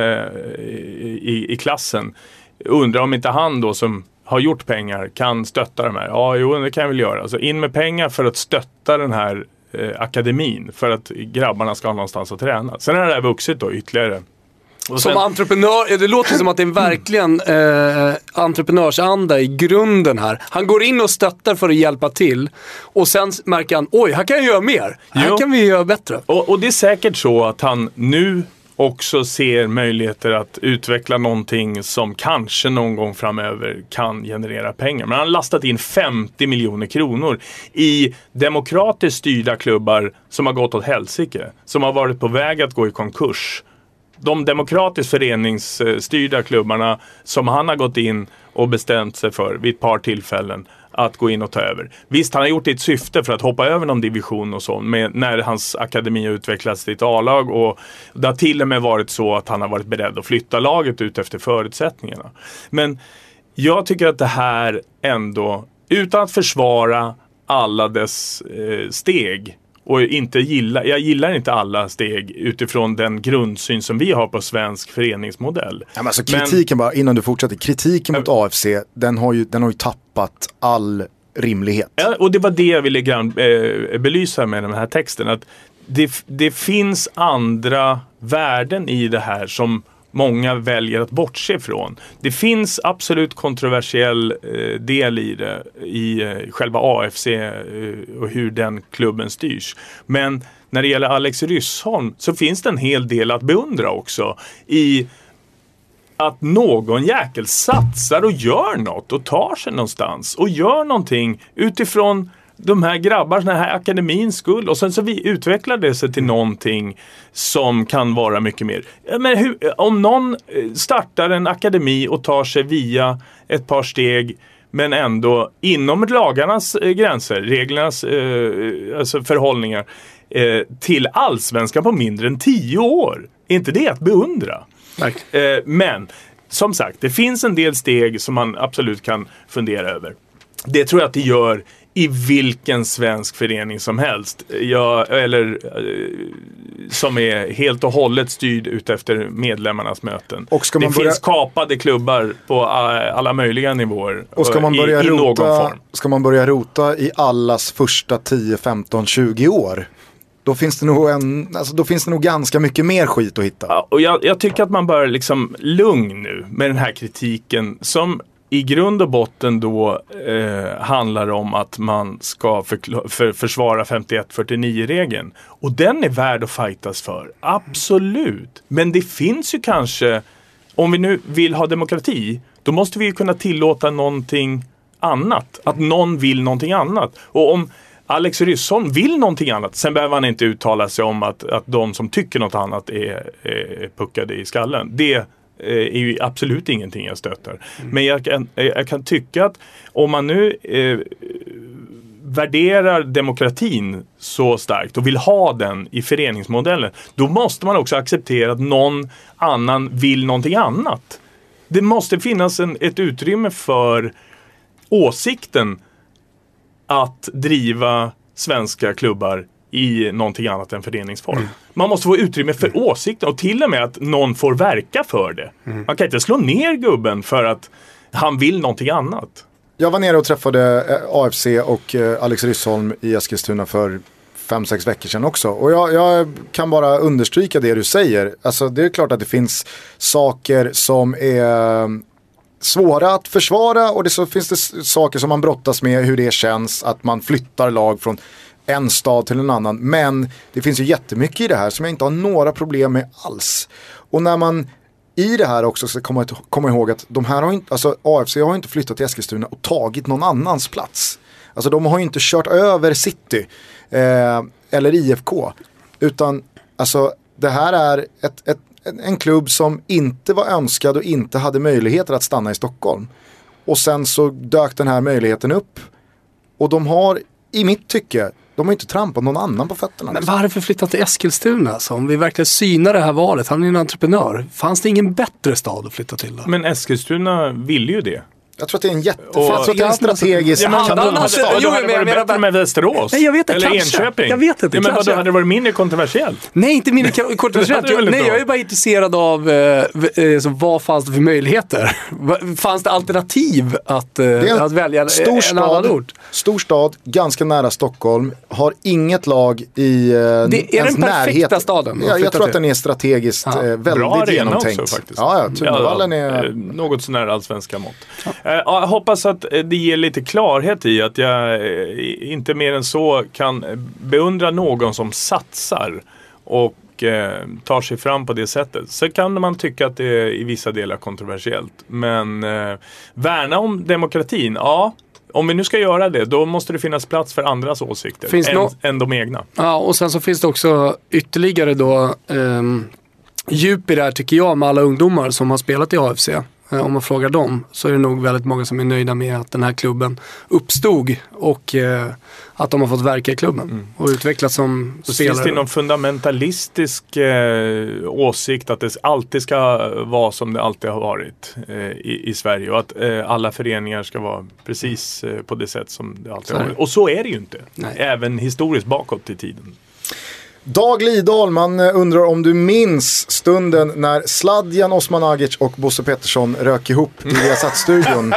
i, i klassen undrar om inte han då som har gjort pengar kan stötta de här. Ja, jo, det kan jag väl göra. Alltså in med pengar för att stötta den här eh, akademin för att grabbarna ska ha någonstans att träna. Sen har det här vuxit då ytterligare. Och sen... Som
entreprenör, det låter som att det är verkligen eh, entreprenörsanda i grunden här. Han går in och stöttar för att hjälpa till och sen märker han, oj, här kan jag göra mer. Här jo. kan vi göra bättre.
Och, och det är säkert så att han nu också ser möjligheter att utveckla någonting som kanske någon gång framöver kan generera pengar. Men han har lastat in femtio miljoner kronor i demokratiskt styrda klubbar som har gått åt helsike, som har varit på väg att gå i konkurs. De demokratiskt föreningsstyrda klubbarna som han har gått in och bestämt sig för vid ett par tillfällen att gå in och ta över. Visst, han har gjort det i ett syfte för att hoppa över någon division och så, med, när hans akademi har utvecklats till ett A-lag, och det har till och med varit så att han har varit beredd att flytta laget ut efter förutsättningarna. Men jag tycker att det här ändå, utan att försvara alla dess eh, steg, och inte gilla, jag gillar inte alla steg utifrån den grundsyn som vi har på svensk föreningsmodell.
Ja, men alltså kritiken, men, bara innan du fortsätter, kritiken mot A F C, den har ju, den har ju tappat all rimlighet.
Ja, och det var det jag ville grann, eh, belysa med den här texten, att det, det finns andra värden i det här som många väljer att bortse från. Det finns absolut kontroversiell eh, del i det, i eh, själva A F C eh, och hur den klubben styrs. Men när det gäller Alex Ryssholm så finns det en hel del att beundra också i att någon jäkel satsar och gör något och tar sig någonstans och gör någonting utifrån de här grabbarna, den här akademins skull, och sen så vi utvecklar det sig till någonting som kan vara mycket mer. Men hur, om någon startar en akademi och tar sig via ett par steg, men ändå inom lagarnas gränser, reglernas eh, alltså förhållningar eh, till allsvenskan på mindre än tio år, är inte det att beundra? Eh, men som sagt, det finns en del steg som man absolut kan fundera över. Det tror jag att det gör i vilken svensk förening som helst. Ja, eller eh, som är helt och hållet styrd ut efter medlemmarnas möten. Och ska man det börja... finns kapade klubbar på alla möjliga nivåer.
Och ska man börja
i,
rota,
i någon form.
Ska man börja rota i allas första tio, femton, tjugo år, då finns det nog en, alltså då finns det nog ganska mycket mer skit att hitta.
Ja, och jag, jag tycker att man bör liksom lugn nu med den här kritiken som i grund och botten då eh, handlar om att man ska förkla- för, försvara femtioett fyrtionio-regeln. Och den är värd att fightas för. Absolut. Men det finns ju kanske, om vi nu vill ha demokrati, då måste vi ju kunna tillåta någonting annat. Att någon vill någonting annat. Och om Alex Ryssholm vill någonting annat, sen behöver han inte uttala sig om att, att de som tycker något annat är, är puckade i skallen. Det är ju absolut ingenting jag stöter. Mm. Men jag kan, jag kan tycka att om man nu eh, värderar demokratin så starkt och vill ha den i föreningsmodellen, då måste man också acceptera att någon annan vill någonting annat. Det måste finnas en, ett utrymme för åsikten att driva svenska klubbar i någonting annat än föreningsform. Mm. Man måste få utrymme för mm. åsikten och till och med att någon får verka för det. Mm. Man kan inte slå ner gubben för att han vill någonting annat.
Jag var nere och träffade A F C och Alex Ryssholm i Eskilstuna för fem, sex veckor sedan också. Och jag, jag kan bara understryka det du säger. Alltså det är klart att det finns saker som är svåra att försvara, och det så finns det saker som man brottas med, hur det känns att man flyttar lag från en stad till en annan. Men det finns ju jättemycket i det här som jag inte har några problem med alls. Och när man i det här också ska komma, komma ihåg att de här har inte, alltså A F C har inte flyttat till Eskilstuna och tagit någon annans plats. Alltså de har ju inte kört över City eh, eller I F K, utan alltså det här är ett, ett, en klubb som inte var önskad och inte hade möjligheter att stanna i Stockholm. Och sen så dök den här möjligheten upp, och de har i mitt tycke, de har inte trampat någon annan på fötterna.
Men varför flytta till Eskilstuna? Så om vi verkligen synar det här valet, han är en entreprenör. Fanns det ingen bättre stad att flytta till då?
Men Eskilstuna ville ju det.
Jag tror att det är en jätte... Och, jag tror att det är en strategisk...
Ja, men hade, hade, hade, hade, hade det varit bättre menar, med Västerås?
Nej, jag vet inte,
eller
kanske.
Enköping?
Jag vet inte,
ja, men vad, hade det varit mindre kontroversiellt?
Nej, inte mindre kontroversiellt. jag, nej, jag är bara intresserad av eh, så vad fanns det för möjligheter? Fanns det alternativ att, eh, att välja
stor
en
stad,
annan ort?
Stor stad, ganska nära Stockholm, har inget lag i eh,
det är den perfekta
närhet.
staden.
Ja, jag tror att den är strategiskt eh, väldigt
bra
genomtänkt.
Också, faktiskt.
Ja, ja, Tunavallen är...
Eh, något sån här allsvenska mått. Ja. Eh, jag hoppas att det ger lite klarhet i att jag eh, inte mer än så kan beundra någon som satsar och och eh, tar sig fram på det sättet. Så kan man tycka att det är i vissa delar kontroversiellt. Men eh, värna om demokratin, ja. Om vi nu ska göra det, då måste det finnas plats för andras åsikter
finns
än,
no-
än de egna.
Ja, och sen så finns det också ytterligare då um, djup i det här tycker jag med alla ungdomar som har spelat i A F C. Uh, om man frågar dem så är det nog väldigt många som är nöjda med att den här klubben uppstod och uh, att de har fått verka i klubben mm. och utvecklas som
så
spelare.
Finns det någon fundamentalistisk eh, åsikt att det alltid ska vara som det alltid har varit eh, i, i Sverige och att eh, alla föreningar ska vara precis eh, på det sätt som det alltid har varit. Och så är det ju inte. Nej. Även historiskt bakåt i tiden.
Dag Lidal, man undrar om du minns stunden när Sladjan Osmanagic och Bosse Pettersson rök ihop i Viasat-studion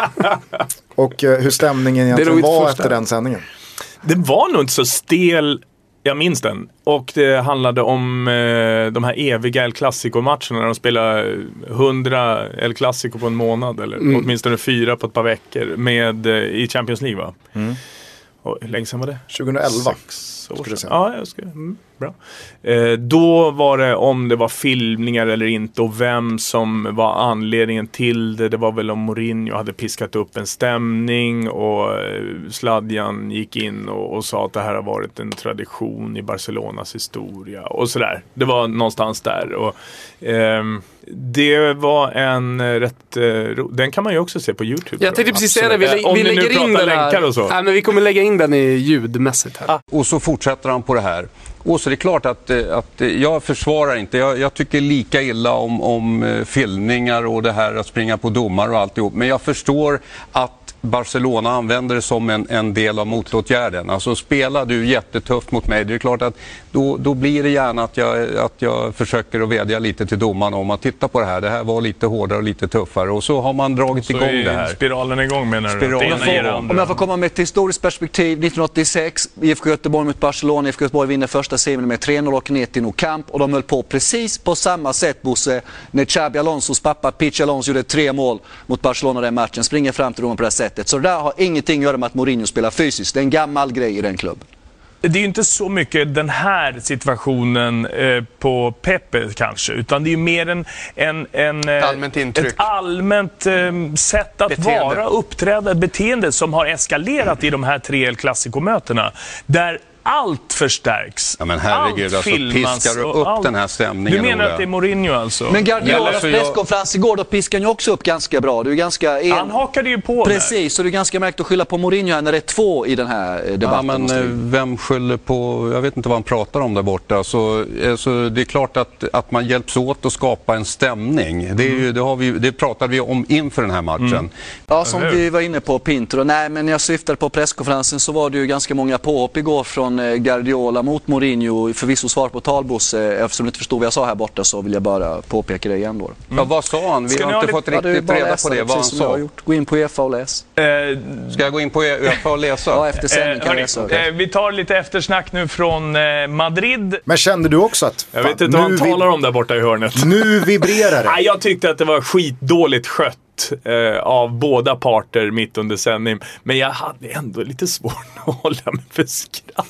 och hur stämningen egentligen var efter den sändningen.
Det var nog inte så stel, jag minns den. Och det handlade om eh, de här eviga El Clasico-matcherna när de spelar hundra El Clasico på en månad eller mm. åtminstone fyra på ett par veckor med, eh, i Champions League va? Mm. Och hur länge sedan var det?
tjugoelva.
Sex år sedan. Ja, jag ska, mm, bra. Eh, då var det om det var filmningar eller inte och vem som var anledningen till det. Det var väl om Mourinho hade piskat upp en stämning och eh, Sladjan gick in och, och sa att det här har varit en tradition i Barcelonas historia och sådär. Det var någonstans där och ehm, det var en rätt... Eh, den kan man ju också se på YouTube.
Jag tänkte precis säga det. Vi, lä-
Om
vi
ni
lägger
nu
in
pratar
den här.
länkar och så.
Nej, men vi kommer lägga in den i ljudmässigt här.
Ah. Och så fortsätter han på det här. Och så är det klart att, att jag försvarar inte. Jag, jag tycker lika illa om, om filmningar och det här att springa på domar och alltihop. Men jag förstår att Barcelona använder det som en, en del av motåtgärden. Alltså spelar du jättetufft mot mig, det är klart att då, då blir det gärna att jag, att jag försöker att vädja lite till domarna om att titta på det här. Det här var lite hårdare och lite tuffare och så har man dragit så igång det här.
Spiralen igång menar du?
Spiralen får, om jag får komma med ett historiskt perspektiv, nittonhundraåttiosex, I F K Göteborg mot Barcelona, I F K Göteborg vinner första serien med tre noll och ner till Nou Camp och de höll på precis på samma sätt, Bosse, när Xabi Alonsos pappa Pichi Alonso gjorde tre mål mot Barcelona den matchen, springer fram till dem på det här sättet. Så det där har ingenting att göra med att Mourinho spelar fysiskt. Det är en gammal grej i den klubben.
Det är ju inte så mycket den här situationen eh, på Pepe kanske, utan det är ju mer en, en, en, eh,
allmänt intryck.
ett allmänt eh, sätt att beteende. vara, uppträda, ett beteende som har eskalerat i de här tre El Clasico-mötena. Där allt förstärks.
Ja, men herregud,
allt
alltså,
filmas.
Piskar du upp
allt.
den här stämningen?
Du menar
Ola?
att det är Mourinho alltså?
Men Guardiolas
alltså,
presskonferens igår, då piskar han ju också upp ganska bra. Du är ganska en...
Han hakade ju på
Precis,
där.
så du är ganska märkt att skylla på Mourinho här när det är två i den här debatten.
Ja, men vem skyller på, jag vet inte vad han pratar om där borta. Så, så det är klart att, att man hjälps åt att skapa en stämning. Det, är ju, det, har vi, det pratade vi om inför den här matchen. Mm.
Ja, som vi var inne på, Pinto. Nej, men när jag syftade på presskonferensen så var det ju ganska många påhopp igår från Guardiola mot Mourinho, förvisso svar på talbos. Eftersom du inte förstod vad jag sa här borta så vill jag bara påpeka det igen då. Mm.
Ja, vad sa han? Vi
Ska
har inte fått
ja,
riktigt reda på det, vad han sa.
Gå in på UEFA och läs.
Eh,
Ska jag gå in på UEFA och läsa?
Ja, efter sändning kan
eh,
jag läsa.
eh, Vi tar lite eftersnack nu från eh, Madrid.
Men kände du också att...
Jag vet inte vad han talar om där borta i hörnet.
Nu vibrerar det.
Nej, jag tyckte att det var skitdåligt skött eh, av båda parter mitt under sändning. Men jag hade ändå lite svårt att hålla mig för skratt.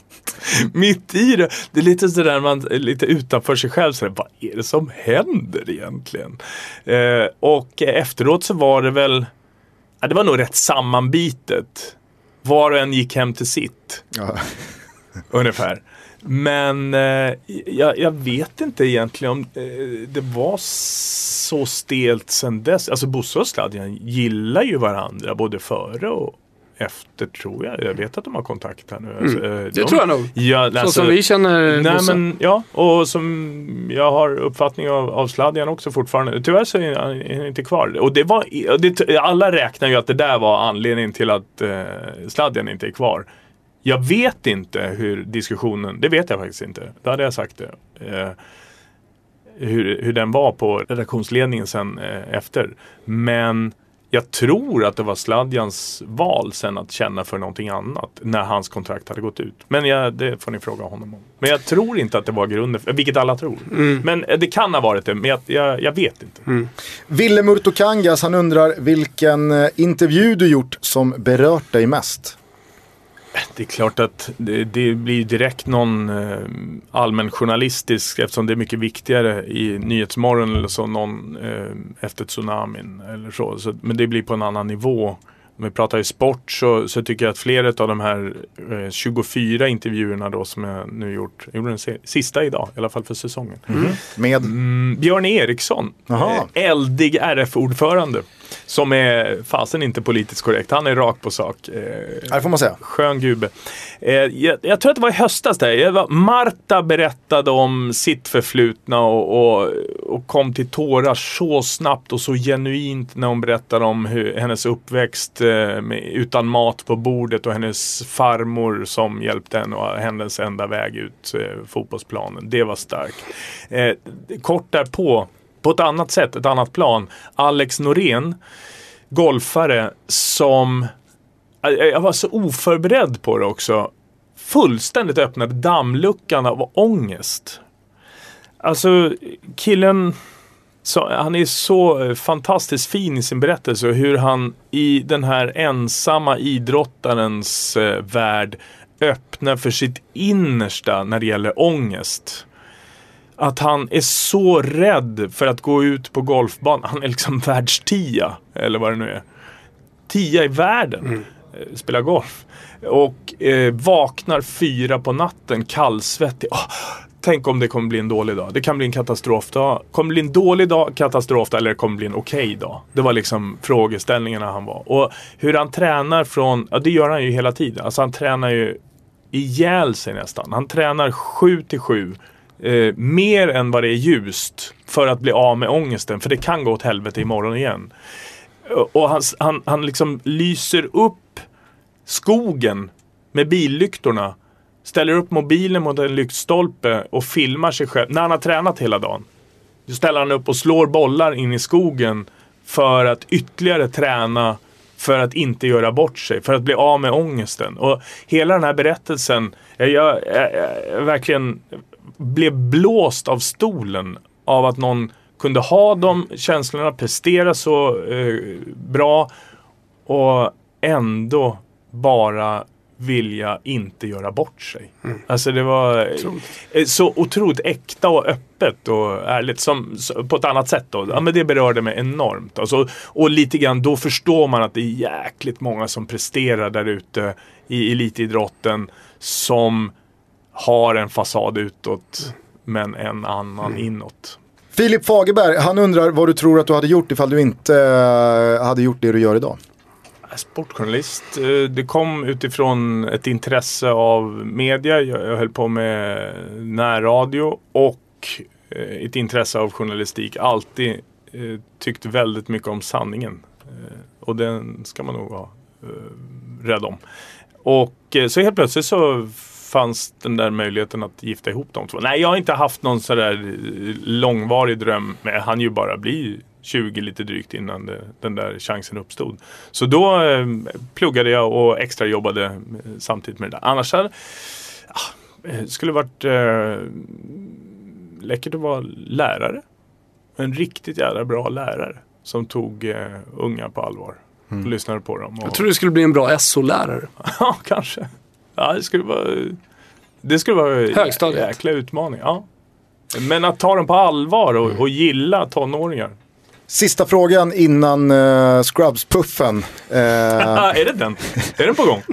Mitt i det. Det är lite sådär man är lite utanför sig själv. Så vad är det som händer egentligen? Eh, och efteråt så var det väl... Ja, det var nog rätt sammanbitet. Var och en gick hem till sitt.
Ja.
Ungefär. Men eh, jag, jag vet inte egentligen om eh, det var så stelt sen dess. Alltså Bosse och Sladjan gillar ju varandra både före och efter, tror jag. Jag vet att de har kontakt här nu.
Mm.
Alltså,
det
de,
tror jag nog.
Ja, alltså,
så som vi känner
nej,
Bosse.
men, ja, och som jag har uppfattning av, av Sladjan också fortfarande. Tyvärr så är han inte kvar. Och det var, det, alla räknar ju att det där var anledningen till att eh, Sladjan inte är kvar. Jag vet inte hur diskussionen, det vet jag faktiskt inte. Då hade jag sagt det. Eh, hur, hur den var på redaktionsledningen sen eh, efter. Men jag tror att det var Sladjans val sen att känna för någonting annat när hans kontrakt hade gått ut. Men jag, det får ni fråga honom om. Men jag tror inte att det var grunden, vilket alla tror. Mm. Men det kan ha varit det, men jag, jag, jag vet inte.
Mm. Ville Murtokangas, han undrar vilken intervju du gjort som berört dig mest?
Det är klart att det, det blir direkt någon eh, allmän journalistisk, eftersom det är mycket viktigare i Nyhetsmorgon eller så, någon eh, efter tsunamin eller så. så. Men det blir på en annan nivå. Om vi pratar i sport så, så tycker jag att flera av de här eh, tjugofyra intervjuerna då som jag nu gjort, jag gjorde den se- sista idag, i alla fall för säsongen.
Mm. Med?
Mm, Björn Eriksson, eh, eldig R F-ordförande, som är fasen inte politiskt korrekt. Han är rak på sak. Eh,
det får man säga.
Skön gubbe. Eh, jag, jag tror att det var i höstas där. Jag var, Marta berättade om sitt förflutna och, och, och kom till tårar så snabbt och så genuint när hon berättade om hur, hennes uppväxt eh, med, utan mat på bordet och hennes farmor som hjälpte henne och hennes enda väg ut eh, fotbollsplanen. Det var starkt. Eh, kort därpå, på ett annat sätt, ett annat plan, Alex Norén, golfare som, jag var så oförberedd på det också, fullständigt öppnade dammluckan av ångest. Alltså killen, så, han är så fantastiskt fin i sin berättelse, hur han i den här ensamma idrottarens eh, värld öppnar för sitt innersta när det gäller ångest. Att han är så rädd för att gå ut på golfbanan. Han är liksom världstia, eller vad det nu är. Tia i världen. Mm. Spelar golf. Och eh, vaknar fyra på natten, kallsvettig. Oh, tänk om det kommer bli en dålig dag. Det kan bli en katastrofdag. Kommer det bli en dålig dag, katastrofdag, eller det kommer bli en okej dag. Det var liksom frågeställningarna han var. Och hur han tränar från, ja det gör han ju hela tiden. Alltså han tränar ju ihjäl sig nästan. Han tränar sju till sju. Eh, mer än vad det är ljust för att bli av med ångesten, för det kan gå åt helvete imorgon igen. Och han, han, han liksom lyser upp skogen med billyktorna, ställer upp mobilen mot en lyktstolpe och filmar sig själv när han har tränat hela dagen. Då ställer han upp och slår bollar in i skogen för att ytterligare träna, för att inte göra bort sig, för att bli av med ångesten. Och hela den här berättelsen, jag, jag, jag, jag verkligen blev blåst av stolen av att någon kunde ha de känslorna, prestera så eh, bra och ändå bara vilja inte göra bort sig. Mm. Alltså det var eh, så otroligt äkta och öppet och ärligt som, så, på ett annat sätt då. Ja, men det berörde mig enormt. Alltså, och lite grann då förstår man att det är jäkligt många som presterar där ute i elitidrotten som har en fasad utåt men en annan mm. inåt.
Filip Fagerberg, han undrar vad du tror att du hade gjort ifall du inte uh, hade gjort det du gör idag.
Sportjournalist. Det kom utifrån ett intresse av media. Jag höll på med närradio och ett intresse av journalistik. Alltid tyckt väldigt mycket om sanningen. Och den ska man nog vara rädd om. Och så helt plötsligt så fanns den där möjligheten att gifta ihop de två. Nej, jag har inte haft någon sådär långvarig dröm, men han ju bara blir tjugo lite drygt innan det, den där chansen uppstod. Så då eh, pluggade jag och extra jobbade samtidigt med det där. Annars hade, ah, skulle det varit eh, läckert att vara lärare. En riktigt jävla bra lärare som tog eh, unga på allvar och mm. lyssnade på dem. Och...
Jag tror det skulle bli en bra S O-lärare.
Ja, kanske. Ja, det skulle vara det skulle vara en jäkla utmaning. Ja. Men att ta dem på allvar och, och gilla tonåringar.
Sista frågan innan uh, Scrubs-puffen. Uh...
är det den? Är den på gång?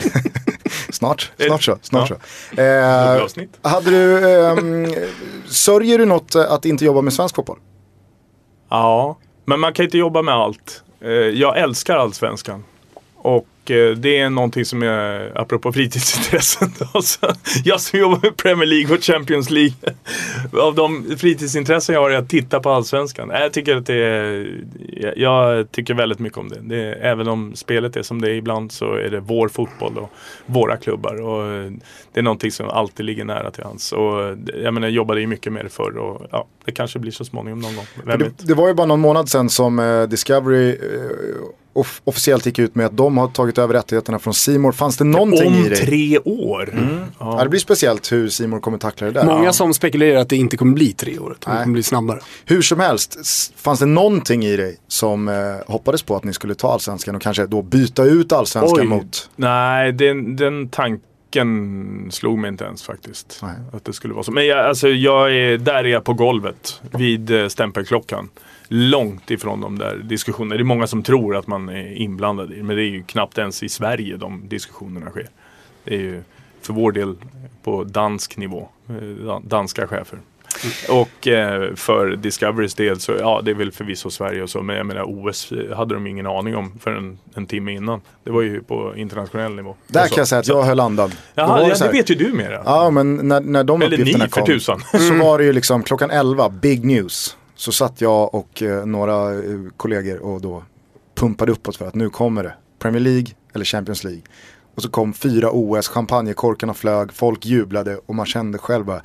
snart, snart så. Snart
ja.
så. Uh, hade du, um, sörjer du något att inte jobba med svensk fotboll?
Ja, men man kan inte jobba med allt. Uh, jag älskar allsvenskan. Och det är någonting som är, apropå fritidsintressen alltså, jag som jobbar med Premier League och Champions League, av de fritidsintressen jag har är att titta på allsvenskan. Jag tycker att det är, jag tycker väldigt mycket om det. det är, även om spelet är som det är ibland, så är det vår fotboll och våra klubbar, och det är någonting som alltid ligger nära till hans. Och jag menar, jag jobbade ju mycket med det förr, och ja, det kanske blir så småningom någon gång. Vem
det, det var ju bara någon månad sedan som eh, Discovery eh, off- officiellt gick ut med att de har tagit över rättigheterna från C More. Fanns det någonting
Om
i det?
Om tre år?
Mm. Ja. Ja, det blir speciellt hur C More kommer tackla det där.
Många
ja.
som spekulerar att det inte kommer bli tre år, utan det kommer bli snabbare.
Hur som helst, fanns det någonting i dig som eh, hoppades på att ni skulle ta allsvenskan och kanske då byta ut allsvenskan
Oj.
mot?
Nej, den, den tanken slog mig inte ens faktiskt.
Nej.
Att det skulle vara så. Men jag, alltså, jag är, där är jag på golvet vid eh, stämpelklockan. Långt ifrån de där diskussionerna. Det är många som tror att man är inblandad i, men det är ju knappt ens i Sverige de diskussionerna sker. Det är ju för vår del på dansk nivå, danska chefer. Och eh, för Discoverys del så, ja, det är väl förvisso Sverige och så, men jag menar O S hade de ingen aning om för en, en timme innan. Det var ju på internationell nivå.
Där kan jag säga att jag höll andan.
Jaha, det,
det,
det vet ju du mera.
Ja, men när, när de
Eller
uppgifterna
ni, för
kom
tusan.
så var det ju liksom klockan elva, big news. Så satt jag och eh, några eh, kollegor och då pumpade uppåt för att nu kommer det. Premier League eller Champions League. Och så kom fyra O S, champagnekorkarna flög, folk jublade och man kände själv bara...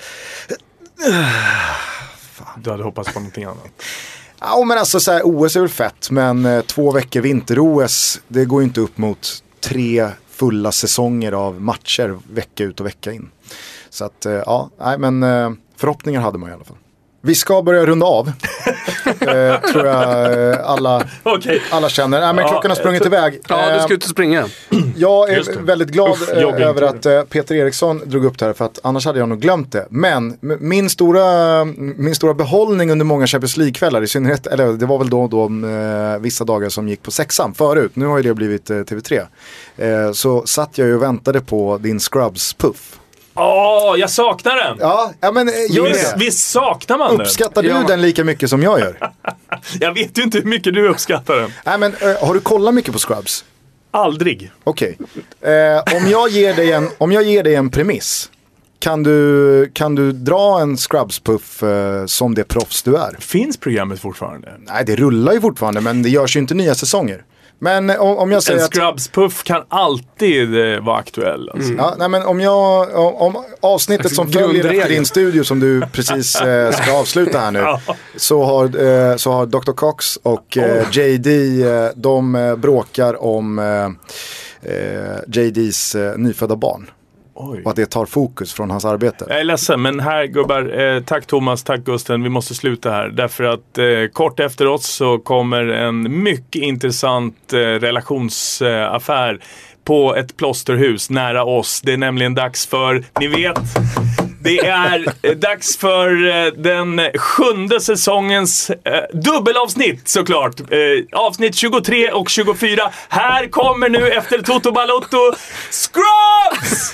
Fan. Du hade hoppats på någonting annat.
Ja, men alltså så här, O S är väl fett, men eh, två veckor vinter-O S, det går ju inte upp mot tre fulla säsonger av matcher vecka ut och vecka in. Så att, eh, ja, nej, men eh, förhoppningar hade man i alla fall. Vi ska börja runda av. eh, tror jag eh, alla, okay. alla känner. Nej, men ja, klockan har sprungit
t-
iväg.
Ja, du ska ut och springa.
Jag är väldigt glad
Uff,
eh, över att eh, Peter Eriksson drog upp det här, för att annars hade jag nog glömt det. Men m- min stora, min stora behållning under många Champions League-kvällar, i synnerhet, eller det var väl då, då eh, vissa dagar som gick på sexan förut. Nu har ju det blivit eh, T V tre. Eh, så satt jag ju och väntade på din Scrubs-puff.
Åh, oh, jag saknar den!
Ja, ja men gör
visst,
det.
Visst saknar man den?
Uppskattar du
ja.
den lika mycket som jag gör?
Jag vet ju inte hur mycket du uppskattar den.
Nej, men äh, har du kollat mycket på Scrubs?
Aldrig.
Okej. Okay. Eh, om, jag ger dig en, om jag ger dig en premiss, kan du, kan du dra en Scrubs-puff eh, som det proffs du är?
Finns programmet fortfarande?
Nej, det rullar ju fortfarande, men det görs ju inte nya säsonger. Men om, om jag säger
en
att...
Scrubs-puff kan alltid eh, vara aktuell. Alltså.
Mm. Ja, nej, men om jag... Om, om avsnittet alltså, som följer efter din studio som du precis eh, ska avsluta här nu. Ja. Så har, eh, så har doktor Cox och eh, oh. J D, eh, de eh, bråkar om eh, eh, J Ds eh, nyfödda barn. Oj. Och att det tar fokus från hans arbete.
Jag är ledsen, men här gubbar, eh, tack Thomas, tack Gusten, vi måste sluta här. Därför att eh, kort efter oss så kommer en mycket intressant eh, relationsaffär eh, på ett plåsterhus nära oss. Det är nämligen dags för, ni vet... Det är eh, dags för eh, den sjunde säsongens eh, dubbelavsnitt såklart. Eh, avsnitt tjugotre och tjugofyra. Här kommer nu efter Toto Balotto Scrubs!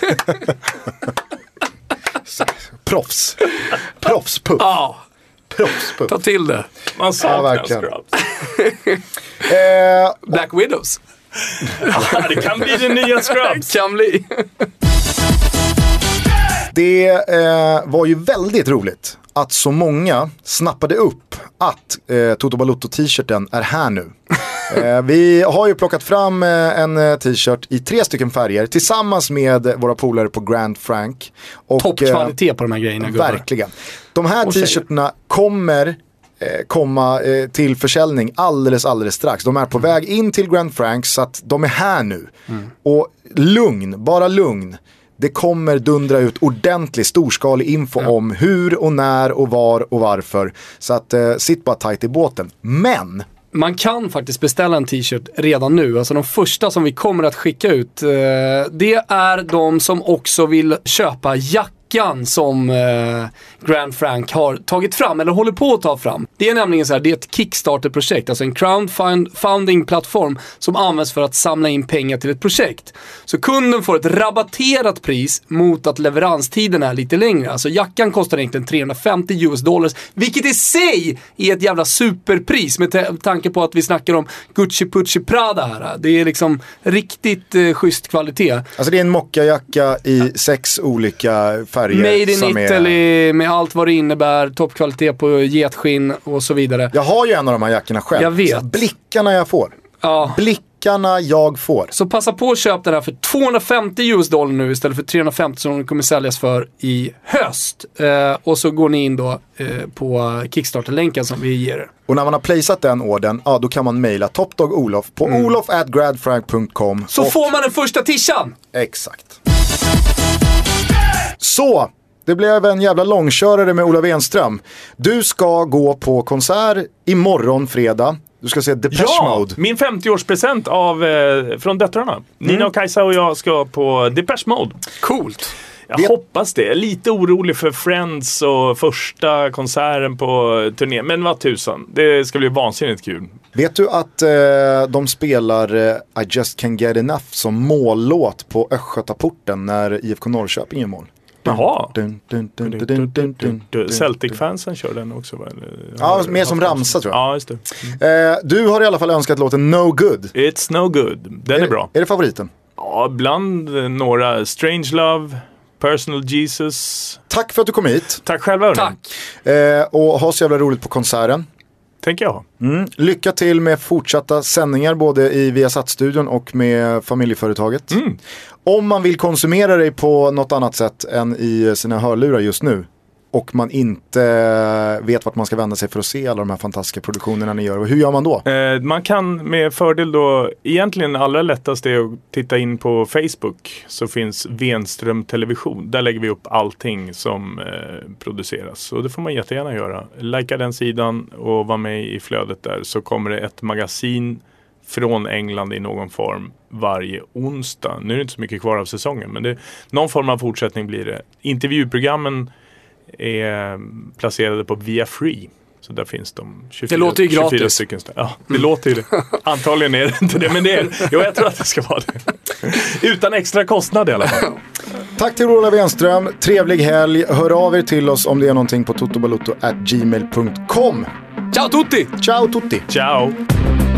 Proffs. Proffspuff.
Ja.
Proffspuff.
Ta till det.
Man saknar ja, Scrubs.
eh,
Black Widows.
Ja, det kan bli den nya Scrubs.
Kan bli.
Det eh, var ju väldigt roligt att så många snappade upp att eh, Toto Balotto-t-shirten är här nu. eh, vi har ju plockat fram eh, en t-shirt i tre stycken färger tillsammans med våra polare på Grand Frank.
Toppkvalitet eh, på de här grejerna.
Verkligen. De här t-shirterna kommer eh, komma eh, till försäljning alldeles, alldeles strax. De är på mm. väg in till Grand Frank, så att de är här nu. Mm. Och lugn, bara lugn. Det kommer dundra ut ordentlig storskalig info ja. om hur och när och var och varför. Så att eh, sitt bara tajt i båten. Men...
man kan faktiskt beställa en t-shirt redan nu. Alltså de första som vi kommer att skicka ut, eh, det är de som också vill köpa jackan som eh, Grand Frank har tagit fram eller håller på att ta fram. Det är nämligen så här, det är ett Kickstarter-projekt, alltså en crowdfunding-plattform som används för att samla in pengar till ett projekt. Så kunden får ett rabatterat pris mot att leveranstiden är lite längre. Alltså jackan kostar egentligen trehundrafemtio U S dollars, vilket i sig är ett jävla superpris med t- tanke på att vi snackar om Gucci Pucci Prada här. Det är liksom riktigt eh, schysst kvalitet.
Alltså det är en mockajacka i sex olika färger.
Made in Italy
är...
med allt vad det innebär, toppkvalitet på getskinn och så vidare.
Jag har ju en av de här jackorna själv.
Jag vet.
Så blickarna jag får.
Ja.
Blickarna tankarna jag får.
Så passa på att köpa den här för tvåhundrafemtio U S dollar nu istället för trehundrafemtio som den kommer säljas för i höst. Eh, och så går ni in då eh, på Kickstarter-länken som vi ger er.
Och när man har placerat den orden, ja, då kan man mejla Topdog Olof på mm. olof at gradfrank punkt com.
Så och... får man den första tishan!
Exakt. Så, det blev en jävla långkörare med Ola Wenström. Du ska gå på konsert imorgon fredag. Du ska se Depeche
ja,
Mode.
Min femtio-årspresent av, eh, från döttrarna. Mm. Nina och Kajsa och jag ska på Depeche Mode.
Coolt.
Jag Vet... hoppas det. Jag är lite orolig för Friends och första konserten på turnén. Men vad tusan, det ska bli vansinnigt kul.
Vet du att eh, de spelar eh, I Just Can't Get Enough som mållåt på Östgötaporten när I F K Norrköping är mål?
Jaha. Celtic-fansen kör den också, va?
Ja, mer som ramsa tror jag.
Ja, just det.
Eh, du har i alla fall önskat låten No Good.
It's No Good. Den är, är bra.
Är det favoriten?
Ja, bland några. Strange Love, Personal Jesus.
Tack för att du kom hit.
Tack själva.
Tack.
Eh, och ha så jävla roligt på konserten.
Tänker jag.
Mm. Lycka till med fortsatta sändningar både i Viasat-studion och med familjeföretaget.
Mm.
Om man vill konsumera dig på något annat sätt än i sina hörlurar just nu och man inte vet vart man ska vända sig för att se alla de här fantastiska produktionerna ni gör, hur gör man då?
Eh, man kan med fördel då, egentligen allra lättast är att titta in på Facebook, så finns Wenström Television. Där lägger vi upp allting som eh, produceras, och det får man jättegärna göra. Lika den sidan och vara med i flödet där, så kommer det ett magasin från England i någon form varje onsdag. Nu är det inte så mycket kvar av säsongen, men det, någon form av fortsättning blir det. Intervjuprogrammen är placerade på Via Free. Så där finns de tjugofyra,
det låter ju gratis.
tjugofyra stycken. Ja, det mm. låter ju det. Antagligen är det inte det, men det är, jo, jag tror att det ska vara det. Utan extra kostnad i alla fall.
Tack till Ola Wenström. Trevlig helg. Hör av er till oss om det är någonting på totobalotto at gmail punkt com.
Ciao tutti!
Ciao tutti!
Ciao!